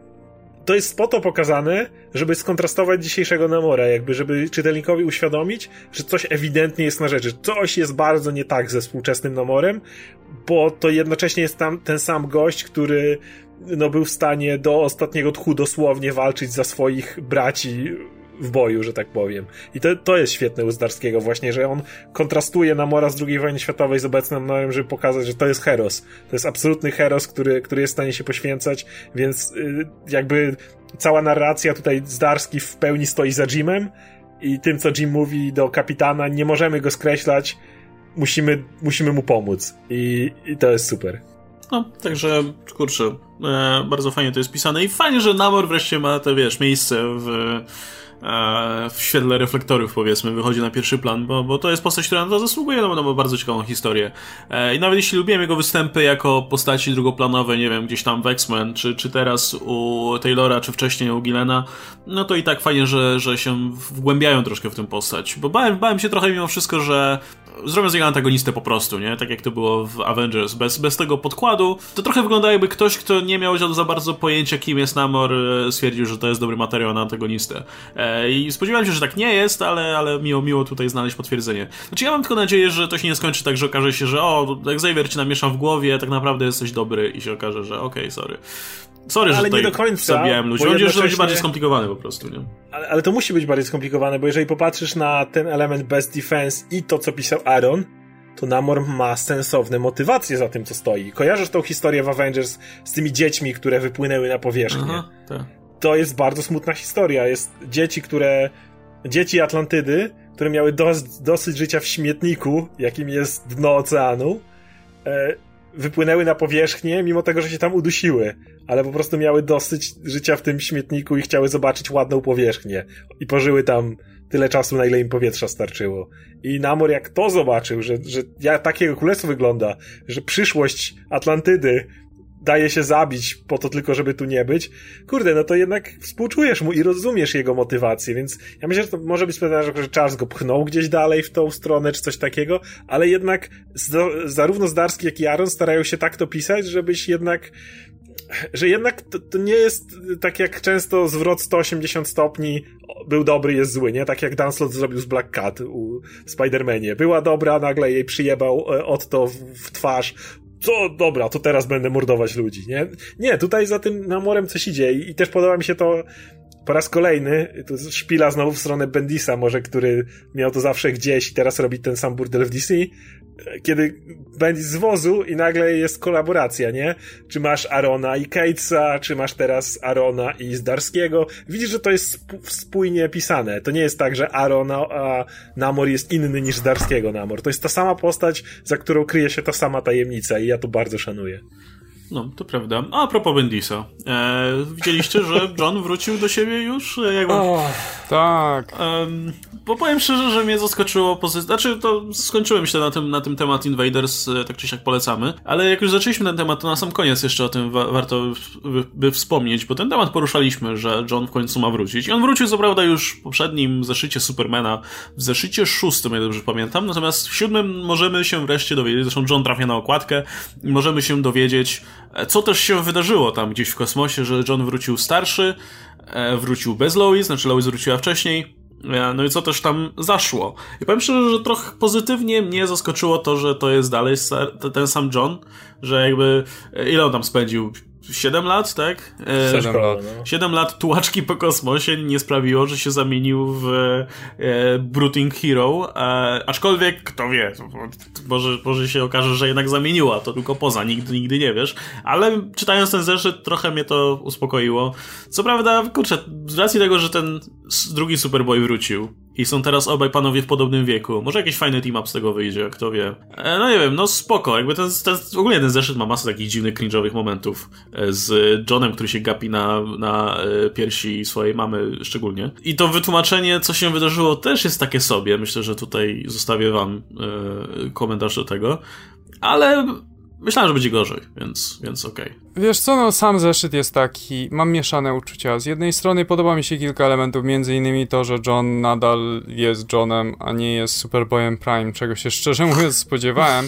to jest po to pokazane, żeby skontrastować dzisiejszego Namora, jakby żeby czytelnikowi uświadomić, że coś ewidentnie jest na rzeczy, coś jest bardzo nie tak ze współczesnym Namorem, bo to jednocześnie jest tam ten sam gość, który no, był w stanie do ostatniego tchu dosłownie walczyć za swoich braci w boju, że tak powiem. I to, to jest świetne u Zdarskiego właśnie, że on kontrastuje Namora z drugiej wojny światowej z obecnym Namorem, żeby pokazać, że to jest heros. To jest absolutny heros, który, który jest w stanie się poświęcać, więc yy, jakby cała narracja tutaj Zdarski w pełni stoi za Jimem i tym, co Jim mówi do kapitana, nie możemy go skreślać, musimy, musimy mu pomóc. I, i to jest super. No, także, kurczę, e, bardzo fajnie to jest pisane i fajnie, że Namor wreszcie ma te, wiesz, miejsce w w świetle reflektorów, powiedzmy, wychodzi na pierwszy plan, bo, bo to jest postać, która na to zasługuje, no bo ma bardzo ciekawą historię. I nawet jeśli lubiłem jego występy jako postaci drugoplanowe, nie wiem, gdzieś tam w X-Men, czy, czy teraz u Taylora, czy wcześniej u Gillena, no to i tak fajnie, że, że się wgłębiają troszkę w tę postać. Bo bałem, bałem się trochę mimo wszystko, że zrobią z niego antagonistę po prostu, nie? Tak jak to było w Avengers. Bez, bez tego podkładu to trochę wygląda jakby ktoś, kto nie miał za bardzo pojęcia, kim jest Namor, stwierdził, że to jest dobry materiał na antagonistę. I spodziewałem się, że tak nie jest, ale, ale miło, miło tutaj znaleźć potwierdzenie. Znaczy ja mam tylko nadzieję, że to się nie skończy tak, że okaże się, że o, Xavier ci namieszał w głowie, tak naprawdę jesteś dobry i się okaże, że okej, okay, sorry. Sorry, ale że tutaj nie do końca, zabijałem ludzi. Mam nadzieję, że to będzie bardziej skomplikowane po prostu, nie? Ale, ale to musi być bardziej skomplikowane, bo jeżeli popatrzysz na ten element Best Defense i to, co pisał Aaron, to Namor ma sensowne motywacje za tym, co stoi. Kojarzysz tą historię w Avengers z tymi dziećmi, które wypłynęły na powierzchnię? Aha, tak. To jest bardzo smutna historia. Jest dzieci, które... Dzieci Atlantydy, które miały dos, dosyć życia w śmietniku, jakim jest dno oceanu, e, wypłynęły na powierzchnię, mimo tego, że się tam udusiły, ale po prostu miały dosyć życia w tym śmietniku i chciały zobaczyć ładną powierzchnię. I pożyły tam tyle czasu, na ile im powietrza starczyło. I Namor jak to zobaczył, że, że jak takiego królestwo wygląda, że przyszłość Atlantydy daje się zabić po to tylko, żeby tu nie być, kurde, no to jednak współczujesz mu i rozumiesz jego motywację, więc ja myślę, że to może być pewne, że Charles go pchnął gdzieś dalej w tą stronę, czy coś takiego, ale jednak zarówno Zdarski, jak i Aaron starają się tak to pisać, żebyś jednak że jednak to, to nie jest tak jak często zwrot sto osiemdziesiąt stopni był dobry, jest zły, nie? Tak jak Dan Slott zrobił z Black Cat u Spider-Manie. Była dobra, nagle jej przyjebał Otto w, w twarz. Co, dobra, to teraz będę mordować ludzi, nie? Nie, tutaj za tym Namorem coś idzie i, i też podoba mi się to, po raz kolejny, tu szpila znowu w stronę Bendisa może, który miał to zawsze gdzieś i teraz robi ten sam burdel w D C, kiedy Bendis z wozu i nagle jest kolaboracja, nie? Czy masz Arona i Catesa, czy masz teraz Arona i Zdarskiego. Widzisz, że to jest sp- spójnie pisane. To nie jest tak, że Aaron, a Namor jest inny niż Zdarskiego Namor. To jest ta sama postać, za którą kryje się ta sama tajemnica i ja to bardzo szanuję. No, to prawda. A, a propos Bendisa. E, widzieliście, że John wrócił do siebie już? Jakby... Oh, tak. E, bo powiem szczerze, że mnie zaskoczyło pozycja. Znaczy, to skończyłem się na tym, na tym temat Invaders, tak czy siak polecamy. Ale jak już zaczęliśmy ten temat, to na sam koniec jeszcze o tym wa- warto by, by wspomnieć, bo ten temat poruszaliśmy, że John w końcu ma wrócić. I on wrócił co prawda już w poprzednim zeszycie Supermana, w zeszycie szóstym, jak dobrze pamiętam. Natomiast w siódmym możemy się wreszcie dowiedzieć, zresztą John trafia na okładkę, i możemy się dowiedzieć, co też się wydarzyło tam gdzieś w kosmosie, że John wrócił starszy, wrócił bez Lois, znaczy Lois wróciła wcześniej, no i co też tam zaszło. I powiem szczerze, że trochę pozytywnie mnie zaskoczyło to, że to jest dalej ten sam John, że jakby, ile on tam spędził? siedem lat, tak? siedem lat. siedem lat tułaczki po kosmosie nie sprawiło, że się zamienił w e, Brooding Hero, e, aczkolwiek, kto wie, może, może się okaże, że jednak zamieniła, to tylko poza, nigdy, nigdy nie wiesz, ale czytając ten zeszyt trochę mnie to uspokoiło. Co prawda, kurczę, z racji tego, że ten drugi Superboy wrócił i są teraz obaj panowie w podobnym wieku, może jakiś fajny team-up z tego wyjdzie, kto wie. E, no nie wiem, no spoko, jakby ten, ten, ogólnie ten zeszyt ma masę takich dziwnych, cringe'owych momentów z Johnem, który się gapi na, na piersi swojej mamy szczególnie. I to wytłumaczenie, co się wydarzyło, też jest takie sobie. Myślę, że tutaj zostawię wam e, komentarz do tego. Ale myślałem, że będzie gorzej, więc, więc okej. Okay. Wiesz co, no sam zeszyt jest taki, mam mieszane uczucia. Z jednej strony podoba mi się kilka elementów, między innymi to, że John nadal jest Johnem, a nie jest Superboyem Prime, czego się szczerze mówiąc spodziewałem.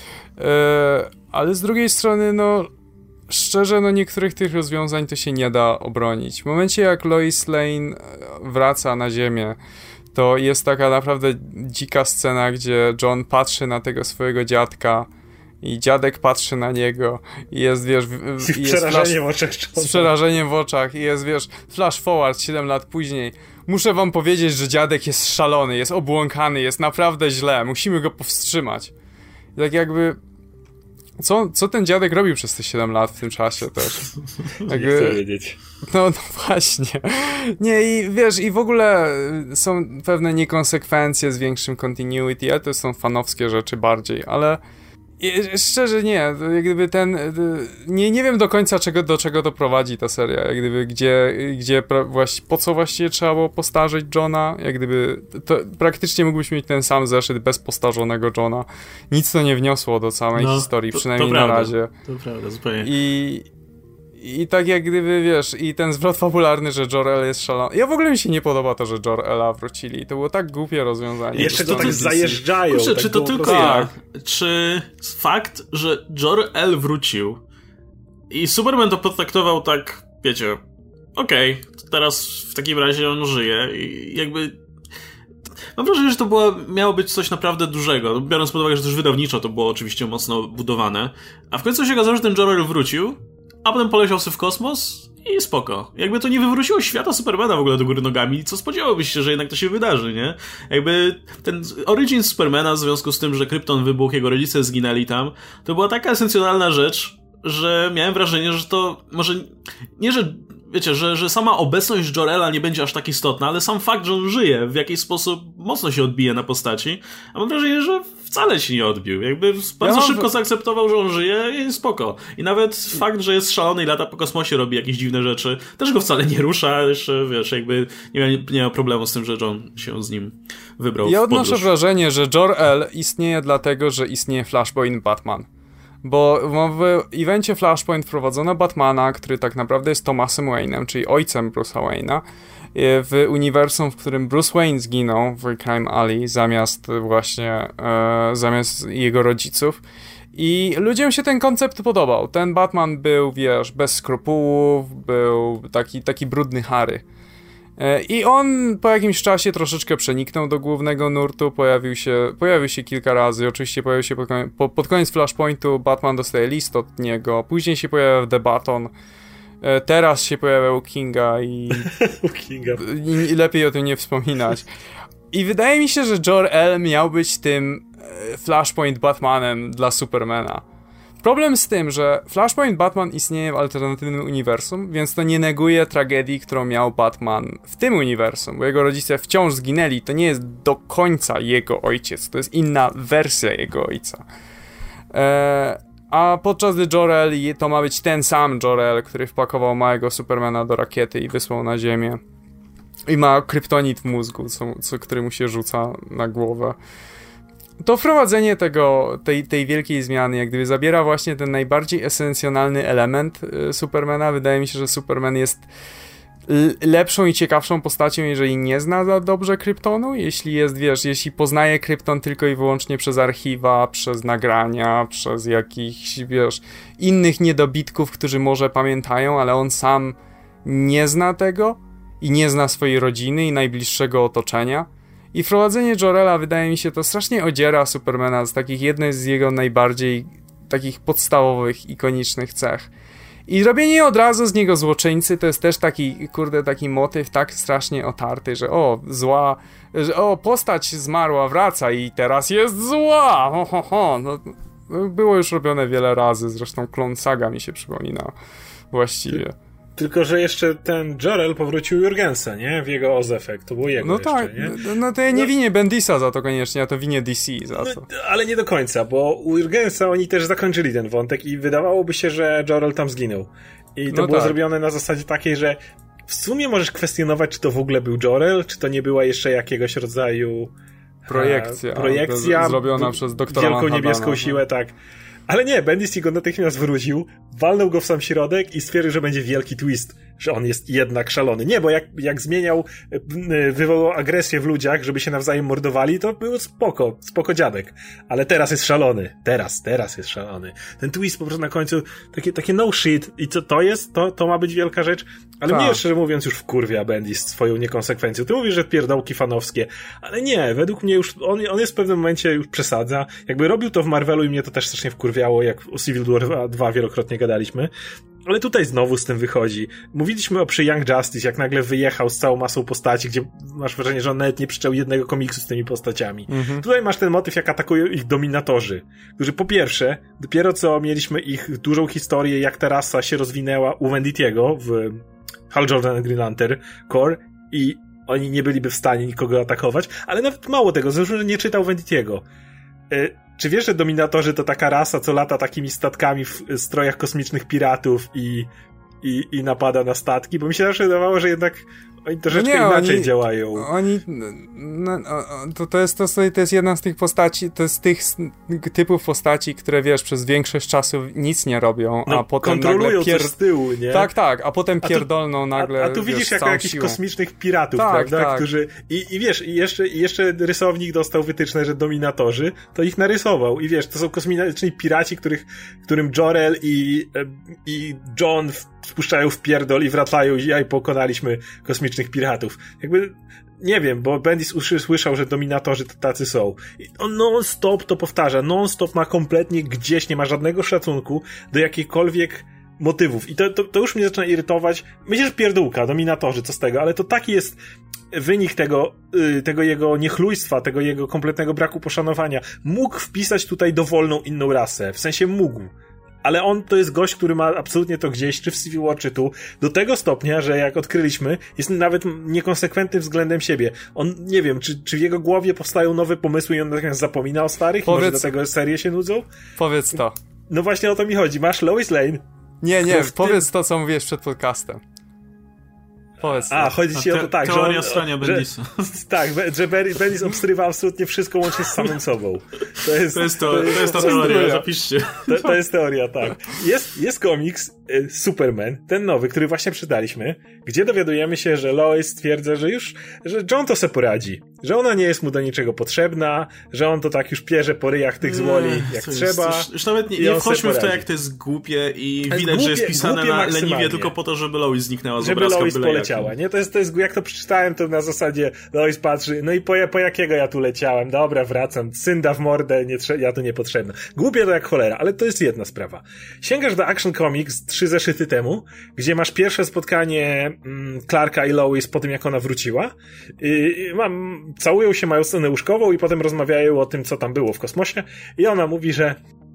E, ale z drugiej strony, no szczerze, no niektórych tych rozwiązań to się nie da obronić. W momencie jak Lois Lane wraca na ziemię, to jest taka naprawdę dzika scena, gdzie John patrzy na tego swojego dziadka i dziadek patrzy na niego i jest, wiesz... I z przerażeniem w oczach. Z przerażeniem w oczach i jest, wiesz, flash forward siedem lat później. Muszę wam powiedzieć, że dziadek jest szalony, jest obłąkany, jest naprawdę źle, musimy go powstrzymać. I tak jakby... Co, co ten dziadek robił przez te siedem lat w tym czasie też? Jakby, nie chcę wiedzieć. No, no właśnie. Nie, i wiesz, i w ogóle są pewne niekonsekwencje z większym continuity, ale to są fanowskie rzeczy bardziej, ale i, szczerze nie, jak gdyby ten, nie, nie wiem do końca czego, do czego to prowadzi ta seria, jak gdyby gdzie, gdzie właśnie, po co właściwie trzeba było postarzeć Johna, jak gdyby to praktycznie mógłbyś mieć ten sam zeszyt bez postarzonego Johna, nic to nie wniosło do całej no, historii, to, przynajmniej to na prawda, razie. To prawda, zupełnie. I I tak jak gdyby, wiesz, i ten zwrot fabularny, że Jor-El jest szalony. Ja w ogóle mi się nie podoba to, że Jor-Ela wrócili. To było tak głupie rozwiązanie. Jeszcze to tak zajeżdżają. Kurczę, tak czy to tylko tak. ja? Czy fakt, że Jor-El wrócił i Superman to potraktował tak, wiecie, okej, okay, teraz w takim razie on żyje i jakby... Mam wrażenie, że to było, miało być coś naprawdę dużego, biorąc pod uwagę, że też wydawniczo to było oczywiście mocno budowane, a w końcu się okazało, że ten Jor-El wrócił, a potem poleciał sobie w kosmos i spoko. Jakby to nie wywróciło świata Supermana w ogóle do góry nogami, co spodziewałbyś się, że jednak to się wydarzy, nie? Jakby ten origin Supermana w związku z tym, że Krypton wybuchł, jego rodzice zginęli tam, to była taka esencjonalna rzecz, że miałem wrażenie, że to może... Nie, że wiecie, że, że sama obecność Jor-Ela nie będzie aż tak istotna, ale sam fakt, że on żyje, w jakiś sposób mocno się odbije na postaci, a mam wrażenie, że wcale się nie odbił. Jakby bardzo ja szybko mam... zaakceptował, że on żyje i spoko. I nawet fakt, że jest szalony i lata po kosmosie, robi jakieś dziwne rzeczy, też go wcale nie rusza, jeszcze, wiesz, jakby nie ma, nie ma problemu z tym, że John się z nim wybrał Ja w odnoszę podróż. wrażenie, że Jor-El istnieje dlatego, że istnieje Flashpoint Batman. Bo w evencie Flashpoint wprowadzono Batmana, który tak naprawdę jest Thomasem Wayne'em, czyli ojcem Bruce'a Wayne'a, w uniwersum, w którym Bruce Wayne zginął w Crime Alley zamiast właśnie e, zamiast jego rodziców. I ludziom się ten koncept podobał. Ten Batman był, wiesz, bez skrupułów, był taki, taki brudny Harry. I on po jakimś czasie troszeczkę przeniknął do głównego nurtu, pojawił się, pojawił się kilka razy, oczywiście pojawił się pod, pod koniec Flashpointu, Batman dostaje list od niego, później się pojawia w The Baton, Teraz się pojawia u Kinga i, u Kinga. i, i lepiej o tym nie wspominać. I wydaje mi się, że Jor-El miał być tym Flashpoint Batmanem dla Supermana. Problem z tym, że Flashpoint Batman istnieje w alternatywnym uniwersum, więc to nie neguje tragedii, którą miał Batman w tym uniwersum, bo jego rodzice wciąż zginęli. To nie jest do końca jego ojciec, to jest inna wersja jego ojca. Eee, a podczas gdy Jor-El to ma być ten sam Jor-El, który wpakował małego Supermana do rakiety i wysłał na ziemię. I ma kryptonit w mózgu, co, co, który mu się rzuca na głowę. To wprowadzenie tego, tej, tej wielkiej zmiany, jak gdyby zabiera właśnie ten najbardziej esencjonalny element y, Supermana. Wydaje mi się, że Superman jest l- lepszą i ciekawszą postacią, jeżeli nie zna za dobrze Kryptonu, jeśli jest, wiesz, jeśli poznaje Krypton tylko i wyłącznie przez archiwa, przez nagrania, przez jakichś, wiesz, innych niedobitków, którzy może pamiętają, ale on sam nie zna tego i nie zna swojej rodziny i najbliższego otoczenia. I wprowadzenie Jor-Ela, wydaje mi się, to strasznie odziera Supermana z takich jednej z jego najbardziej takich podstawowych, ikonicznych cech. I robienie od razu z niego złoczyńcy to jest też taki, kurde, taki motyw tak strasznie otarty, że o, zła, że o, postać zmarła, wraca i teraz jest zła, ho, ho, ho. No, było już robione wiele razy, zresztą Clone Saga mi się przypomina właściwie. Tylko, że jeszcze ten Jor-El powrócił Jurgensa, nie? W jego Oz Effect. To było jego no jeszcze, tak, nie? No, no to ja nie no, winię Bendisa za to koniecznie, ja to winię D C za to. No, ale nie do końca, bo u Jurgensa oni też zakończyli ten wątek i wydawałoby się, że Jor-El tam zginął. I to no było tak. zrobione na zasadzie takiej, że w sumie możesz kwestionować, czy to w ogóle był Jor-El, czy to nie była jeszcze jakiegoś rodzaju projekcja, a, projekcja zrobiona przez doktora wielką Manhattana, niebieską no. siłę, tak. Ale nie, Bendis go natychmiast wrócił, walnął go w sam środek i stwierdził, że będzie wielki twist, że on jest jednak szalony. Nie, bo jak, jak zmieniał, wywołał agresję w ludziach, żeby się nawzajem mordowali, to był spoko, spoko dziadek. Ale teraz jest szalony. Teraz, teraz jest szalony. Ten twist po prostu na końcu, takie, takie no shit. I co to jest? To, to ma być wielka rzecz. Ale tak. mnie, szczerze mówiąc, już wkurwia Bendis swoją niekonsekwencją. Ty mówisz, że pierdołki fanowskie, ale nie, według mnie już, on, on jest w pewnym momencie już przesadza. Jakby robił to w Marvelu i mnie to też strasznie wkurwiało, jak o Civil War dwa wielokrotnie gadaliśmy. Ale tutaj znowu z tym wychodzi. Mówiliśmy o przy Young Justice, jak nagle wyjechał z całą masą postaci, gdzie masz wrażenie, że on nawet nie przeczytał jednego komiksu z tymi postaciami. Mhm. Tutaj masz ten motyw, jak atakują ich dominatorzy, którzy po pierwsze, dopiero co mieliśmy ich dużą historię, jak ta rasa się rozwinęła u Vendittiego w Hal Jordan Green Lantern Corps i oni nie byliby w stanie nikogo atakować, ale nawet mało tego, zresztą, że nie czytał Vendittiego. Y- Czy wiesz, że dominatorzy to taka rasa, co lata takimi statkami w strojach kosmicznych piratów i, i, i napada na statki? Bo mi się zawsze wydawało, że jednak oni troszeczkę no nie, inaczej oni, działają. Oni, no, to, to, jest, to, to jest jedna z tych postaci, to jest tych typów postaci, które wiesz, przez większość czasu nic nie robią, no, a potem kontrolują nagle pier... coś z tyłu, nie? Tak, tak, a potem a pierdolną tu, nagle. A, a tu widzisz wiesz, jako jakichś siłą. kosmicznych piratów, tak, prawda? Tak. Którzy, i, i wiesz, i jeszcze, i jeszcze rysownik dostał wytyczne, że dominatorzy, to ich narysował. I wiesz, to są kosmiczni piraci, których, którym Jor-El i, i John spuszczają w pierdol i wracają i pokonaliśmy kosmicznych piratów. Jakby, nie wiem, bo Bendis usłyszał, że dominatorzy to tacy są. I on non-stop to powtarza. Non-stop ma kompletnie gdzieś, nie ma żadnego szacunku do jakichkolwiek motywów. I to, to, to już mnie zaczyna irytować. Myślę, że pierdółka, dominatorzy, co z tego, ale to taki jest wynik tego, yy, tego jego niechlujstwa, tego jego kompletnego braku poszanowania. Mógł wpisać tutaj dowolną inną rasę. W sensie mógł. Ale on to jest gość, który ma absolutnie to gdzieś, czy w Civil War, czy tu, do tego stopnia, że jak odkryliśmy, jest nawet niekonsekwentny względem siebie. On, nie wiem, czy, czy w jego głowie powstają nowe pomysły i on natomiast zapomina o starych? Powiedz, może do tego serie się nudzą? Powiedz to. No właśnie o to mi chodzi. Masz Lois Lane. Nie, nie, powiedz tym... to, co mówiłeś przed podcastem. Powiedz A, chodzi ci te, o to tak, teoria że strania Bendisa. Tak, że Bendis obstrywa absolutnie wszystko łącznie z samym sobą. To jest, to jest, to, to jest, to jest ta teoria, zapiszcie. To, to jest teoria, tak. Jest, jest komiks y, Superman, ten nowy, który właśnie przydaliśmy, gdzie dowiadujemy się, że Lois stwierdza, że już, że John to se poradzi. Że ona nie jest mu do niczego potrzebna, że on to tak już pierze po ryjach tych zwoli, jak to trzeba. Jest, już, już nawet nie, nie wchodźmy w to, jak to jest głupie i widać, głupie, że jest pisane na leniwie tylko po to, żeby Lois zniknęła z żeby obrazka. Lois poleciała, nie? To jest, to jest, jak to przeczytałem, to na zasadzie Lois patrzy, no i po, po jakiego ja tu leciałem? Dobra, wracam, synda w mordę, nie, ja tu niepotrzebna. Głupie to jak cholera, ale to jest jedna sprawa. Sięgasz do Action Comics trzy zeszyty temu, gdzie masz pierwsze spotkanie mm, Clarka i Lois po tym, jak ona wróciła. I, mam, całują się, mają scenę łóżkową i potem rozmawiają o tym, co tam było w kosmosie. I ona mówi, że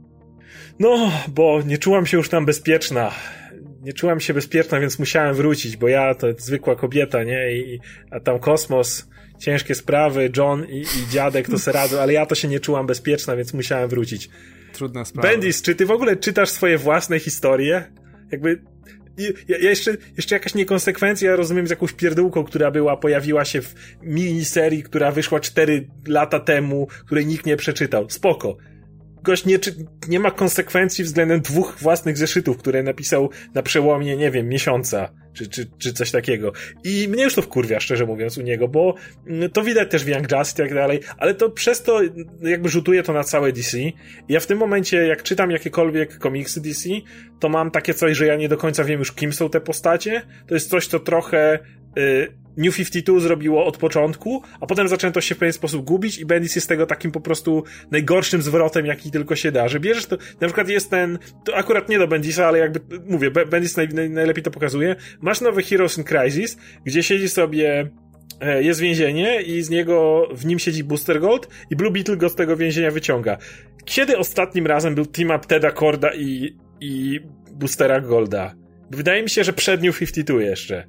no, bo nie czułam się już tam bezpieczna. Nie czułam się bezpieczna, więc musiałem wrócić, bo ja to zwykła kobieta, nie? I, a tam kosmos, ciężkie sprawy, John i, i dziadek to se radzą, ale ja to się nie czułam bezpieczna, więc musiałem wrócić. Trudna sprawa. Bendis, czy ty w ogóle czytasz swoje własne historie? Jakby... Ja, ja jeszcze, jeszcze jakaś niekonsekwencja, rozumiem, z jakąś pierdółką, która była, pojawiła się w miniserii, która wyszła cztery lata temu, której nikt nie przeczytał. Spoko. Gość nie, nie ma konsekwencji względem dwóch własnych zeszytów, które napisał na przełomie, nie wiem, miesiąca, czy, czy, czy coś takiego. I mnie już to wkurwia, szczerze mówiąc, u niego, bo to widać też w Young Justice i tak dalej, ale to przez to jakby rzutuje to na całe D C. I ja w tym momencie, jak czytam jakiekolwiek komiksy D C, to mam takie coś, że ja nie do końca wiem już, kim są te postacie. To jest coś, co trochę... Yy, New pięćdziesiąt dwa zrobiło od początku, a potem zaczęto się w pewien sposób gubić i Bendis jest tego takim po prostu najgorszym zwrotem, jaki tylko się da, że bierzesz to, na przykład jest ten, to akurat nie do Bendisa, ale jakby, mówię, Bendis naj, naj, najlepiej to pokazuje, masz nowy Heroes in Crisis, gdzie siedzi sobie, jest więzienie i z niego, w nim siedzi Booster Gold i Blue Beetle go z tego więzienia wyciąga. Kiedy ostatnim razem był team up Teda Korda i, i Boostera Golda? Wydaje mi się, że przed New pięćdziesiąt dwa jeszcze.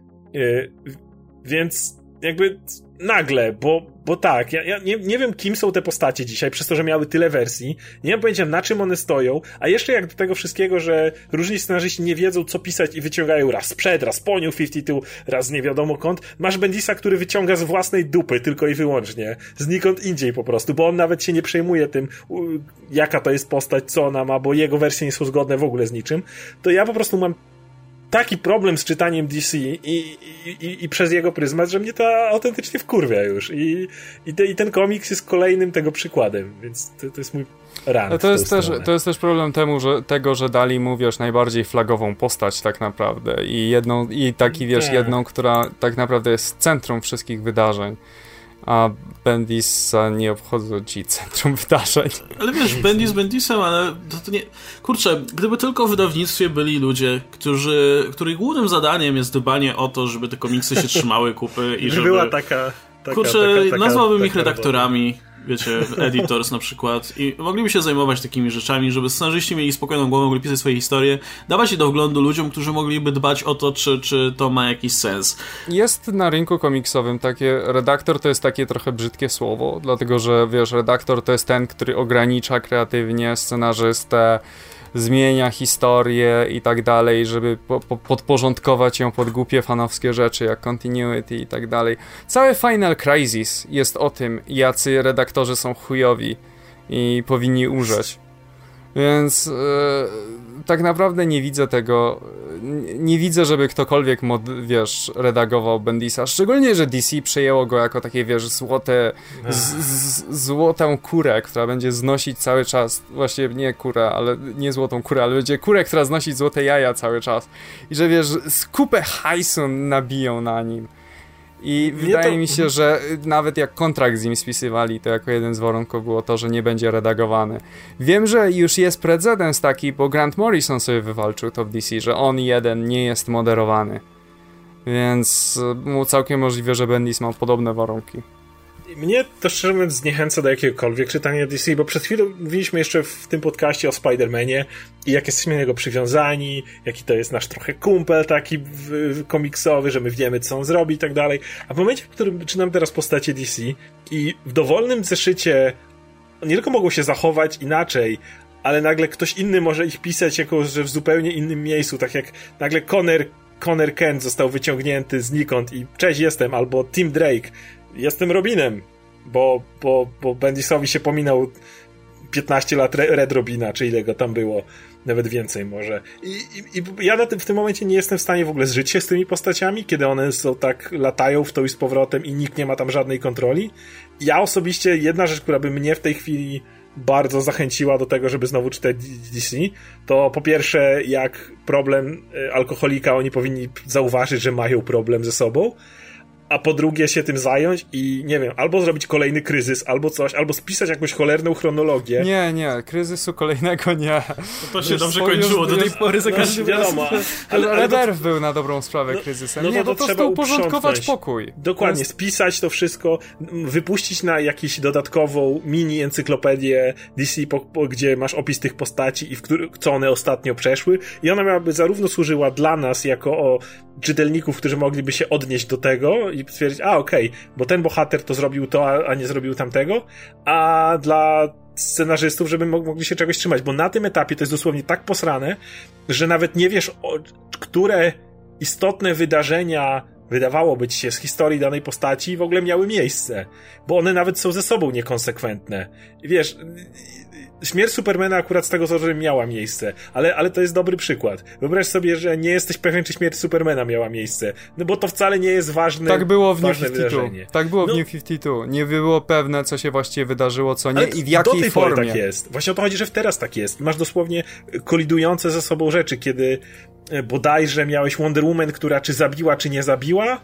Yy, Więc jakby nagle, bo, bo tak, ja, ja nie, nie wiem, kim są te postacie dzisiaj, przez to, że miały tyle wersji, nie mam pojęcia, na czym one stoją, a jeszcze jak do tego wszystkiego, że różni scenarzyści nie wiedzą, co pisać i wyciągają raz sprzed, raz po New pięćdziesiąt dwa, raz nie wiadomo kąd, masz Bendisa, który wyciąga z własnej dupy, tylko i wyłącznie, znikąd indziej po prostu, bo on nawet się nie przejmuje tym, jaka to jest postać, co ona ma, bo jego wersje nie są zgodne w ogóle z niczym, to ja po prostu mam taki problem z czytaniem D C i, i, i, i przez jego pryzmat, że mnie to autentycznie wkurwia już. I, i, te, i ten komiks jest kolejnym tego przykładem, więc to, to jest mój rant. To jest, też, to jest też problem temu, że, tego, że dali mu, wiesz, najbardziej flagową postać tak naprawdę i jedną, i taki, wiesz, tak. jedną, która tak naprawdę jest centrum wszystkich wydarzeń. A Bendisa nie obchodzą ci centrum wydarzeń. Ale wiesz, Bendis Bendisem, ale to, to nie... Kurczę, gdyby tylko w wydawnictwie byli ludzie, którzy, których głównym zadaniem jest dbanie o to, żeby te komiksy się trzymały kupy i żeby... Była taka... taka Kurczę, taka, taka, nazwałbym taka, ich redaktorami, wiecie, editors na przykład i mogliby się zajmować takimi rzeczami, żeby scenarzyści mieli spokojną głowę, mogli pisać swoje historie, dawać je do wglądu ludziom, którzy mogliby dbać o to, czy, czy to ma jakiś sens. Jest na rynku komiksowym takie, redaktor to jest takie trochę brzydkie słowo, dlatego że, wiesz, redaktor to jest ten, który ogranicza kreatywnie scenarzystę, zmienia historię i tak dalej, żeby po, po, podporządkować ją pod głupie fanowskie rzeczy jak continuity i tak dalej. Cały Final Crisis jest o tym, jacy redaktorzy są chujowi i powinni umrzeć. Więc yy, tak naprawdę nie widzę tego, nie, nie widzę, żeby ktokolwiek, mod, wiesz, redagował Bendisa, szczególnie, że D C przejęło go jako takie, wiesz, złote, z, z, złotą kurę, która będzie znosić cały czas, właściwie nie kurę, ale nie złotą kurę, ale będzie kurę, która znosi złote jaja cały czas i że, wiesz, kupę hajsu nabiją na nim. I nie wydaje to... mi się, że nawet jak kontrakt z nim spisywali, to jako jeden z warunków było to, że nie będzie redagowany. Wiem, że już jest precedens taki, bo Grant Morrison sobie wywalczył to w D C, że on jeden nie jest moderowany. Więc mu całkiem możliwe, że Bendis ma podobne warunki. Mnie to szczerze mówiąc zniechęca do jakiegokolwiek czytania D C, bo przed chwilą mówiliśmy jeszcze w tym podcaście o Spider-Manie i jak jesteśmy do niego przywiązani, jaki to jest nasz trochę kumpel taki komiksowy, że my wiemy, co on zrobi i tak dalej. A w momencie, w którym czytam teraz postacie D C i w dowolnym zeszycie nie tylko mogą się zachować inaczej, ale nagle ktoś inny może ich pisać jako, że w zupełnie innym miejscu, tak jak nagle Connor, Connor Kent został wyciągnięty znikąd i cześć, jestem, albo Tim Drake, jestem Robinem, bo, bo, bo Bendisowi się pominął piętnaście lat Red Robina, czy ile go tam było, nawet więcej może. I, i, i ja na tym, w tym momencie nie jestem w stanie w ogóle zżyć się z tymi postaciami, kiedy one są tak, latają w to i z powrotem i nikt nie ma tam żadnej kontroli. Ja osobiście, jedna rzecz, która by mnie w tej chwili bardzo zachęciła do tego, żeby znowu czytać D C, to po pierwsze, jak problem alkoholika, oni powinni zauważyć, że mają problem ze sobą, a po drugie się tym zająć i nie wiem, albo zrobić kolejny kryzys, albo coś, albo spisać jakąś cholerną chronologię. Nie, nie, kryzysu kolejnego nie. No to się dobrze kończyło do tej pory za każdym no, wiadomo, razem. Ale, ale Rebirth był na dobrą sprawę no, kryzysem. No nie, to po trzeba prostu uporządkować uprzątnąć. pokój. Dokładnie, jest... spisać to wszystko, wypuścić na jakąś dodatkową mini encyklopedię D C, po, po, gdzie masz opis tych postaci i w który, co one ostatnio przeszły i ona miałaby zarówno służyła dla nas jako o czytelników, którzy mogliby się odnieść do tego i stwierdzić, a okej, okay, bo ten bohater to zrobił to, a, a nie zrobił tamtego, a dla scenarzystów, żeby mogli się czegoś trzymać, bo na tym etapie to jest dosłownie tak posrane, że nawet nie wiesz, o, które istotne wydarzenia wydawałoby ci się z historii danej postaci w ogóle miały miejsce, bo one nawet są ze sobą niekonsekwentne. Wiesz, śmierć Supermana akurat z tego co że miała miejsce, ale, ale to jest dobry przykład. Wyobraź sobie, że nie jesteś pewien, czy śmierć Supermana miała miejsce, no bo to wcale nie jest ważne. Tak było w New pięćdziesiąt dwa. Tak było no, w New pięćdziesiąt dwa. Nie było pewne, co się właściwie wydarzyło, co nie ale i w jakiej do tej formie. Pory tak jest. Właśnie o to chodzi, że teraz tak jest. Masz dosłownie kolidujące ze sobą rzeczy, kiedy bodajże miałeś Wonder Woman, która czy zabiła, czy nie zabiła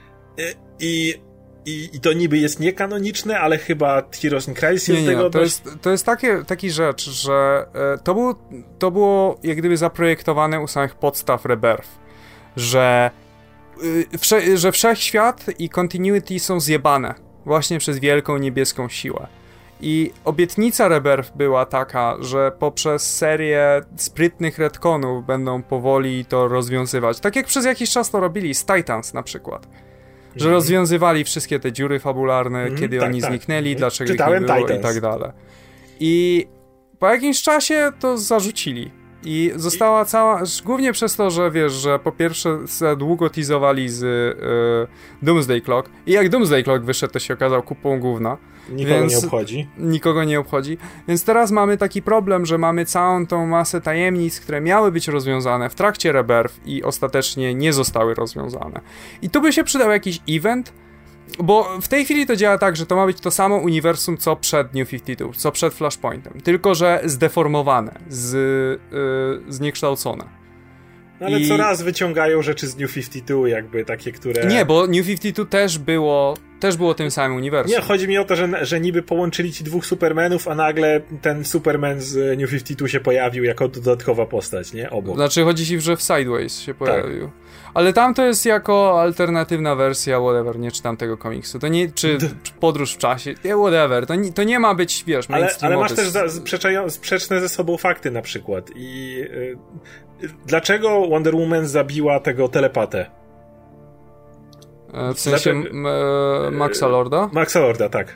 i I, I to niby jest niekanoniczne, ale chyba Heroes in Crisis nie, jest nie, tego to dość... jest, to jest takie, taki rzecz, że e, to, był, to było jak gdyby zaprojektowane u samych podstaw Rebirth, że, y, wsze, że wszechświat i continuity są zjebane właśnie przez wielką niebieską siłę. I obietnica Rebirth była taka, że poprzez serię sprytnych retconów będą powoli to rozwiązywać. Tak jak przez jakiś czas to robili z Titans na przykład. Że mm. rozwiązywali wszystkie te dziury fabularne, mm, kiedy tak, oni tak. zniknęli, mm. dlaczego Czytałem ich nie było Titans. i tak dalej. I po jakimś czasie to zarzucili. I została I... cała, głównie przez to, że wiesz, że po pierwsze za długo teasowali z y, Doomsday Clock i jak Doomsday Clock wyszedł, to się okazał kupą gówna. Nikogo więc nie obchodzi. Nikogo nie obchodzi. Więc teraz mamy taki problem, że mamy całą tą masę tajemnic, które miały być rozwiązane w trakcie Rebirth i ostatecznie nie zostały rozwiązane. I tu by się przydał jakiś event, bo w tej chwili to działa tak, że to ma być to samo uniwersum, co przed New pięćdziesiąt dwa, co przed Flashpointem, tylko że zdeformowane, z, yy, zniekształcone. No ale I... coraz wyciągają rzeczy z New pięćdziesiąt dwa, jakby takie, które... Nie, bo New pięćdziesiąt dwa też było, też było tym samym uniwersum. Nie, chodzi mi o to, że, że niby połączyli ci dwóch Supermanów, a nagle ten Superman z New pięćdziesiąt dwa się pojawił jako dodatkowa postać, nie? Obok. Znaczy chodzi ci, że w Sideways się pojawił. Tak. Ale tam to jest jako alternatywna wersja, whatever, nie czytam tego komiksu. To nie, czy, czy podróż w czasie, nie, whatever, to nie, to nie ma być, wiesz, ale, ale masz też za, sprzeczają, sprzeczne ze sobą fakty na przykład. I yy, dlaczego Wonder Woman zabiła tego telepatę? E, w sensie m, e, Maxa Lorda? Maxa Lorda, tak.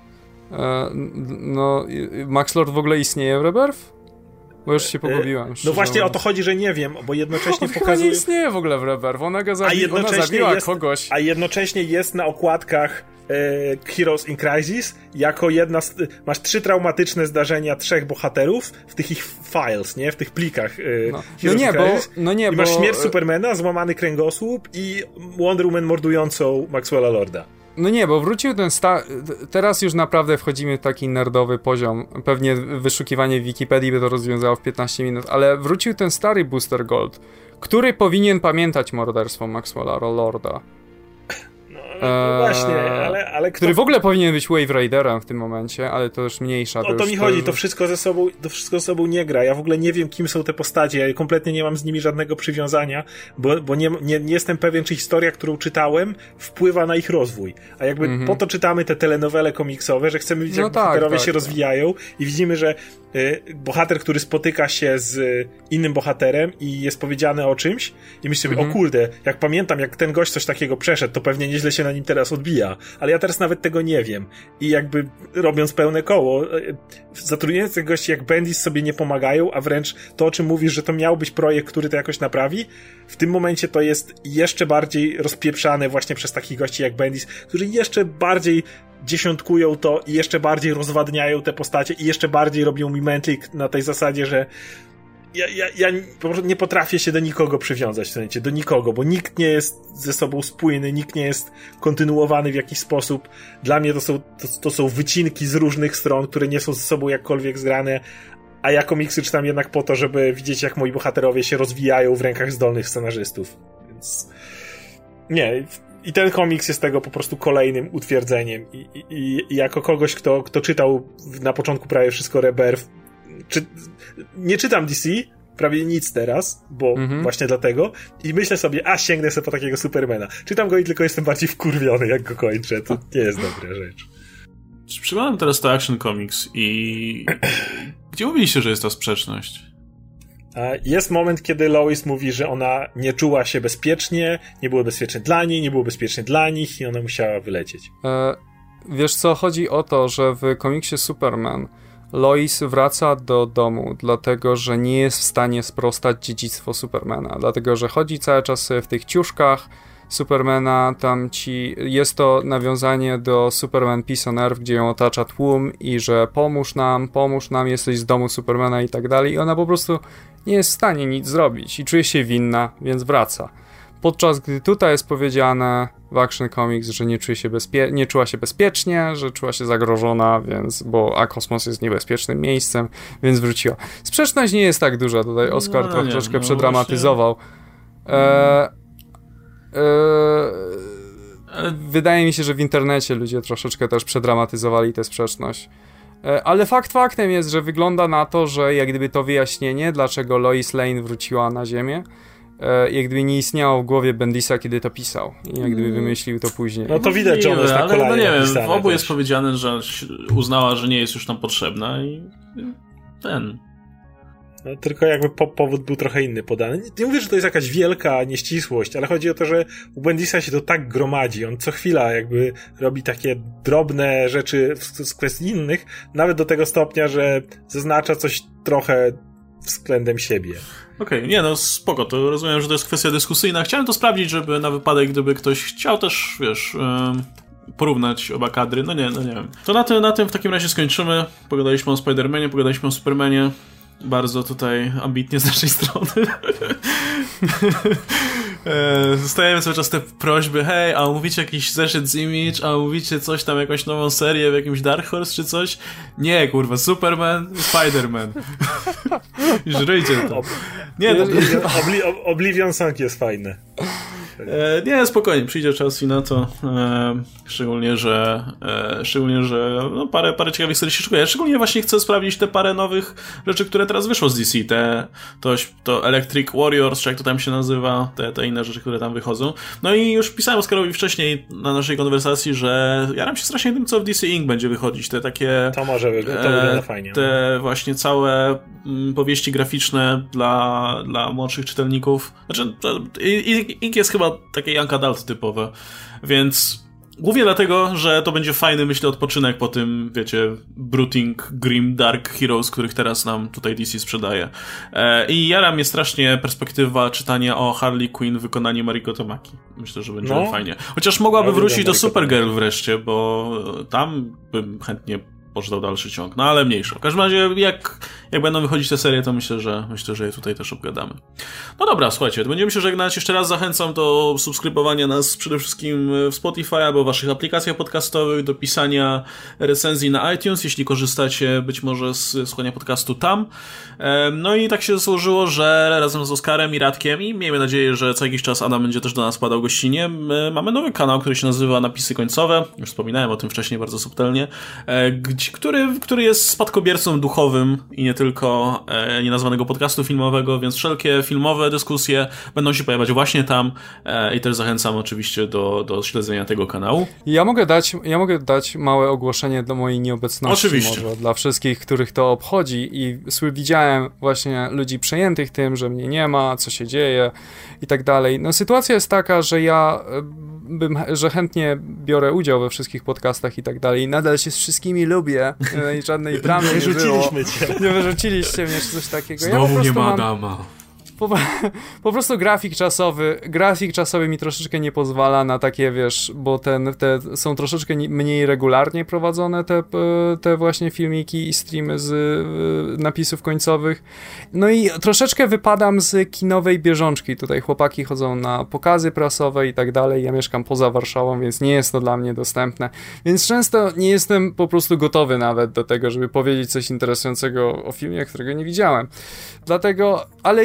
E, no, Max Lord w ogóle istnieje w Rebirth? Bo już się pogubiłem. No właśnie o to chodzi, że nie wiem, bo jednocześnie no, pokazuje... nie istnieje w ogóle w Rebirth, ona go zabi... a ona zabiła jest, kogoś. A jednocześnie jest na okładkach e, Heroes in Crisis jako jedna z... Masz trzy traumatyczne zdarzenia trzech bohaterów w tych ich files, nie? W tych plikach e, no. Heroes no nie, in Crisis. Bo, no nie, I masz bo... śmierć Supermana, złamany kręgosłup i Wonder Woman mordującą Maxwella Lorda. No nie, bo wrócił ten sta... Teraz już naprawdę wchodzimy w taki nerdowy poziom. Pewnie wyszukiwanie w Wikipedii by to rozwiązało w piętnaście minut, ale wrócił ten stary Booster Gold, który powinien pamiętać morderstwo Maxwella Lorda. No, no właśnie, ale, ale kto... Który w ogóle powinien być Wave Raiderem w tym momencie, ale to już mniejsza. To o to już, mi chodzi, to, to wszystko ze sobą, to wszystko ze sobą nie gra. Ja w ogóle nie wiem, kim są te postacie, ja kompletnie nie mam z nimi żadnego przywiązania, bo, bo nie, nie, nie jestem pewien, czy historia, którą czytałem, wpływa na ich rozwój. A jakby mm-hmm. po to czytamy te telenowele komiksowe, że chcemy widzieć, no jak tak, bohaterowie tak, się tak. rozwijają i widzimy, że y, bohater, który spotyka się z y, innym bohaterem i jest powiedziane o czymś i myśli sobie, mm-hmm. o kurde, jak pamiętam, jak ten gość coś takiego przeszedł, to pewnie nieźle się na nim teraz odbija, ale ja teraz nawet tego nie wiem. I jakby robiąc pełne koło, zatrudniając tych gości jak Bendis sobie nie pomagają, a wręcz to, o czym mówisz, że to miał być projekt, który to jakoś naprawi, w tym momencie to jest jeszcze bardziej rozpieprzane właśnie przez takich gości jak Bendis, którzy jeszcze bardziej dziesiątkują to i jeszcze bardziej rozwadniają te postacie i jeszcze bardziej robią mi mętlik na tej zasadzie, że Ja, ja, ja po prostu nie potrafię się do nikogo przywiązać w tym momencie, do nikogo, bo nikt nie jest ze sobą spójny, nikt nie jest kontynuowany w jakiś sposób. Dla mnie to są, to, to są wycinki z różnych stron, które nie są ze sobą jakkolwiek zgrane, a ja komiksy czytam jednak po to, żeby widzieć, jak moi bohaterowie się rozwijają w rękach zdolnych scenarzystów. Więc nie, i ten komiks jest tego po prostu kolejnym utwierdzeniem i, i, i jako kogoś, kto, kto czytał na początku prawie wszystko Rebirth, czy, nie czytam D C, prawie nic teraz, bo mhm. właśnie dlatego i myślę sobie, a sięgnę sobie po takiego Supermana. Czytam go i tylko jestem bardziej wkurwiony, jak go kończę. To nie jest dobra rzecz. Przypomniałem teraz to Action Comics i gdzie mówiliście, że jest ta sprzeczność? Jest moment, kiedy Lois mówi, że ona nie czuła się bezpiecznie, nie było bezpieczne dla niej, nie było bezpiecznie dla nich i ona musiała wylecieć. E, wiesz co, chodzi o to, że w komiksie Superman Lois wraca do domu, dlatego że nie jest w stanie sprostać dziedzictwu Supermana, dlatego że chodzi cały czas w tych ciuszkach Supermana, tam ci jest to nawiązanie do Superman Peace on Earth, gdzie ją otacza tłum i że pomóż nam, pomóż nam, jesteś z domu Supermana i tak dalej i ona po prostu nie jest w stanie nic zrobić i czuje się winna, więc wraca. Podczas gdy tutaj jest powiedziane w Action Comics, że nie, czuje się bezpie- nie czuła się bezpiecznie, że czuła się zagrożona, więc, bo a kosmos jest niebezpiecznym miejscem, więc wróciła. Sprzeczność nie jest tak duża, tutaj Oskar no, to nie, troszkę no, przedramatyzował. E, e, wydaje mi się, że w internecie ludzie troszeczkę też przedramatyzowali tę sprzeczność. Ale fakt faktem jest, że wygląda na to, że jak gdyby to wyjaśnienie, dlaczego Lois Lane wróciła na Ziemię, jak gdyby nie istniało w głowie Bendisa, kiedy to pisał i jak gdyby wymyślił to później. No to widać, że on jest na kolanie. Ale no nie wiem, w obu też. jest powiedziane, że uznała, że nie jest już tam potrzebna i ten... No, tylko jakby po, powód był trochę inny podany. Nie, nie mówię, że to jest jakaś wielka nieścisłość, ale chodzi o to, że u Bendisa się to tak gromadzi. On co chwila jakby robi takie drobne rzeczy w, z kwestii innych, nawet do tego stopnia, że zaznacza coś trochę względem siebie. Okej, okay, nie no spoko, to rozumiem, że to jest kwestia dyskusyjna. Chciałem to sprawdzić, żeby na wypadek, gdyby ktoś chciał też, wiesz... Yy... porównać oba kadry, no nie, no nie wiem. To na tym, na tym w takim razie skończymy. Pogadaliśmy o Spider-Manie, pogadaliśmy o Supermanie. Bardzo tutaj ambitnie z naszej strony. Zostajemy cały czas te prośby, hej, a mówicie jakiś zeszyt z Image, a mówicie coś tam, jakąś nową serię w jakimś Dark Horse czy coś? Nie, kurwa, Superman, Spider-Man. Żryjcie to. Nie, no, Oblivion, Obli- Oblivion Song jest fajny. E, nie, spokojnie, przyjdzie czas i na to. E, szczególnie, że e, szczególnie, że no, parę, parę ciekawych serii się szykuje. Szczególnie właśnie chcę sprawdzić te parę nowych rzeczy, które teraz wyszło z D C. Te, to, to Electric Warriors, czy jak to tam się nazywa, te, te inne rzeczy, które tam wychodzą. No i już pisałem Oskarowi wcześniej na naszej konwersacji, że jaram się strasznie tym, co w D C Inc będzie wychodzić. Te takie... To może wygląda, to wygląda fajnie. Te właśnie całe m, powieści graficzne dla, dla młodszych czytelników. Znaczy, Inc jest chyba takie young adult typowe, więc głównie dlatego, że to będzie fajny, myślę, odpoczynek po tym, wiecie, brooding, grim, dark heroes, których teraz nam tutaj D C sprzedaje. E, I jara mnie strasznie perspektywa czytania o Harley Quinn w wykonaniu Mariko Tamaki. Myślę, że będzie no. fajnie. Chociaż mogłaby ja wrócić do Supergirl wreszcie, bo tam bym chętnie poczytał dalszy ciąg, no ale mniejsza. W każdym razie, jak, jak będą wychodzić te serie, to myślę, że myślę, że je tutaj też obgadamy. No dobra, słuchajcie, to będziemy się żegnać. Jeszcze raz zachęcam do subskrybowania nas przede wszystkim w Spotify albo w waszych aplikacjach podcastowych, do pisania recenzji na iTunes, jeśli korzystacie być może z słuchania podcastu tam. No i tak się złożyło, że razem z Oskarem i Radkiem, i miejmy nadzieję, że co jakiś czas Adam będzie też do nas padał gościnnie, mamy nowy kanał, który się nazywa Napisy Końcowe. Już wspominałem o tym wcześniej bardzo subtelnie, gdzie Który, który jest spadkobiercą duchowym i nie tylko e, nienazwanego podcastu filmowego, więc wszelkie filmowe dyskusje będą się pojawiać właśnie tam e, i też zachęcam oczywiście do, do śledzenia tego kanału. Ja mogę dać, ja mogę dać małe ogłoszenie do mojej nieobecności. Oczywiście. Może dla wszystkich, których to obchodzi i widziałem właśnie ludzi przejętych tym, że mnie nie ma, co się dzieje i tak dalej. No sytuacja jest taka, że ja bym, że chętnie biorę udział we wszystkich podcastach i tak dalej. Nadal się z wszystkimi lubię. I żadnej dramy nie było. Cię. Nie wyrzuciliście mnie, czy coś takiego. Znowu ja nie ma Adama. Po, po prostu grafik czasowy, grafik czasowy mi troszeczkę nie pozwala na takie, wiesz, bo ten, te są troszeczkę mniej regularnie prowadzone te, te właśnie filmiki i streamy z y, napisów końcowych. No i troszeczkę wypadam z kinowej bieżączki. Tutaj chłopaki chodzą na pokazy prasowe i tak dalej. Ja mieszkam poza Warszawą, więc nie jest to dla mnie dostępne. Więc często nie jestem po prostu gotowy nawet do tego, żeby powiedzieć coś interesującego o filmie, którego nie widziałem. Dlatego, ale jeżeli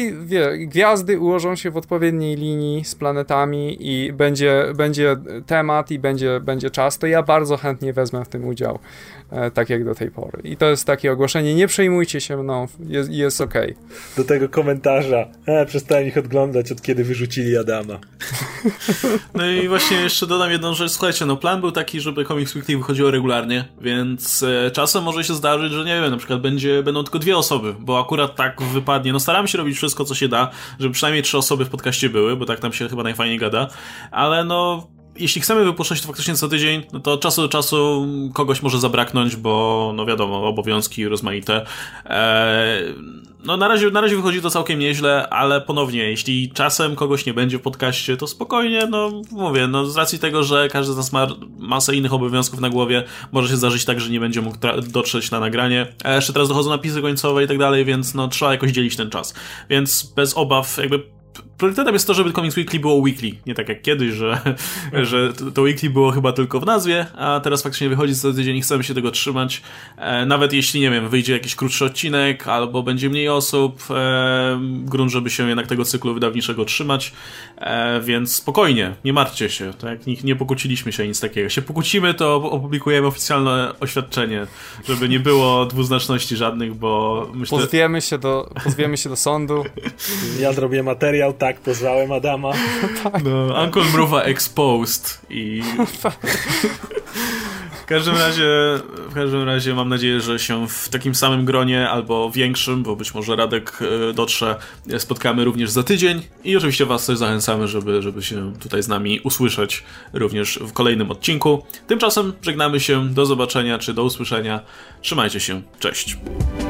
tutaj wie, gwiazdy ułożą się w odpowiedniej linii z planetami i będzie, będzie temat i będzie, będzie czas, to ja bardzo chętnie wezmę w tym udział, e, tak jak do tej pory. I to jest takie ogłoszenie, nie przejmujcie się mną, jest, jest okej. Okay. Do tego komentarza, e, przestałem ich odglądać, od kiedy wyrzucili Adama. No i właśnie jeszcze dodam jedną rzecz, słuchajcie, no plan był taki, żeby Comics Weekly wychodziło regularnie, więc e, czasem może się zdarzyć, że nie wiem, na przykład będzie, będą tylko dwie osoby, bo akurat tak wypadnie, no staramy się robić wszystko, co się da, żeby przynajmniej trzy osoby w podcaście były, bo tak tam się chyba najfajniej gada, ale no jeśli chcemy wypuszczać to faktycznie co tydzień, no to od czasu do czasu kogoś może zabraknąć, bo no wiadomo, obowiązki rozmaite. Eee, no na razie, na razie wychodzi to całkiem nieźle, ale ponownie, jeśli czasem kogoś nie będzie w podcaście, to spokojnie, no mówię, no z racji tego, że każdy z nas ma masę innych obowiązków na głowie, może się zdarzyć tak, że nie będzie mógł tra- dotrzeć na nagranie. A jeszcze teraz dochodzą napisy końcowe i tak dalej, więc no trzeba jakoś dzielić ten czas. Więc bez obaw, jakby priorytetem jest to, żeby Comics Weekly było weekly, nie tak jak kiedyś, że, że to weekly było chyba tylko w nazwie, a teraz faktycznie wychodzi co tydzień i chcemy się tego trzymać. E, nawet jeśli, nie wiem, wyjdzie jakiś krótszy odcinek, albo będzie mniej osób, e, grunt, żeby się jednak tego cyklu wydawniczego trzymać, e, więc spokojnie, nie martwcie się, tak? Nie, nie pokłóciliśmy się, nic takiego. Jak się pokłócimy, to opublikujemy oficjalne oświadczenie, żeby nie było dwuznaczności żadnych, bo myślę... Pozwiemy się do, pozwiemy się do sądu. Ja zrobię materiał, tak, pozwałem Adama. Tak. No, Uncle Mruwa exposed i... W każdym razie, w każdym razie mam nadzieję, że się w takim samym gronie albo większym, bo być może Radek dotrze, spotkamy również za tydzień i oczywiście was też zachęcamy, żeby, żeby się tutaj z nami usłyszeć również w kolejnym odcinku. Tymczasem żegnamy się, do zobaczenia czy do usłyszenia. Trzymajcie się, cześć.